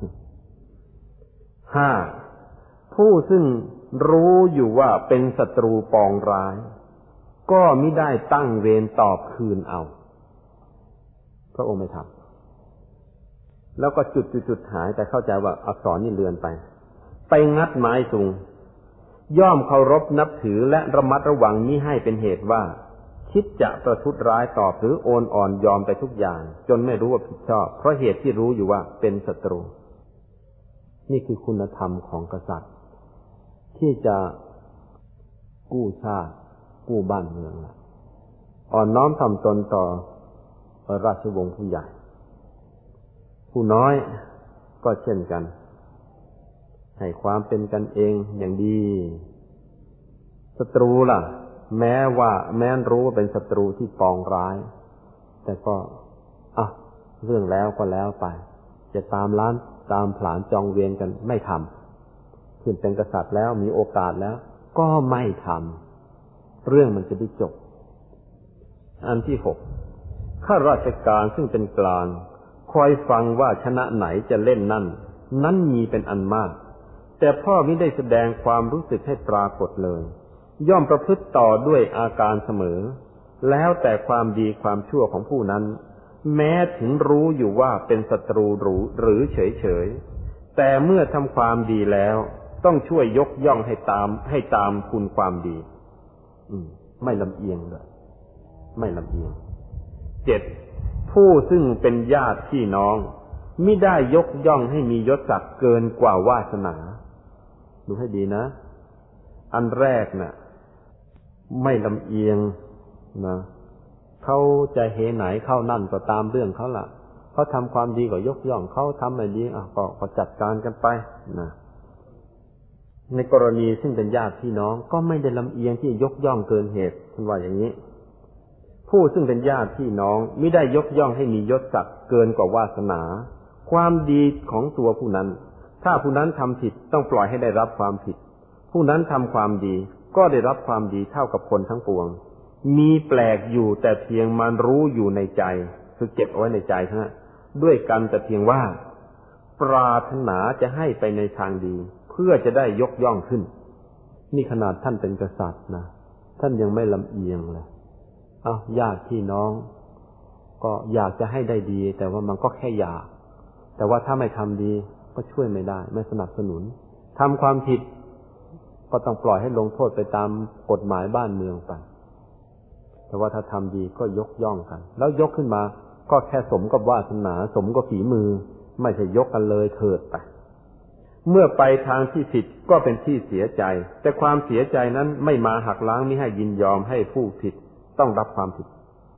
Speaker 1: 5. ผู้ซึ่งรู้อยู่ว่าเป็นศัตรูปองร้ายก็มิได้ตั้งเวรตอบคืนเอาพระองค์ไม่ทำแล้วก็จุดหายแต่เข้าใจว่าอักษรนี่เลือนไปงัดไม้สูงย่อมเคารพนับถือและระมัดระวังมิให้เป็นเหตุว่าคิดจะประทุษร้ายตอบหรือโอนอ่อนยอมไปทุกอย่างจนไม่รู้ว่าผิดชอบเพราะเหตุที่รู้อยู่ว่าเป็นศัตรูนี่คือคุณธรรมของกษัตริย์ที่จะกู้ชาติกู้บ้านเมืองอ่อนน้อมถ่อมตนต่อราชวงศ์ผู้ใหญ่ผู้น้อยก็เช่นกันให้ความเป็นกันเองอย่างดีศัตรูล่ะแม้รู้ว่าเป็นศัตรูที่ปองร้ายแต่ก็เรื่องแล้วก็แล้วไปจะตามผลาญจองเวรกันไม่ทำขึ้นเป็นกษัตริย์แล้วมีโอกาสแล้วก็ไม่ทำเรื่องมันจะได้จบอันที่ 6ข้าราชการซึ่งเป็นกลางคอยฟังว่าชนะไหนจะเล่นนั้นมีเป็นอันมากแต่พ่อมิได้แสดงความรู้สึกให้ปรากฏเลยย่อมประพฤติต่อด้วยอาการเสมอแล้วแต่ความดีความชั่วของผู้นั้นแม้ถึงรู้อยู่ว่าเป็นศัตรูหรือเฉยแต่เมื่อทำความดีแล้วต้องช่วยยกย่องให้ตามคุณความดีไม่ลำเอียงเลยไม่ลำเอียง 7. ผู้ซึ่งเป็นญาติพี่น้องมิได้ยกย่องให้มียศศักดิ์เกินกว่าวาสนาดูให้ดีนะอันแรกน่ะไม่ลำเอียงนะเขาจะเหไหนเข้านั่นก็ตามเรื่องเขาล่ะเขาทำความดีก็ยกย่องเขาทำไม่ดีก็จัดการกันไปนะในกรณีซึ่งเป็นญาติพี่น้องก็ไม่ได้ลำเอียงที่ยกย่องเกินเหตุท่านว่าอย่างนี้ผู้ซึ่งเป็นญาติพี่น้องมิได้ยกย่องให้มียศศักดิ์เกินกว่าวาสนาความดีของตัวผู้นั้นถ้าผู้นั้นทำผิดต้องปล่อยให้ได้รับความผิดผู้นั้นทำความดีก็ได้รับความดีเท่ากับคนทั้งปวงมีแปลกอยู่แต่เพียงมันรู้อยู่ในใจคือเก็บเอาไว้ในใจเท่านั้นด้วยกันแต่เพียงว่าปรารถนาจะให้ไปในทางดีเพื่อจะได้ยกย่องขึ้นนี่ขนาดท่านเป็นกษัตริย์นะท่านยังไม่ลำเอียงเลยญาติพี่น้องก็อยากจะให้ได้ดีแต่ว่ามันก็แค่อยากแต่ว่าถ้าไม่ทำดีก็ช่วยไม่ได้ไม่สนับสนุนทำความผิด
Speaker 2: ก็ต้องปล่อยให้ลงโทษไปตามกฎหมายบ้านเมืองไปแต่ว่าถ้าทำดีก็ยกย่องกันแล้วยกขึ้นมาก็แค่สมกับวาสนาสมกับฝีมือไม่ใช่ยกกันเลยเถิดไปเมื่อไปทางที่ผิดก็เป็นที่เสียใจแต่ความเสียใจนั้นไม่มาหักล้างมิให้ยินยอมให้ผู้ผิดต้องรับความผิด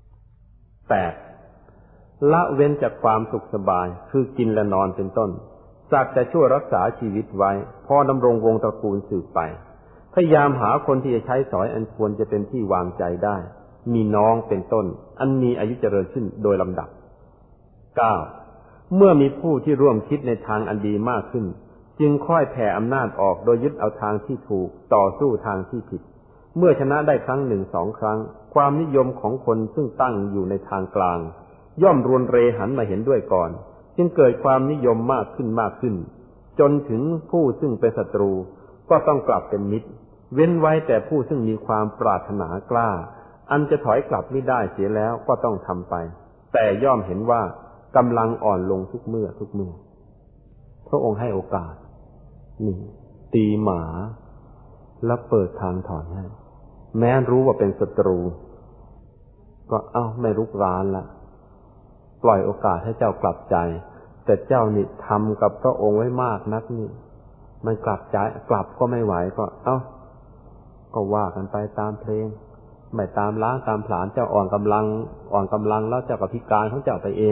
Speaker 2: 8. ละเว้นจากความสุขสบายคือกินและนอนเป็นต้นสักแต่ช่วยรักษาชีวิตไว้พอดำรงวงตระกูลสืบไปพยายามหาคนที่จะใช้สอยอันควรจะเป็นที่วางใจได้มีน้องเป็นต้นอันมีอายุเจริญขึ้นโดยลำดับ 9. เมื่อมีผู้ที่ร่วมคิดในทางอันดีมากขึ้นจึงค่อยแผ่อำนาจออกโดยยึดเอาทางที่ถูกต่อสู้ทางที่ผิดเมื่อชนะได้ครั้งหนึ่งสองครั้งความนิยมของคนซึ่งตั้งอยู่ในทางกลางย่อมรวนเรหันมาเห็นด้วยก่อนจึงเกิดความนิยมมากขึ้นจนถึงผู้ซึ่งเป็นศัตรูก็ต้องกลับเป็นมิตรเว้นไว้แต่ผู้ซึ่งมีความปรารถนากล้าอันจะถอยกลับไม่ได้เสียแล้วก็ต้องทำไปแต่ย่อมเห็นว่ากำลังอ่อนลงทุกเมื่อพระองค์ให้โอกาสนี่ตีหมาแล้วเปิดทางถอนให้แม้รู้ว่าเป็นศัตรูก็ไม่รุกรานละปล่อยโอกาสให้เจ้ากลับใจแต่เจ้านี่ทำกับพระองค์ไว้มากนักนี่มันกลับใจกลับก็ไม่ไหวก็ว่ากันไปตามเพลงไม่ตามล้างตามผลาญเจ้าอ่อนกำลังแล้วเจ้าก็พิการของเจ้าไปเอง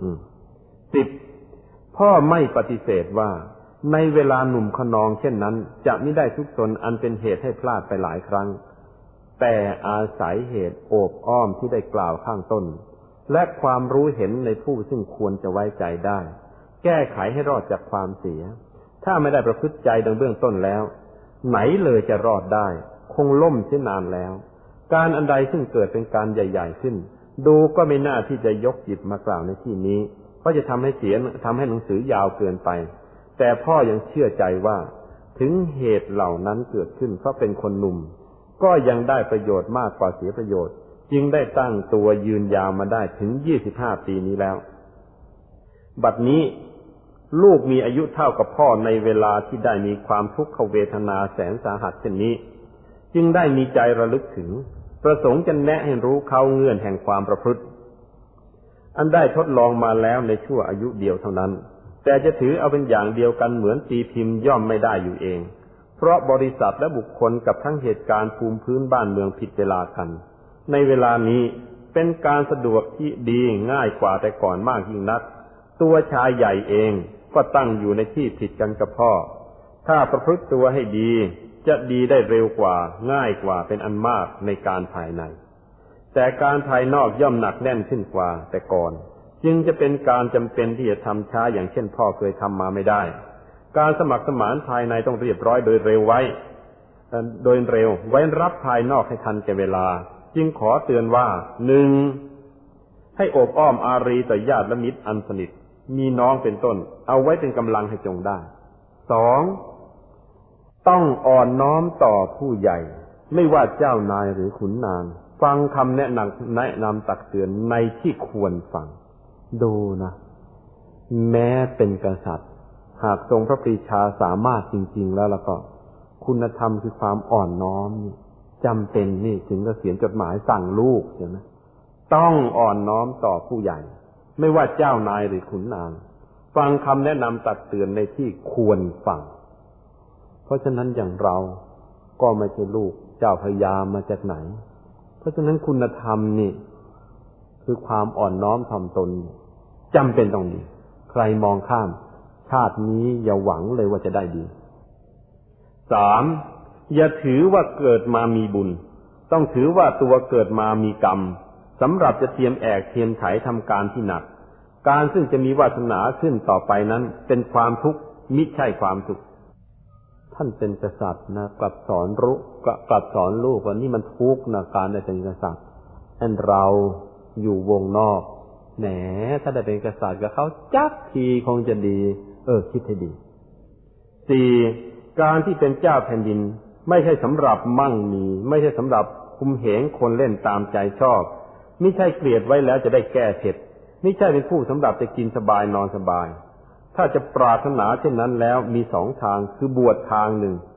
Speaker 2: 10. พ่อไม่ปฏิเสธว่าในเวลาหนุ่มขนองเช่นนั้นจะมิได้ทุกตนอันเป็นเหตุให้พลาดไปหลายครั้งแต่อาศัยเหตุโอบอ้อมที่ได้กล่าวข้างต้นและความรู้เห็นในผู้ซึ่งควรจะไว้ใจได้แก้ไขให้รอดจากความเสียถ้าไม่ได้ประพฤติใจดังเบื้องต้นแล้วไหนเลยจะรอดได้คงล่มเสียนานแล้วการอันใดซึ่งเกิดเป็นการใหญ่ๆขึ้นดูก็ไม่น่าที่จะยกหยิบมากล่าวในที่นี้เพราะจะทำให้หนังสือยาวเกินไปแต่พ่อยังเชื่อใจว่าถึงเหตุเหล่านั้นเกิดขึ้นเพราะเป็นคนหนุ่มก็ยังได้ประโยชน์มากกว่าเสียประโยชน์จึงได้ตั้งตัวยืนยาวมาได้ถึง25 ปีนี้แล้วบัดนี้ลูกมีอายุเท่ากับพ่อในเวลาที่ได้มีความทุกขเวทนาแสนสาหัสเช่นนี้จึงได้มีใจระลึกถึงประสงค์จะแนะให้รู้เขาเงื่อนแห่งความประพฤติอันได้ทดลองมาแล้วในชั่วอายุเดียวเท่านั้นแต่จะถือเอาเป็นอย่างเดียวกันเหมือนตีพิมพ์ย่อมไม่ได้อยู่เองเพราะบริษัทและบุคคลกับทั้งเหตุการณ์ภูมิพื้นบ้านเมืองผิดเวลากันในเวลานี้เป็นการสะดวกที่ดีง่ายกว่าแต่ก่อนมากยิ่งนักตัวชายใหญ่เองก็ตั้งอยู่ในที่ผิดกันกับพ่อถ้าประพฤติตัวให้ดีจะดีได้เร็วกว่าง่ายกว่าเป็นอันมากในการภายในแต่การภายนอกย่อมหนักแน่นขึ้นกว่าแต่ก่อนจึงจะเป็นการจำเป็นที่จะทำช้าอย่างเช่นพ่อเคยทำมาไม่ได้การสมัครสมานภายในต้องเรียบร้อยโดยเร็วไว้รับภายนอกให้ทันแก่เวลาจึงขอเตือนว่า 1. ให้โอบอ้อมอารีต่อญาติและมิตรอันสนิทมีน้องเป็นต้นเอาไว้เป็นกำลังให้จงได้ 2. ต้องอ่อนน้อมต่อผู้ใหญ่ไม่ว่าเจ้านายหรือขุนนางฟังคำแนะนำตักเตือนในที่ควรฟังดูนะแม้เป็นกษัตริย์หากทรงพระปรีชาสามารถจริงๆแล้วก็คุณธรรมคือความอ่อนน้อมนี่จำเป็นนี่ถึงจะเขียนจดหมายสั่งลูกใช่ไหมต้องอ่อนน้อมต่อผู้ใหญ่ไม่ว่าเจ้านายหรือขุนนางฟังคำแนะนำตักเตือนในที่ควรฟังเพราะฉะนั้นอย่างเราก็ไม่ใช่ลูกเจ้าพระยามาจากไหนเพราะฉะนั้นคุณธรรมนี่คือความอ่อนน้อมถ่อมตนจำเป็นต้องดีใครมองข้ามชาตินี้อย่าหวังเลยว่าจะได้ดี 3. อย่าถือว่าเกิดมามีบุญต้องถือว่าตัวเกิดมามีกรรมสำหรับจะเทียมแอกเทียมไถทำการที่หนักการซึ่งจะมีวาสนาขึ้นต่อไปนั้นเป็นความทุกข์มิใช่ความสุขท่านเป็นกษัตริย์นะกลับสอนลูกว่านี่มันทุกข์นะการได้เป็นกษัตริย์อันเราอยู่วงนอกแหมถ้าได้เป็นกษัตริย์กับเขาจักทีคงจะดีคิดให้ดี 4. การที่เป็นเจ้าแผ่นดินไม่ใช่สำหรับมั่งมีไม่ใช่สำหรับคุมเหงคนเล่นตามใจชอบไม่ใช่เกลียดไว้แล้วจะได้แก้เผ็ดไม่ใช่เป็นผู้สำหรับจะกินสบายนอนสบายถ้าจะปรารถนาเช่นนั้นแล้วมี2 ทางคือบวชทางหนึ่ง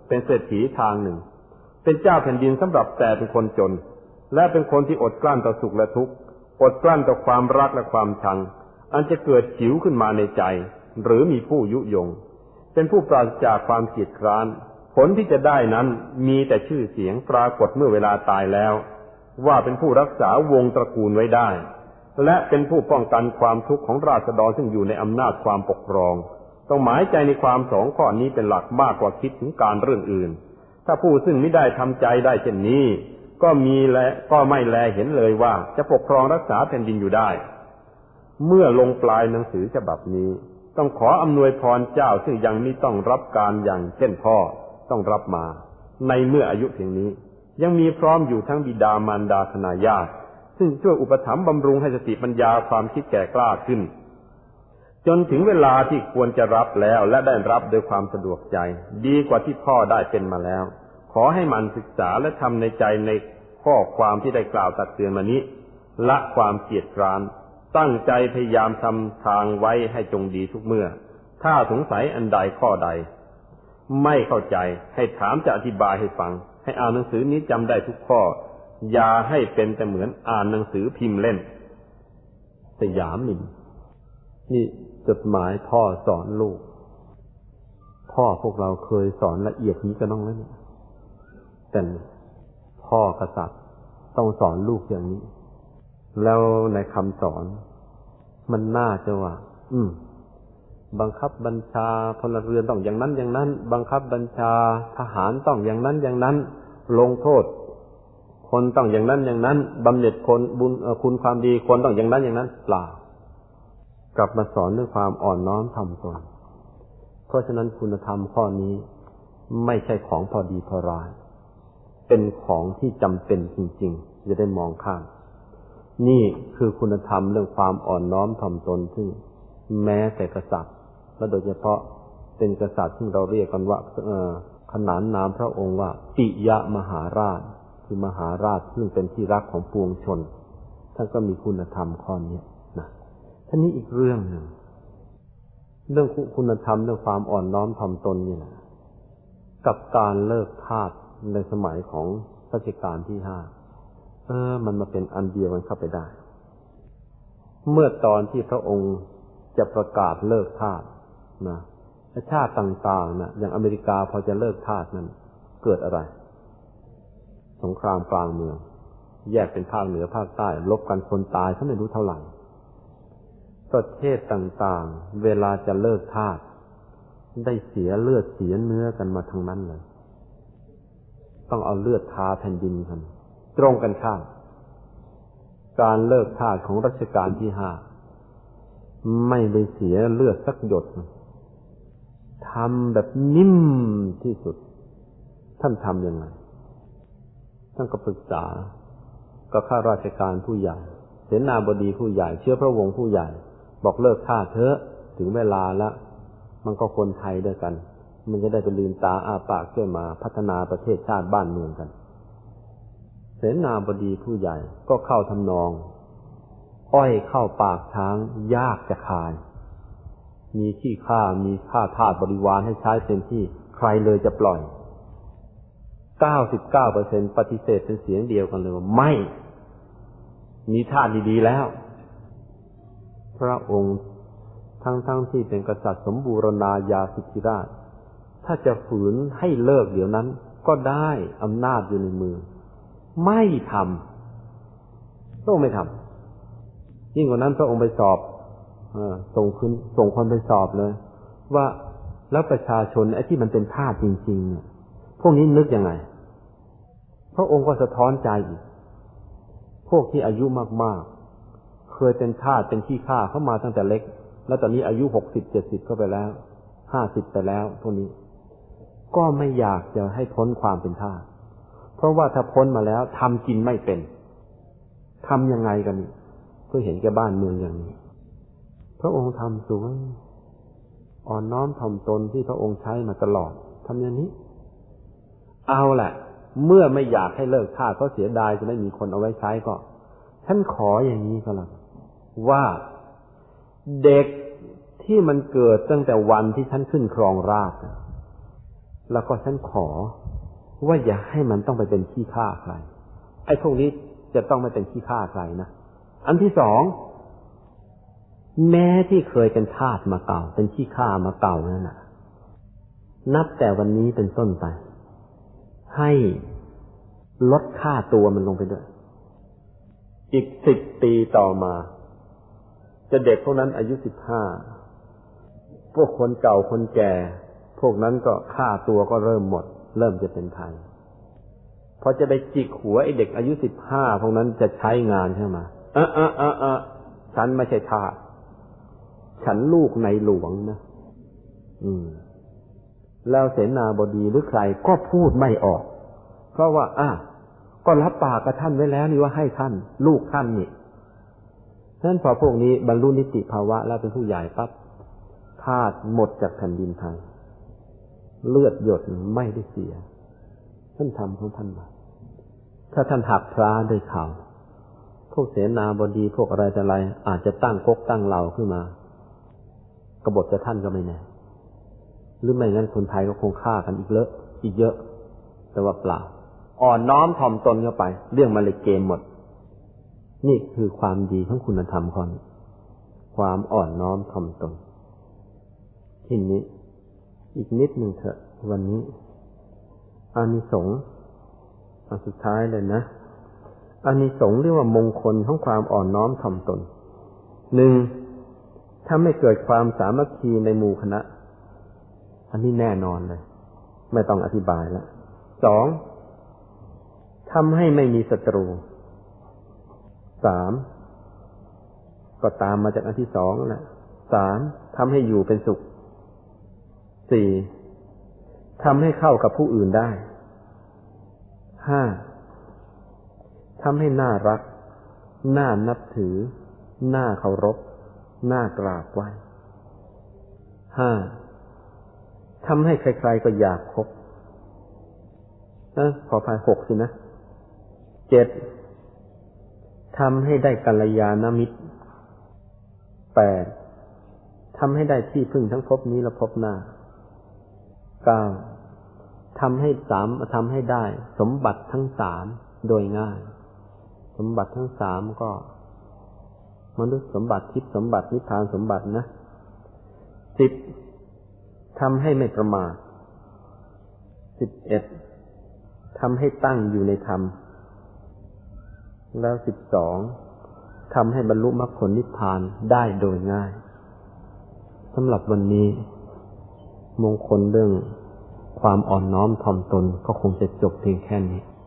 Speaker 2: เป็นเศรษฐีทางหนึ่งเป็นเจ้าแผ่นดินสำหรับแต่เป็นคนจนและเป็นคนที่อดกลั้นต่อสุขและทุกข์อดกลั้นต่อความรักและความชังอันจะเกิดหิวขึ้นมาในใจหรือมีผู้ยุยงเป็นผู้ปราศจากความเกียจคร้านผลที่จะได้นั้นมีแต่ชื่อเสียงปรากฏเมื่อเวลาตายแล้วว่าเป็นผู้รักษาวงตระกูลไว้ได้และเป็นผู้ป้องกันความทุกข์ของราษฎรซึ่งอยู่ในอำนาจความปกครองต้องหมายใจในความสองข้อนี้เป็นหลักมากกว่าคิดถึงการเรื่องอื่นถ้าผู้ซึ่งไม่ได้ทำใจได้เช่นนี้ก็ไม่แลเห็นเลยว่าจะปกครองรักษาแผ่นดินอยู่ได้เมื่อลงปลายหนังสือฉบับนี้ต้องขออำนวยพรเจ้าซึ่งยังไม่ต้องรับการอย่างเช่นพ่อต้องรับมาในเมื่ออายุเพียงนี้ยังมีพร้อมอยู่ทั้งบิดามารดาทนายาทซึ่งช่วยอุปถัมภ์บำรุงให้สติปัญญาความคิดแก่กล้าขึ้นจนถึงเวลาที่ควรจะรับแล้วและได้รับโดยความสะดวกใจดีกว่าที่พ่อได้เป็นมาแล้วขอให้มันศึกษาและทำในใจในข้อความที่ได้กล่าวตักเตือนมานี้ละความเกียจคร้านตั้งใจพยายามทำทางไว้ให้จงดีทุกเมื่อถ้าสงสัยอันใดข้อใดไม่เข้าใจให้ถามจะอธิบายให้ฟังให้อ่านหนังสือนี้จำได้ทุกข้ออย่าให้เป็นแต่เหมือนอ่านหนังสือพิมพ์เล่นสยามมินนี่จดหมายพ่อสอนลูกพ่อพวกเราเคยสอนละเอียดนี้กันบ้างแล้วเนี่ยแต่พ่อกษัตริย์ต้องสอนลูกอย่างนี้แล้วในคำสอนมันน่าจะว่าบังคับบัญชาพลเรือนต้องอย่างนั้นอย่างนั้นบังคับบัญชาทหารต้องอย่างนั้นอย่างนั้นลงโทษคนต้องอย่างนั้นอย่างนั้นบำเหน็จคนบุญคุณความดีคนต้องอย่างนั้นอย่างนั้นเปล่ากลับมาสอนด้วยความอ่อนน้อมถ่อมตนเพราะฉะนั้นคุณธรรมข้อนี้ไม่ใช่ของพอดีพอร้ายเป็นของที่จำเป็นจริงๆจะได้มองข้ามนี่คือคุณธรรมเรื่องความอ่อนน้อมถ่อมตนซึ่งแม้แต่กษัตริย์และโดยเฉพาะเป็นกษัตริย์ที่เราเรียกกันว่าขนานนามพระองค์ว่าปิยมหาราชคือมหาราชซึ่งเป็นที่รักของปวงชนท่านก็มีคุณธรรมข้อนี้นะท่านี้อีกเรื่องหนึ่งเรื่องคุณธรรมเรื่องความอ่อนน้อมถ่อมตนนี่นะกับการเลิกทาสในสมัยของรัชกาลที่5มันมาเป็นอันเดียวกันเข้าไปได้เมื่อตอนที่พระองค์จะประกาศเลิกทาสนะชาติต่างๆนะอย่างอเมริกาพอจะเลิกทาสนั้นเกิดอะไรสงครามกลางเมืองแยกเป็นภาคเหนือภาคใต้ลบกันคนตายเขาไม่รู้เท่าไหร่ประเทศต่างๆเวลาจะเลิกทาสได้เสียเลือดเสียเนื้อกันมาทั้งนั้นเลยต้องเอาเลือดทาแผ่นดินกันตรงกันข้ามการเลิกทาสของรัชกาลที่5ไม่ได้เสียเลือดสักหยดทำแบบนิ่มที่สุดท่านทำยังไงท่านก็ปรึกษากับข้าราชการผู้ใหญ่เสนาบดีผู้ใหญ่เชื้อพระวงศ์ผู้ใหญ่บอกเลิกทาสเถอะถึงเวลาแล้วมันก็คนไทยด้วยกันมันจะได้ไปลืมตาอ้าปากช่วยมาพัฒนาประเทศชาติบ้านเมืองกันเสนาบดีผู้ใหญ่ก็เข้าทำนองอ้อยเข้าปากช้างยากจะคายมีขี้ข้ามีข้าทาสบริวารให้ใช้เต็มที่ใครเลยจะปล่อย 99% ปฏิเสธเป็นเสียงเดียวกันเลยว่าไม่มีทาสดีๆแล้วพระองค์ทั้งที่เป็นกษัตริย์สมบูรณาญาสิทธิราชถ้าจะฝืนให้เลิกเดี๋ยวนั้นก็ได้อำนาจอยู่ในมือไม่ทำพระองค์ไม่ทำยิ่งกว่านั้นพระองค์ไปสอบส่งคนไปสอบเลยว่าแล้วประชาชนไอ้ที่มันเป็นทาสจริงๆเนี่ยพวกนี้นึกยังไงพระองค์ก็สะท้อนใจอีกพวกที่อายุมากๆเคยเป็นทาสเป็นขี้ข้าเข้ามาตั้งแต่เล็กแล้วตอนนี้อายุ60-70เข้าไปแล้ว50ไปแล้วพวกนี้ก็ไม่อยากจะให้พ้นความเป็นทาสเพราะว่าถ้าพ้นมาแล้วทำกินไม่เป็นทำยังไงกันเพื่อเห็นแก่บ้านเมืองอย่างนี้พระองค์ทำสวยอ่อนน้อมถ่อมตนที่พระองค์ใช้มาตลอดทำอย่างนี้เอาแหละเมื่อไม่อยากให้เลิกทาสเพราะเสียดายจะไม่มีคนเอาไว้ใช้ก็ท่านขออย่างนี้ก็แล้วว่าเด็กที่มันเกิดตั้งแต่วันที่ท่านขึ้นครองราชย์แล้วก็ฉันขอว่าอย่าให้มันต้องไปเป็นขี้ข้าใครไอ้พวกนี้จะต้องไม่เป็นขี้ข้าใครนะอันที่สองแม้ที่เคยเป็นทาสมาเก่าเป็นขี้ข้ามาเก่านั่นน่ะนับแต่วันนี้เป็นต้นไปให้ลดค่าตัวมันลงไปด้วยอีก10 ปีต่อมาจะเด็กพวกนั้นอายุ15พวกคนเก่าคนแก่พวกนั้นก็ค่าตัวก็เริ่มหมดเริ่มจะเป็นไทยพอจะไปจิกหัวไอ้เด็กอายุ15พวกนั้นจะใช้งานใช่ไหมฉันไม่ใช่ทาสฉันลูกในหลวงนะแล้วเสนาบดีหรือใครก็พูดไม่ออกเพราะว่าก็รับปากกับท่านไว้แล้วนี่ว่าให้ท่านลูกท่านนี่ฉะนั้นพอพวกนี้บรรลุนิติภาวะแล้วเป็นผู้ใหญ่ปั๊บทาสหมดจากแผ่นดินไทยเลือดหยดไม่ได้เสียท่านทำของท่านมาถ้าท่านหักพร้าด้วยเขาพวกเสนาบดีพวกอะไรแต่ไรอาจจะตั้งก๊กตั้งเหล่าขึ้นมากบฏกับท่านก็ไม่แน่หรือไม่งั้นคนไทยก็คงฆ่ากันอีกเยอะแต่ว่าเปล่าอ่อนน้อมถ่อมตนเข้าไปเรื่องมาเลยเกมหมดนี่คือความดีของคุณธรรมข้อนี้ความอ่อนน้อมถ่อมตนทีนี้อีกนิดหนึ่งเถอะวันนี้อานิสงส์อันสุดท้ายเลยนะอานิสงส์เรียกว่ามงคลของความอ่อนน้อมถ่อมตน 1. ถ้าไม่เกิดความสามัคคีในหมู่คณะอันนี้แน่นอนเลยไม่ต้องอธิบายแล้ว 2. ทำให้ไม่มีศัตรู 3. ก็ตามมาจากอันที่2นั่นแหละ 3. ทำให้อยู่เป็นสุข 4. ทำให้เข้ากับผู้อื่นได้ 5. ทำให้น่ารักน่านับถือน่าเคารพน่ากราบไหว้ 5. ทำให้ใครๆก็อยากคบขอพาย6สินะ 7. ทำให้ได้กัลยาณมิตร 8. ทำให้ได้ที่พึ่งทั้งภพนี้และภพหน้า 9. ทำให้ได้สมบัติทั้ง3โดยง่ายสมบัติทั้ง3ก็มนุษย์สมบัติทิพย์สมบัตินิพพานสมบัตินะ 10. ทำให้ไม่ประมาท 11. ทำให้ตั้งอยู่ในธรรมแล้ว 12. ทำให้บรรลุมรรคผลนิพพานได้โดยง่ายสำหรับวันนี้มงคลเรื่องความอ่อนน้อมถ่อมตนก็คงจะจบเพียงแค่นี้